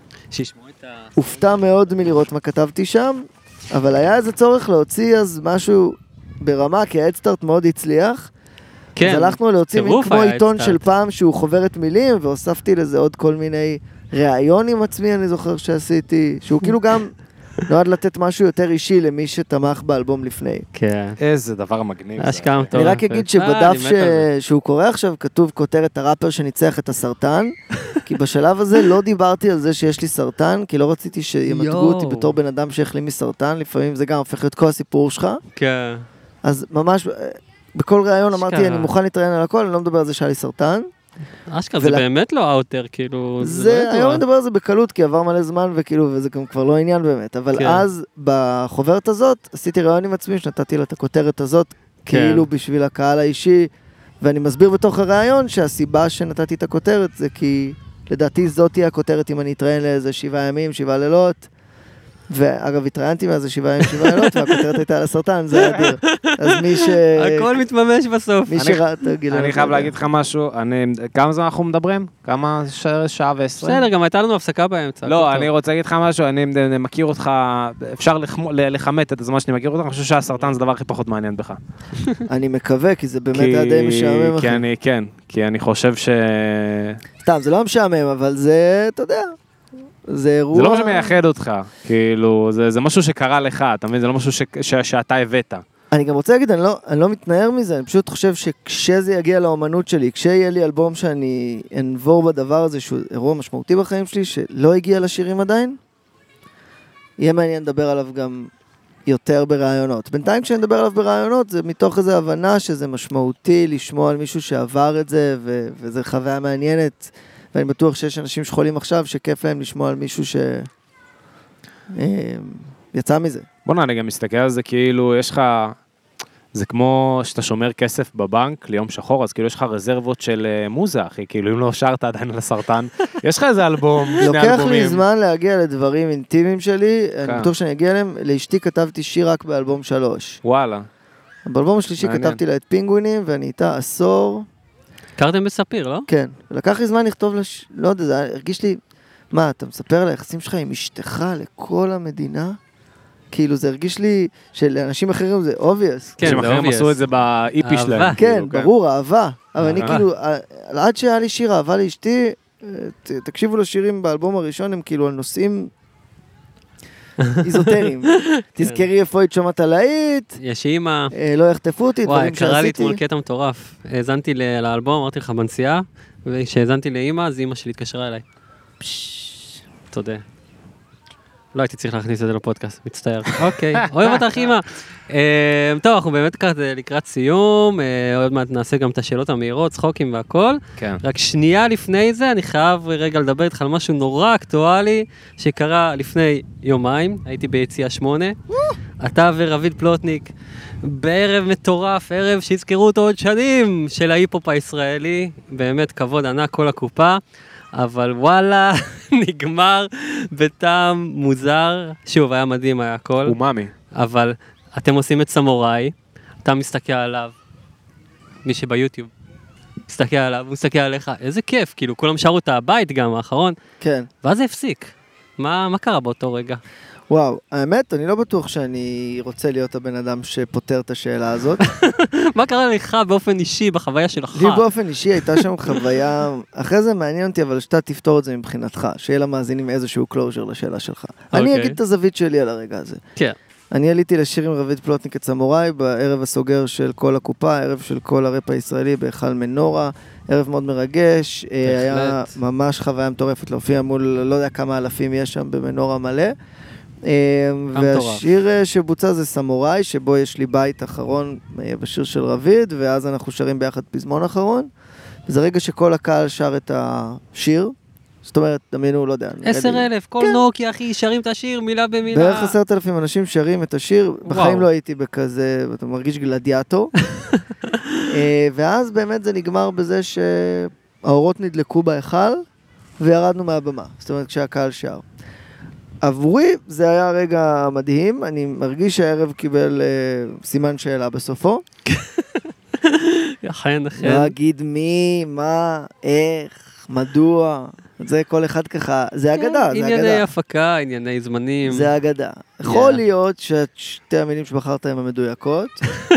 הופתע מאוד מלראות מה כתבתי שם, אבל היה איזה צורך להוציא אז משהו ברמה, כי ההדסטארט מאוד הצליח. כן, אז הלכנו להוציא כמו עיתון של פעם שהוא חוברת מילים, והוספתי לזה עוד כל מיני ראיון עם עצמי, אני זוכר שעשיתי, שהוא כאילו גם נועד לתת משהו יותר אישי למי שתמך באלבום לפני. כן. איזה דבר מגניב. אני רק אגיד שבדף שהוא קורא עכשיו כתוב כותרת הראפר שניצח את הסרטן, כי בשלב הזה לא דיברתי על זה שיש לי סרטן, כי לא רציתי שימתגו אותי בתור בן אדם שהחלים מסרטן, לפעמים זה גם הופך להיות כל הסיפור שלך. כן. אז ממש... בכל ראיון אמרתי, אני מוכן להתראיין על הכל, אני לא מדבר על זה שהיה לי סרטן. אשכרה, זה באמת לא אאוטר, כאילו... היום אני מדבר על זה בקלות, כי עבר מלא זמן, וכאילו, וזה כבר לא עניין באמת. אבל אז, בחוברת הזאת, עשיתי ראיון עם עצמי, שנתתי לה את הכותרת הזאת, כאילו בשביל הקהל האישי, ואני מסביר בתוך הראיון, שהסיבה שנתתי את הכותרת, זה כי, לדעתי, זאת תהיה הכותרת אם אני אתראיין לאיזה 7 ימים, 7 לילות. ואגב, התראיינתי מאז 7 ימים 7 לילות, והכותרת הייתה על הסרטן, זה אדיר. אז מי ש... הכל מתממש בסוף. מי שראה, תגיד. אני חייב להגיד לך משהו, כמה זמן אנחנו מדברים? כמה שעה ו20? בסדר, גם הייתה לנו הפסקה באמצע. לא, אני רוצה להגיד לך משהו, אני מכיר אותך, אפשר לחמת את הזמן שאני מכיר אותך, אני חושב שהסרטן זה הדבר הכי פחות מעניין בך. אני מקווה, כי זה באמת היה די משעמם. כן, כי אני חושב ש... סתם, זה לא משעמם, אבל זה, אתה יודע... זה אירוע... זה לא משהו מייחד אותך, כאילו, זה משהו שקרה לך, אתה מבין? זה לא משהו שאתה הבאת. אני גם רוצה להגיד, אני לא מתנער מזה, אני פשוט חושב שכשזה יגיע לאומנות שלי, כשיהיה לי אלבום שאני אנבור בדבר הזה, שהוא אירוע משמעותי בחיים שלי, שלא הגיע לשירים עדיין, יהיה מעניין לדבר עליו גם יותר ברעיונות. בינתיים כשאני מדבר עליו ברעיונות, זה מתוך איזו הבנה שזה משמעותי לשמוע על מישהו שעבר את זה, וזה חוויה מעניינת. ואני בטוח שיש אנשים שחולים עכשיו שכיף להם לשמוע על מישהו שיצא מזה. בוא אני גם מסתכל על זה כאילו יש לך, זה כמו שאתה שומר כסף בבנק ליום שחור, אז כאילו יש לך רזרבות של מוזה, אחי, כאילו אם לא שרת עדיין על הסרטן, יש לך איזה אלבום, שני אלבומים. לוקח לי זמן להגיע לדברים אינטימיים שלי, אני בטוח שאני אגיע אליהם, לאשתי כתבתי שיר רק באלבום 3. וואלה. באלבום השלישי כתבתי לה את פינגווינים, ואני איתה עשור. הכרתם בספיר, לא? כן. לקח לי זמן לכתוב לא יודע, זה הרגיש לי, מה, אתה מספר על היחסים שלך עם אשתך לכל המדינה? כאילו זה הרגיש לי שלאנשים אחרים זה obvious. כן, אחרים עשו את זה באיפי שלהם. כן, ברור, אהבה. אבל אני כאילו, עד שהיה לי שיר אהבה לאשתי, תקשיבו לשירים באלבום הראשון, הם כאילו על נושאים איזוטריים. תזכרי איפה היית שומעת להיט. יש אימא. לא יחטפו אותי, דברים שעשיתי. וואי, קרא לי אתמול קטע מטורף. האזנתי לאלבום, אמרתי לך בנסיעה, וכשהאזנתי לאימא, אז אימא שלי התקשרה אליי. תודה. לא הייתי צריך להכניס את זה לפודקאסט, מצטער. אוקיי, אוהב אותך אימא. טוב, אנחנו באמת כזה לקראת סיום, עוד מעט נעשה גם את השאלות המהירות, צחוקים והכל. רק שנייה לפני זה, אני חייב רגע לדבר איתך על משהו נורא אקטואלי, שקרה לפני יומיים, הייתי ביציאה 8, אתה ורביד פלוטניק, בערב מטורף, ערב שהזכרו אותו עוד שנים, של ההיפ-הופ הישראלי, באמת כבוד ענק כל הקופה, אבל וואלה, נגמר בטעם מוזר, שוב, היה מדהים, היה הכל. אומאמי. אבל אתם עושים את סמוראי, אתה מסתכל עליו, מי שביוטיוב, מסתכל עליו, הוא מסתכל עליך, איזה כיף, כאילו, כולם שרו את הבית גם, האחרון. כן. ואז זה הפסיק. מה קרה באותו רגע? וואו, האמת, אני לא בטוח שאני רוצה להיות הבן אדם שפותר את השאלה הזאת. מה קרה לך באופן אישי, בחוויה שלך? לי באופן אישי הייתה שם חוויה, אחרי זה מעניין אותי, אבל שאתה תפתור את זה מבחינתך, שיהיה למאזינים איזשהו קלוז'ר לשאלה שלך. אני אגיד את הזווית שלי על הרגע הזה. כן. אני עליתי לשיר עם רביד פלוטניק את סמוראי, בערב הסוגר של כל הקופה, ערב של כל הראפ הישראלי בהיכל מנורה, ערב מאוד מרגש, היה ממש חוויה מטורפת להופיע מול לא יודע כמה אלפים יש שם במנורה מלא. והשיר שבוצע זה סמוראי, שבו יש לי בית אחרון בשיר של רביד, ואז אנחנו שרים ביחד פזמון אחרון. וזה רגע שכל הקהל שר את השיר, זאת אומרת, דמיינו, לא יודע. 10,000, כל נוקי, אחי, שרים את השיר מילה במילה. בערך 10,000 אנשים שרים את השיר, בחיים לא הייתי בכזה, אתה מרגיש גלדיאטור. ואז באמת זה נגמר בזה האורות נדלקו בהיכל, וירדנו מהבמה. זאת אומרת, כשהקהל שר. עבורי זה היה רגע מדהים, אני מרגיש שהערב קיבל סימן שאלה בסופו. אכן. להגיד מי, מה, איך, מדוע, זה כל אחד ככה, זה אגדה, זה אגדה. ענייני הפקה, ענייני זמנים. זה אגדה. יכול להיות ששתי המילים שבחרת הן המדויקות,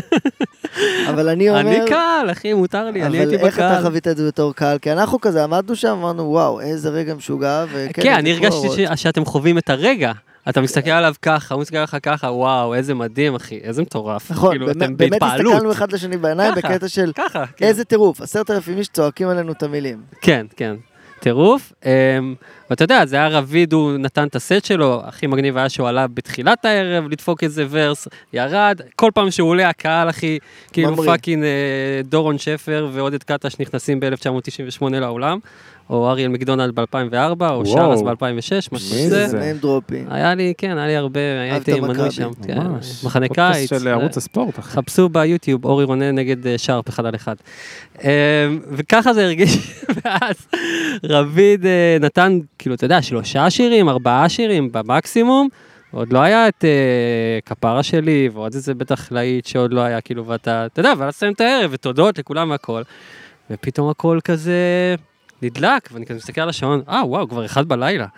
אבל אני אומר... אני קהל, אחי, מותר לי, אני הייתי בקהל. אבל איך אתה חווית את זה בתור קהל? כי אנחנו כזה עמדנו שם, אמרנו, וואו, איזה רגע משוגע, כן, אני הרגשתי שאתם חווים את הרגע. אתה מסתכל עליו ככה, הוא מסתכל עליך ככה, וואו, איזה מדהים, אחי, איזה מטורף. נכון, באמת הסתכלנו אחד לשני בעיניים בקטע של איזה טירוף, 10,000 איש צועקים עלינו את המילים. כן, כן, טירוף. ואתה יודע, זה היה רביד, הוא נתן את הסט שלו, הכי מגניב היה שהוא עלה בתחילת הערב, לדפוק איזה ורס, ירד, כל פעם שהוא עולה, הקהל, אחי, כאילו פאקינג דורון שפר ועודד קטש נכנסים ב-1998 לעולם. או אריאל מקדונלד ב-2004, או שרס ב-2006, משהו שזה. ניים דרופינג. היה לי, כן, היה לי הרבה, הייתי מנוי שם. מחנה קיץ. של ערוץ הספורט. חפשו ביוטיוב, אורי רונן נגד שרפ 1-1. וככה זה הרגיש, ואז רביד נתן, כאילו, אתה יודע, 3 שירים, 4 שירים במקסימום, עוד לא היה את כפרה שלי, ועוד איזה בטח להיט שעוד לא היה, כאילו, ואתה יודע, אבל לסיים את הערב, ותודות לכולם והכל. ופתאום הכל כזה... נדלק, ואני כזה מסתכל על השעון, וואו, כבר 1 בלילה.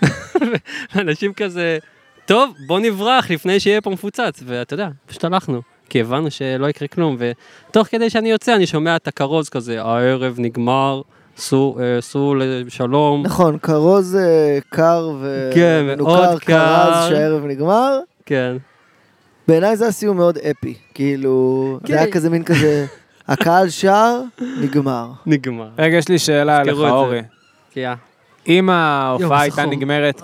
ואנשים כזה, טוב, בוא נברח לפני שיהיה פה מפוצץ, ואתה יודע, פשוט הלכנו, כי הבנו שלא יקרה כלום, ותוך כדי שאני יוצא, אני שומע את הכרוז כזה, הערב נגמר, סעו לשלום. נכון, כרוז קר ונוכר כרז שהערב נגמר. כן. בעיניי זה הסיום מאוד אפי, כאילו, זה היה כזה מין כזה... הקהל שר, נגמר. רגע, יש לי שאלה לך, אורי. אם ההופעה הייתה נגמרת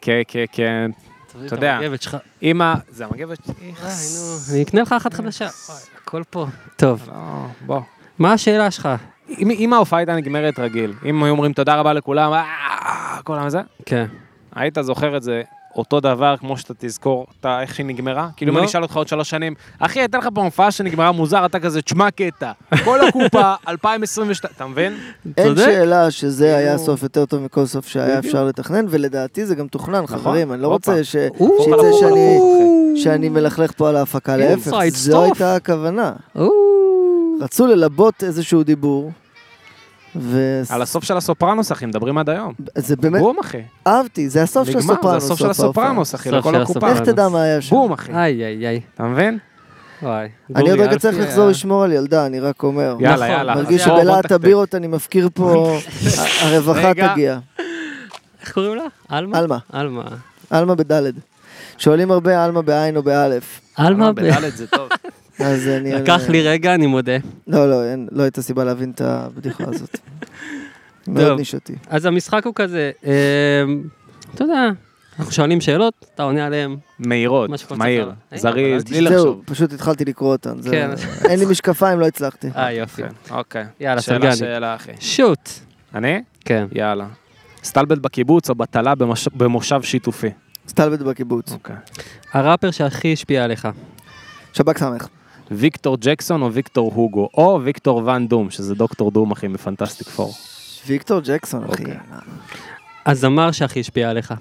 אתה יודע, זה המגבת אני אקנה לך אחת חדשה. הכל פה. טוב. בוא. מה השאלה שלך? אם ההופעה הייתה נגמרת רגיל, אם היו אומרים תודה רבה לכולם, כל הזה? כן. היית זוכר את זה אותו דבר כמו שאתה תזכור איך שהיא נגמרה? כאילו אם אני אשאל אותך עוד 3 שנים, אחי, הייתה לך פה מופעה שנגמרה מוזר, אתה כזה, תשמע קטע, כל הקופה, 2022, אתה מבין? אין שאלה שזה היה סוף יותר טוב מכל סוף שהיה אפשר לתכנן, ולדעתי זה גם תוכנן, חברים, אני לא רוצה שיצא שאני מלכלך פה על ההפקה, להפך, זו הייתה הכוונה. רצו ללבות איזשהו דיבור, על הסוף של הסופרנוס, אחי, מדברים עד היום. זה באמת... בום, אחי. אהבתי, זה הסוף של הסופרנוס. זה הסוף של הסופרנוס, אחי, לכל הקופה. איך תדע מה היה שם? בום, אחי. איי. אתה מבין? אני עוד רגע צריך לחזור לשמור על ילדה, אני רק אומר. יאללה. מרגיש שבלעת הבירות אני מפקיר פה, הרווחה תגיע. איך קוראים לה? אלמה. אלמה. אלמה בדלת. שואלים הרבה אלמה בעין או באלף. אלמה בדלת זה טוב. לקח לי רגע, אני מודה. לא הייתה סיבה להבין את הבדיחה הזאת. מאוד נישתי. אז המשחק הוא כזה, אתה יודע, אנחנו שואלים שאלות, אתה עונה עליהם. מהירות, מהיר, זריז, בלי לחשוב. זהו, פשוט התחלתי לקרוא אותן. אין לי משקפיים, לא הצלחתי. יופי. אוקיי. יאללה, סרגני. שאלה, אחי. שוט. אני? כן. יאללה. סטלבט בקיבוץ או בטלה במושב שיתופי? סטלבט בקיבוץ. אוקיי. הראפר שהכי השפיע עליך? שב"כ סמך. ויקטור ג'קסון או ויקטור הוגו, או ויקטור ואן דום, שזה דוקטור דום, אחי, מפנטסטיק פור. ויקטור ג'קסון, אחי. הזמר שהכי השפיע עליך?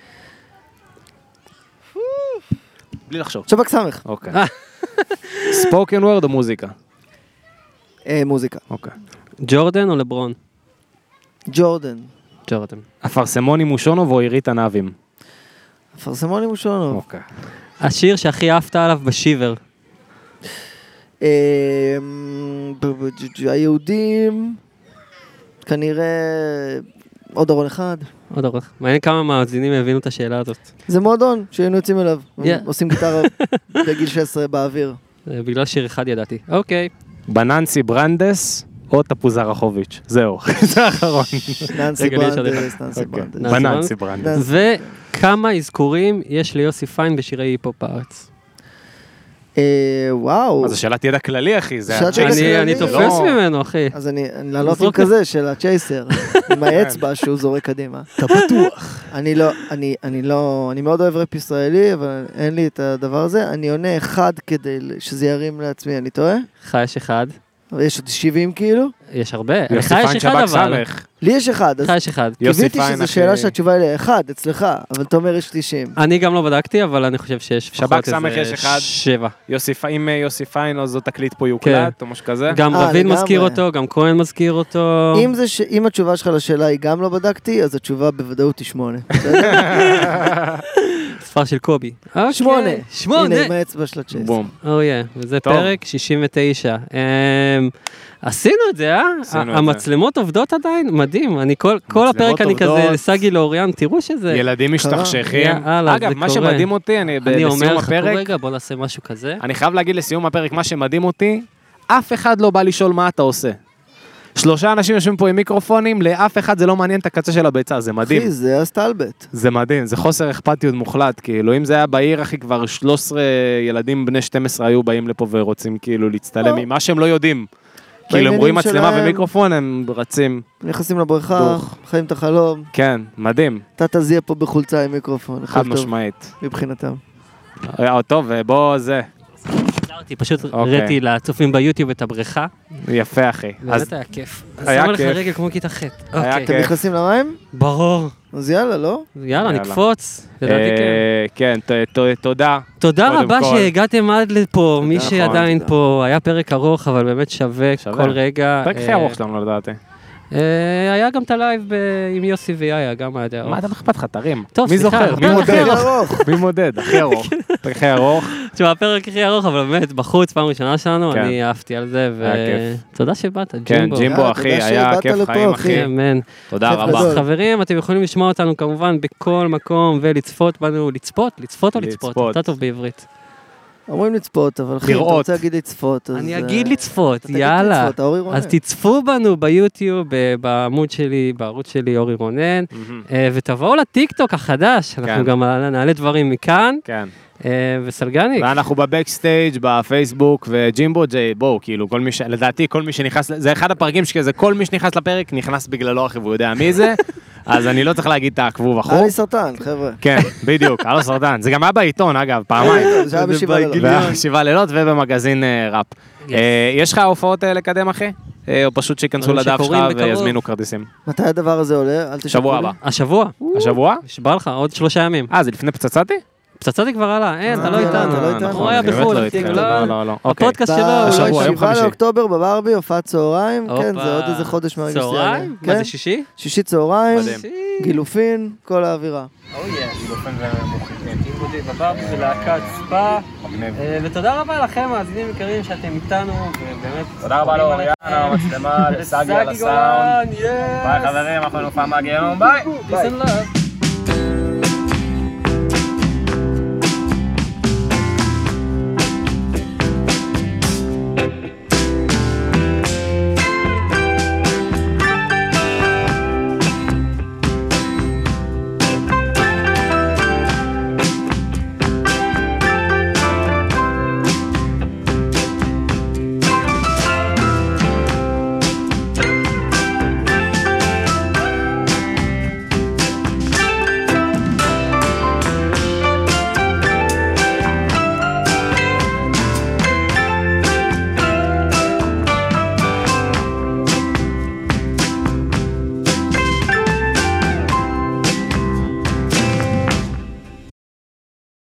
בלי לחשוב. שב"כ סמך. אוקיי. ספוקן וורד או מוזיקה? מוזיקה. אוקיי. ג'ורדן או לברון? ג'ורדן. אפרסמוני מושונוב או עירית ענבים? אפרסמוני מושונוב. אוקיי. השיר שהכי אהבת עליו בשיבר? היהודים, כנראה עוד ארון אחד. עוד ארון. מעניין כמה מאזינים הבינו את השאלה הזאת. זה מועדון שהיינו יוצאים אליו. עושים גיטרה בגיל 16 באוויר. בגלל שיר אחד ידעתי. אוקיי. בננסי ברנדס או תפוז הרחוביץ'. זהו, זה האחרון. בננסי ברנדס. וכמה אזכורים יש ליוסי פיין בשירי היפ-הופ בארץ? וואו. מה זה שאלת ידע כללי, אחי? אני תופס ממנו, אחי. אז אני לעלות עם כזה של הצ'ייסר, עם האצבע שהוא זורק קדימה. אתה בטוח. אני מאוד אוהב רפ ישראלי, אבל אין לי את הדבר הזה. אני עונה אחד כדי שזה ירים לעצמי, אני טועה? יש אחד. אבל יש עוד 70 כאילו? יש הרבה. לך יוסי יש פיין אחד שבק אבל. סמך. לי יש אחד. לך יש אחד. קיוויתי שזו שאלה שהתשובה היא לאחד, אצלך, אבל אתה אומר יש 90. אני גם לא בדקתי, אבל אני חושב שיש שבק סמך יש אחד. 7. אם יוסי פיין, אז זו תקליט פה יוקלט, או משהו כזה. גם רביד מזכיר אותו, גם כהן מזכיר אותו. אם התשובה שלך לשאלה היא גם לא בדקתי, אז התשובה בוודאות היא 8. ספר של קובי. 8. 8. הנה, עם האצבע של הצ'ייס. בום. וזה פרק 69. עשינו את זה, המצלמות עובדות עדיין? מדהים. כל הפרק אני כזה לסגי לאוריאן, תראו שזה... ילדים משתכשכים. אגב, מה שמדהים אותי, אני אומר לך, רגע, בוא נעשה משהו כזה. אני חייב להגיד לסיום הפרק, מה שמדהים אותי, אף אחד לא בא לשאול מה אתה עושה. 3 אנשים יושבים פה עם מיקרופונים, לאף אחד זה לא מעניין את הקצה של הביצה, זה מדהים. אחי, זה הסטלבט. זה מדהים, זה חוסר אכפתיות מוחלט, כאילו, אם זה היה בעיר, אחי, כבר 13 ילדים בני 12 היו באים לפה ורוצים כאילו להצטלם ממה שהם לא יודעים. כאילו, הם רואים מצלמה ומיקרופון, הם רצים. נכנסים לבריכה, חיים את החלום. כן, מדהים. אתה תזיע פה בחולצה עם מיקרופון. חד משמעית. מבחינתם. טוב, בוא זה. פשוט ראיתי לצופים ביוטיוב את הבריכה. יפה, אחי. באמת היה כיף. היה שמה לך כיף. רגל כמו כיתה ח'. אתם נכנסים למים? ברור. אז יאללה, לא? יאללה, נקפוץ. כן, תודה. תודה רבה שהגעתם עד לפה, מי שעדיין פה, היה פרק ארוך, אבל באמת שווה כל רגע. פרק הכי ארוך שלנו לדעתי. היה גם את הלייב עם יוסי ויאיה, גם היה די ארוך. מה אתה אכפת לך, תרים? טוב, מי סליחה, זוכר? מי מודד? הכי ארוך. פרק הכי ארוך. תשמע, הפרק הכי ארוך, אבל באמת, בחוץ, פעם ראשונה שלנו, אני אהבתי על זה, ותודה שבאת, ג'ימבו. כן, ג'ימבו, אחי, היה כיף חיים, אחי. תודה רבה. אז חברים, אתם יכולים לשמוע אותנו כמובן בכל מקום, ולצפות בנו, לצפות או לצפות? אתה טוב בעברית. אומרים לצפות, אבל אחי, אתה רוצה להגיד לצפות. אני אגיד לצפות, יאללה. אז תצפו בנו ביוטיוב, בעמוד שלי, בערוץ שלי, אורי רונן, ותבואו לטיקטוק החדש, אנחנו גם נעלה דברים מכאן. כן. וסלגניק. ואנחנו בבקסטייג' בפייסבוק, וג'ימבו ג'יי, בואו, כאילו, לדעתי, כל מי שנכנס, זה אחד הפרקים שכזה, כל מי שנכנס לפרק, נכנס בגללו, אחי, והוא יודע מי זה, אז אני לא צריך להגיד תעקבו וכו'. היה לי סרטן, חבר'ה. כן, בדיוק, היה לו סרטן. זה גם היה בעיתון, אגב, פעמיים. זה היה בשבעה לילות. בשבעה לילות ובמגזין ראפ. יש לך הופעות לקדם, אחי? או פשוט שיכנסו לדף שלך ויזמינו כרטיסים. מתי הדבר הזה עולה? שבוע הבא. השבוע. השבוע? שבא לך, עוד 3 ימים. זה לפני פצצתי? פצצתי כבר עלה, אין, אתה לא איתנו. הוא היה בחו"ל, לא. הפודקאסט שלו. 7 לאוקטובר בברבי, הופעת צהריים, כן, זה עוד איזה חודש מהרגע שתהיה. צהריים? מה זה שישי? שישי צהריים, גילופין, כל האווירה. גילופין ומוכיחים. בברבי ולהקת ספה. ותודה רבה לכם, מאזינים יקרים שאתם איתנו, ובאמת... תודה רבה לאוריאן, המצלמה, לסגי על הסאונד. ביי חברים, אנחנו נופעה מהגיהנום, ביי! Peace and love.